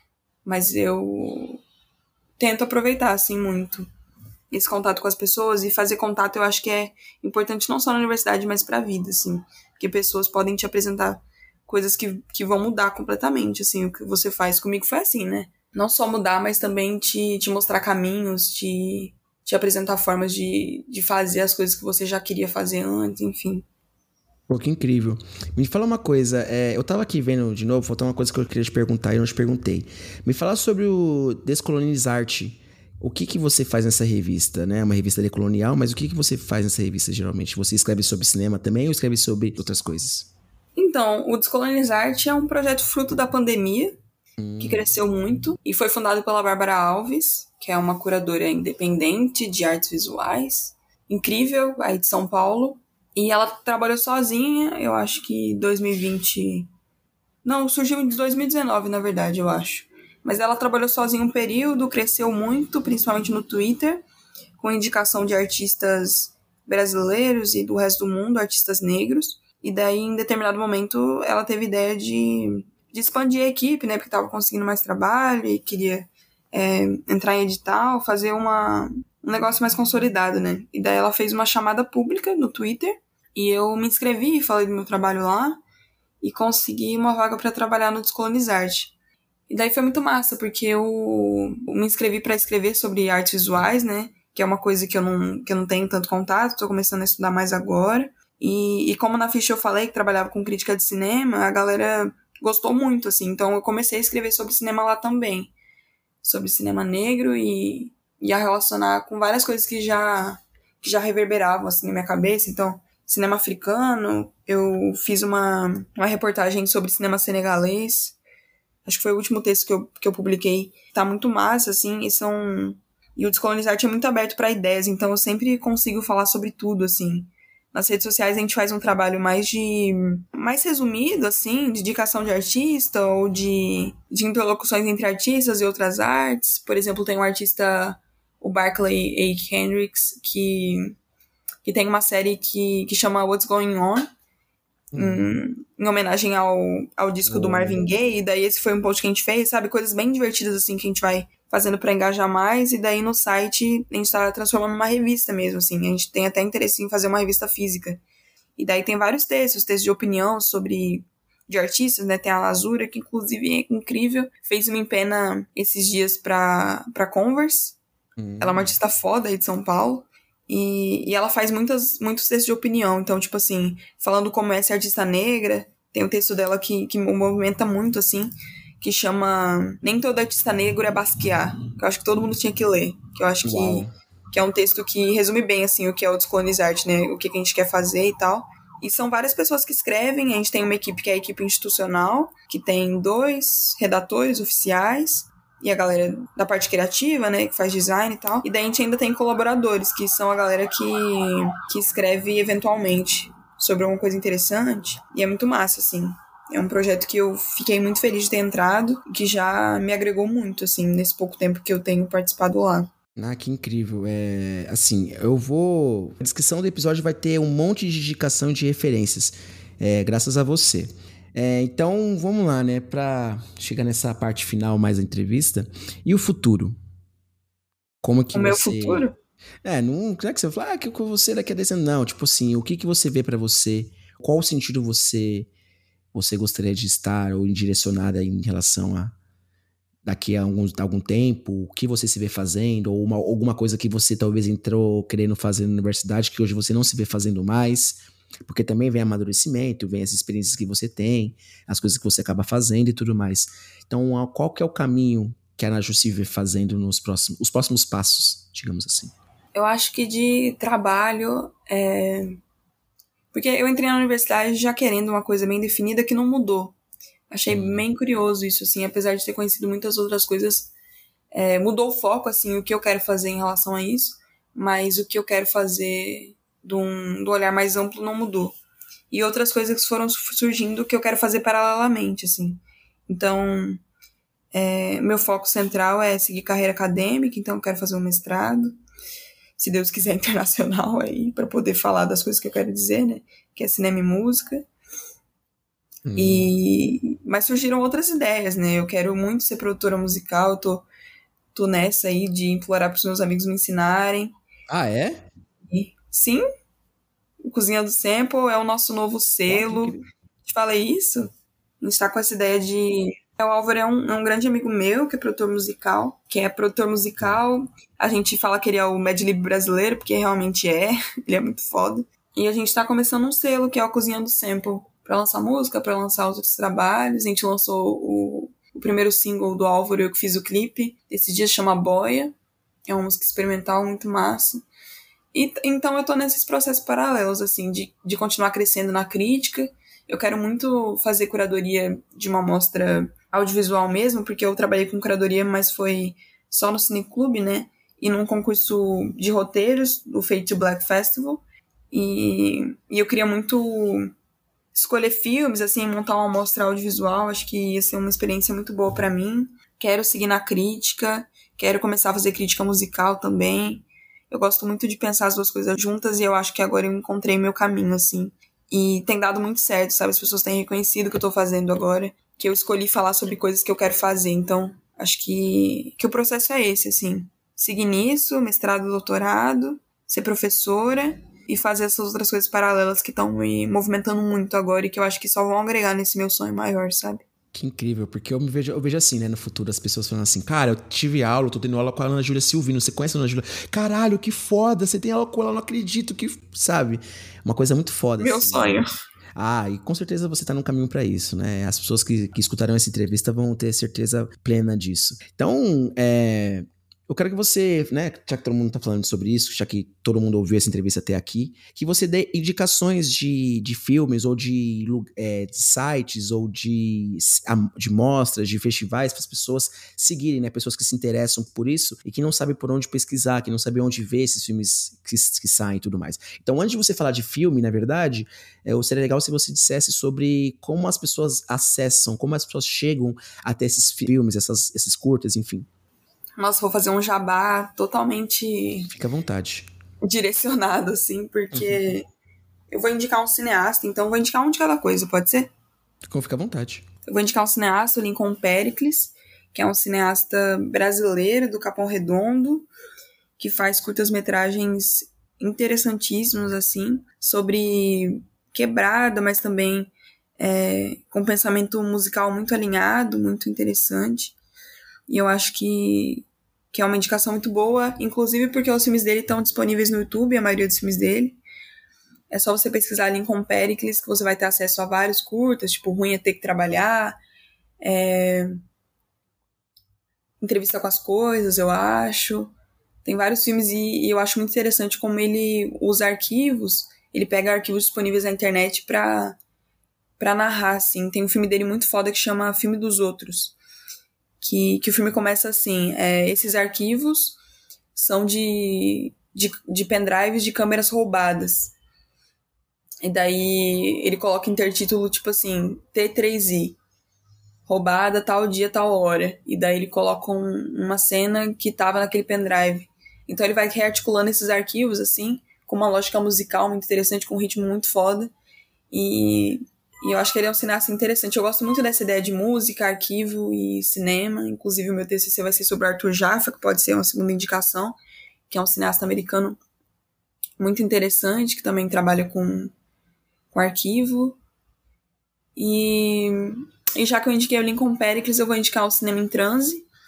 Mas eu tento aproveitar, assim, muito esse contato com as pessoas, e fazer contato eu acho que é importante não só na universidade, mas pra vida, assim, porque pessoas podem te apresentar coisas que, que vão mudar completamente, assim, o que você faz comigo foi assim, né? Não só mudar, mas também te, te mostrar caminhos, te, te apresentar formas de, de fazer as coisas que você já queria fazer antes, enfim. Pô, que incrível. Me fala uma coisa, é, eu tava aqui vendo de novo, faltou uma coisa que eu queria te perguntar e eu não te perguntei. Me fala sobre o Descolonizarte. O que que você faz nessa revista, né? Uma revista decolonial, mas o que que você faz nessa revista, geralmente? Você escreve sobre cinema também ou escreve sobre outras coisas? Então, o Descolonizarte é um projeto fruto da pandemia, hum. que cresceu muito, e foi fundado pela Bárbara Alves, que é uma curadora independente de artes visuais, incrível, aí de São Paulo. E ela trabalhou sozinha, eu acho que em dois mil e vinte... Não, surgiu em dois mil e dezenove, na verdade, eu acho. Mas ela trabalhou sozinha um período, cresceu muito, principalmente no Twitter, com indicação de artistas brasileiros e do resto do mundo, artistas negros. E daí, em determinado momento, ela teve ideia de, de expandir a equipe, né? Porque estava conseguindo mais trabalho e queria é, entrar em edital, fazer uma, um negócio mais consolidado, né? E daí ela fez uma chamada pública no Twitter. E eu me inscrevi, falei do meu trabalho lá e consegui uma vaga para trabalhar no Descolonizarte. E daí foi muito massa, porque eu me inscrevi para escrever sobre artes visuais, né? Que é uma coisa que eu não, que eu não tenho tanto contato, tô começando a estudar mais agora. E, e como na ficha eu falei que trabalhava com crítica de cinema, a galera gostou muito, assim. Então eu comecei a escrever sobre cinema lá também. Sobre cinema negro e, e a relacionar com várias coisas que já, que já reverberavam, assim, na minha cabeça. Então, cinema africano, eu fiz uma, uma reportagem sobre cinema senegalês. Acho que foi o último texto que eu, que eu publiquei. Tá muito massa, assim, e são... E o Descolonizarte é muito aberto para ideias, então eu sempre consigo falar sobre tudo, assim. Nas redes sociais a gente faz um trabalho mais de... mais resumido, assim, de indicação de artista ou de, de interlocuções entre artistas e outras artes. Por exemplo, tem um artista, o Barclay A. Kendricks, que, que tem uma série que, que chama What's Going On, Hum. Em, em homenagem ao, ao disco oh. do Marvin Gaye, e daí esse foi um post que a gente fez, sabe, coisas bem divertidas assim que a gente vai fazendo pra engajar mais, e daí no site a gente tá transformando numa revista mesmo, assim, a gente tem até interesse em fazer uma revista física, e daí tem vários textos, textos de opinião sobre, de artistas, né, tem a Lazura, que inclusive é incrível, fez uma empena esses dias pra, pra Converse, hum. ela é uma artista foda aí de São Paulo. E, e ela faz muitas, muitos textos de opinião. Então, tipo assim, falando como é ser artista negra, tem um texto dela que, que movimenta muito, assim, que chama Nem Todo Artista Negro é Basquiat, que eu acho que todo mundo tinha que ler. Que eu acho que, que é um texto que resume bem, assim, o que é o Descolonizarte, né? O que, que a gente quer fazer e tal. E são várias pessoas que escrevem. A gente tem uma equipe que é a equipe institucional, que tem dois redatores oficiais, e a galera da parte criativa, né, que faz design e tal. E daí a gente ainda tem colaboradores, que são a galera que, que escreve eventualmente sobre alguma coisa interessante. E é muito massa, assim. É um projeto que eu fiquei muito feliz de ter entrado, que já me agregou muito, assim, nesse pouco tempo que eu tenho participado lá. Ah, que incrível. É, assim, eu vou... A descrição do episódio vai ter um monte de indicação de referências, é, graças a você. É, então, vamos lá, né? Pra chegar nessa parte final mais da entrevista. E o futuro? Como que o você... meu futuro? É, não, não é que você fala, ah, que com você daqui a dez anos. Não, tipo assim, o que que você vê pra você? Qual sentido você, você gostaria de estar ou direcionada em relação a daqui a algum, algum tempo? O que você se vê fazendo? Ou uma, alguma coisa que você talvez entrou querendo fazer na universidade que hoje você não se vê fazendo mais? Porque também vem amadurecimento, vem as experiências que você tem, as coisas que você acaba fazendo e tudo mais. Então, qual que é o caminho que a Ana Ju se vê fazendo nos próximos, os próximos passos, digamos assim? Eu acho que de trabalho, é... porque eu entrei na universidade já querendo uma coisa bem definida que não mudou. Achei hum. bem curioso isso, assim, apesar de ter conhecido muitas outras coisas, é... mudou o foco, assim, o que eu quero fazer em relação a isso, mas o que eu quero fazer do, um, do olhar mais amplo não mudou. E outras coisas foram surgindo que eu quero fazer paralelamente, assim. Então, é... meu foco central é seguir carreira acadêmica, então eu quero fazer um mestrado, se Deus quiser, internacional aí, para poder falar das coisas que eu quero dizer, né? Que é cinema e música. Hum. E... Mas surgiram outras ideias, né? Eu quero muito ser produtora musical, eu tô, tô nessa aí de implorar pros meus amigos me ensinarem. Ah, é? E, sim. O Cozinha do Sample é o nosso novo selo. Oh, te falei isso? A gente tá com essa ideia de... O Álvaro é um, é um grande amigo meu, que é produtor musical, que é produtor musical. A gente fala que ele é o Mad Lib brasileiro, porque realmente é. Ele é muito foda. E a gente tá começando um selo, que é o Cozinha do Sample, pra lançar música, pra lançar outros trabalhos. A gente lançou o, o primeiro single do Álvaro, eu que fiz o clipe. Esse dia chama Boia. É uma música experimental muito massa. E, então eu tô nesses processos paralelos, assim, de, de continuar crescendo na crítica. Eu quero muito fazer curadoria de uma mostra audiovisual mesmo, porque eu trabalhei com curadoria, mas foi só no Cineclube, né? E num concurso de roteiros do Fade to Black Festival. E, e eu queria muito escolher filmes, assim, montar uma mostra audiovisual. Acho que ia ser uma experiência muito boa pra mim. Quero seguir na crítica, quero começar a fazer crítica musical também. Eu gosto muito de pensar as duas coisas juntas e eu acho que agora eu encontrei meu caminho, assim. E tem dado muito certo, sabe? As pessoas têm reconhecido o que eu tô fazendo agora, que eu escolhi falar sobre coisas que eu quero fazer. Então, acho que, que o processo é esse, assim. Seguir nisso, mestrado, doutorado, ser professora e fazer essas outras coisas paralelas que estão me movimentando muito agora e que eu acho que só vão agregar nesse meu sonho maior, sabe? Que incrível, porque eu me vejo, eu vejo assim, né, no futuro, as pessoas falando assim, cara, eu tive aula, eu tô tendo aula com a Ana Júlia Silvino, você conhece a Ana Júlia? Caralho, que foda, você tem aula com ela, eu não acredito, que, sabe? Uma coisa muito foda. Meu assim, sonho. Né? Ah, e com certeza você tá num caminho pra isso, né? As pessoas que, que escutarão essa entrevista vão ter certeza plena disso. Então, é... eu quero que você, né, já que todo mundo tá falando sobre isso, já que todo mundo ouviu essa entrevista até aqui, que você dê indicações de, de filmes ou de, é, de sites ou de, de mostras, de festivais para as pessoas seguirem, né, pessoas que se interessam por isso e que não sabem por onde pesquisar, que não sabem onde ver esses filmes que, que saem e tudo mais. Então, antes de você falar de filme, na verdade, é, seria legal se você dissesse sobre como as pessoas acessam, como as pessoas chegam até esses filmes, essas, esses curtas, enfim. Nossa, vou fazer um jabá totalmente... Fica à vontade. Direcionado, assim, porque uhum. eu vou indicar um cineasta, então eu vou indicar um de cada coisa, pode ser? Fica à vontade. Eu vou indicar um cineasta, o Lincoln Pericles, que é um cineasta brasileiro do Capão Redondo, que faz curtas-metragens interessantíssimos, assim, sobre quebrada, mas também é, com pensamento musical muito alinhado, muito interessante. E eu acho que, que é uma indicação muito boa, inclusive porque os filmes dele estão disponíveis no YouTube, a maioria dos filmes dele. É só você pesquisar Lincoln Pericles, que você vai ter acesso a vários curtas, tipo Ruim é Ter que Trabalhar, é... Entrevista com as Coisas, eu acho. Tem vários filmes e, e eu acho muito interessante como ele usa arquivos, ele pega arquivos disponíveis na internet pra, pra narrar, assim. Tem um filme dele muito foda que chama Filme dos Outros. Que, que o filme começa assim, é, esses arquivos são de, de, de pendrives de câmeras roubadas. E daí ele coloca intertítulo tipo assim, T três I, roubada tal dia, tal hora. E daí ele coloca um, uma cena que tava naquele pendrive. Então ele vai rearticulando esses arquivos, assim, com uma lógica musical muito interessante, com um ritmo muito foda. E... E eu acho que ele é um cineasta interessante. Eu gosto muito dessa ideia de música, arquivo e cinema. Inclusive, o meu T C C vai ser sobre Arthur Jaffa, que pode ser uma segunda indicação, que é um cineasta americano muito interessante, que também trabalha com, com arquivo. E, e já que eu indiquei o Lincoln Pericles, eu vou indicar o Cinema em Transe,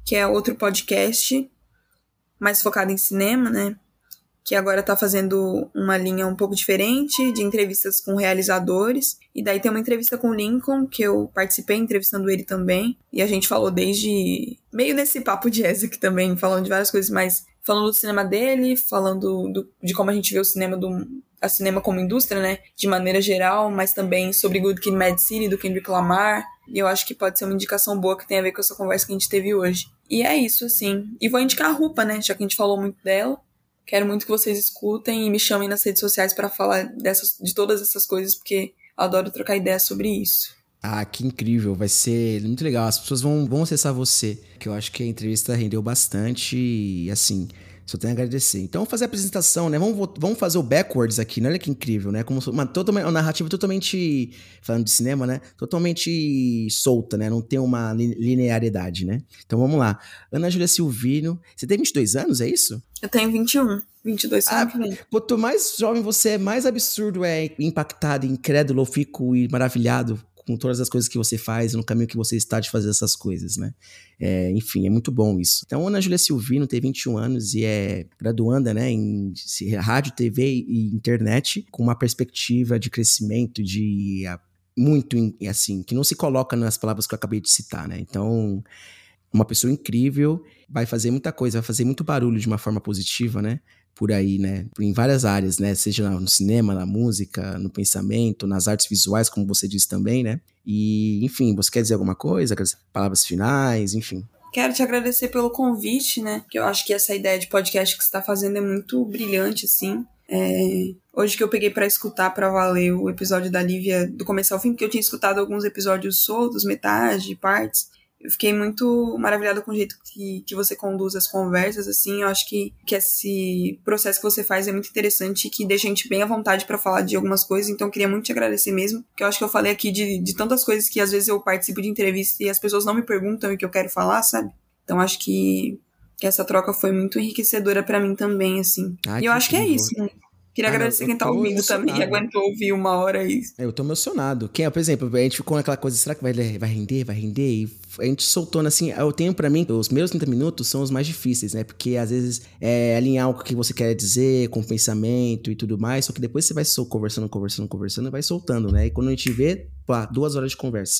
que é outro podcast mais focado em cinema, né? Que agora tá fazendo uma linha um pouco diferente, de entrevistas com realizadores. E daí tem uma entrevista com o Lincoln, que eu participei entrevistando ele também. E a gente falou desde... meio nesse papo jazz aqui também, falando de várias coisas, mas falando do cinema dele, falando do, de como a gente vê o cinema do... a cinema como indústria, né? De maneira geral, mas também sobre Good Kid, Mad City, do Kendrick Lamar. E eu acho que pode ser uma indicação boa que tem a ver com essa conversa que a gente teve hoje. E é isso, assim. E vou indicar a Rupa, né? Já que a gente falou muito dela. Quero muito que vocês escutem e me chamem nas redes sociais para falar dessas, de todas essas coisas, porque eu adoro trocar ideias sobre isso. Ah, que incrível, vai ser muito legal. As pessoas vão, vão acessar você, que eu acho que a entrevista rendeu bastante e, assim, só tenho a agradecer. Então, vamos fazer a apresentação, né? Vamos, vamos fazer o backwards aqui, né? Olha que incrível, né? Como uma, totalmente, uma narrativa totalmente, falando de cinema, né? Totalmente solta, né? Não tem uma linearidade, né? Então, vamos lá. Ana Júlia Silvino, você tem vinte e dois anos, é isso? Eu tenho vinte e um, vinte e dois Ah, anos. quanto mais jovem você é, mais absurdo é, impactado, incrédulo, eu fico maravilhado com todas as coisas que você faz, no caminho que você está de fazer essas coisas, né? É, enfim, é muito bom isso. Então, Ana Júlia Silvino tem vinte e um anos e é graduanda, né, em rádio, T V e internet, com uma perspectiva de crescimento, de muito, assim, que não se coloca nas palavras que eu acabei de citar, né? Então, uma pessoa incrível, vai fazer muita coisa, vai fazer muito barulho de uma forma positiva, né? Por aí, né? Em várias áreas, né? Seja no cinema, na música, no pensamento, nas artes visuais, como você disse também, né? E, enfim, você quer dizer alguma coisa? Palavras finais, enfim. Quero te agradecer pelo convite, né? Que eu acho que essa ideia de podcast que você tá fazendo é muito brilhante, assim. É... Hoje que eu peguei pra escutar pra valer o episódio da Lívia do começo ao fim, porque eu tinha escutado alguns episódios soltos, metade, partes. Eu fiquei muito maravilhada com o jeito que, que você conduz as conversas, assim. Eu acho que, que esse processo que você faz é muito interessante e que deixa a gente bem à vontade pra falar de algumas coisas. Então, eu queria muito te agradecer mesmo, porque eu acho que eu falei aqui de, de tantas coisas que às vezes eu participo de entrevista e as pessoas não me perguntam o que eu quero falar, sabe? Então, acho que, que essa troca foi muito enriquecedora pra mim também, assim. Ai, e eu acho incrível. que é isso, né? Queria ah, agradecer não, quem tá ouvindo também e emocionado. aguentou ouvir uma hora aí. Eu tô emocionado. Quem, por exemplo, a gente ficou naquela coisa, será que vai, vai render, vai render? E a gente soltou, assim, eu tenho pra mim, os meus trinta minutos são os mais difíceis, né? Porque às vezes é alinhar o que você quer dizer com o pensamento e tudo mais, só que depois você vai sol- conversando, conversando, conversando e vai soltando, né? E quando a gente vê, pá, duas horas de conversa.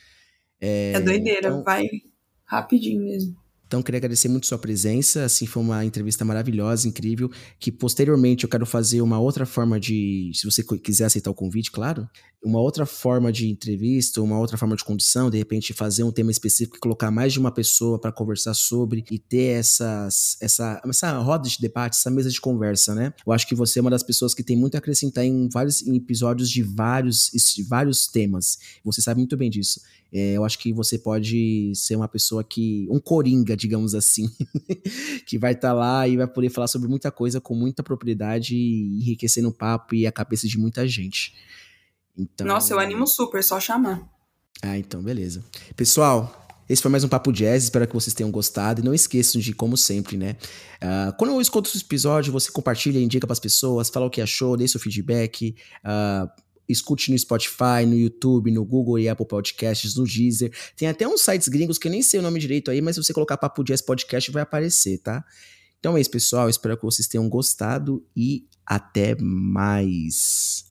É, é doideira, então- vai rapidinho mesmo. Então, queria agradecer muito sua presença, assim, foi uma entrevista maravilhosa, incrível, que posteriormente eu quero fazer uma outra forma de, se você quiser aceitar o convite, claro, uma outra forma de entrevista, uma outra forma de condução, de repente fazer um tema específico e colocar mais de uma pessoa para conversar sobre e ter essas, essa, essa roda de debate, essa mesa de conversa, né? Eu acho que você é uma das pessoas que tem muito a acrescentar em vários em episódios de vários, de vários temas. Você sabe muito bem disso. É, eu acho que você pode ser uma pessoa que... um coringa, digamos assim, que vai estar tá lá e vai poder falar sobre muita coisa com muita propriedade e enriquecendo o papo e a cabeça de muita gente. Então... Nossa, eu animo super, só chamar. Ah, então, beleza. Pessoal, esse foi mais um Papo Jazz, espero que vocês tenham gostado. E não esqueçam de, como sempre, né? Uh, quando eu escuto esse episódio, você compartilha, indica pras pessoas, fala o que achou, dê seu feedback, uh, escute no Spotify, no YouTube, no Google e Apple Podcasts, no Deezer. Tem até uns sites gringos que eu nem sei o nome direito aí, mas se você colocar Papo Jazz Podcast vai aparecer, tá? Então é isso, pessoal. Espero que vocês tenham gostado e até mais.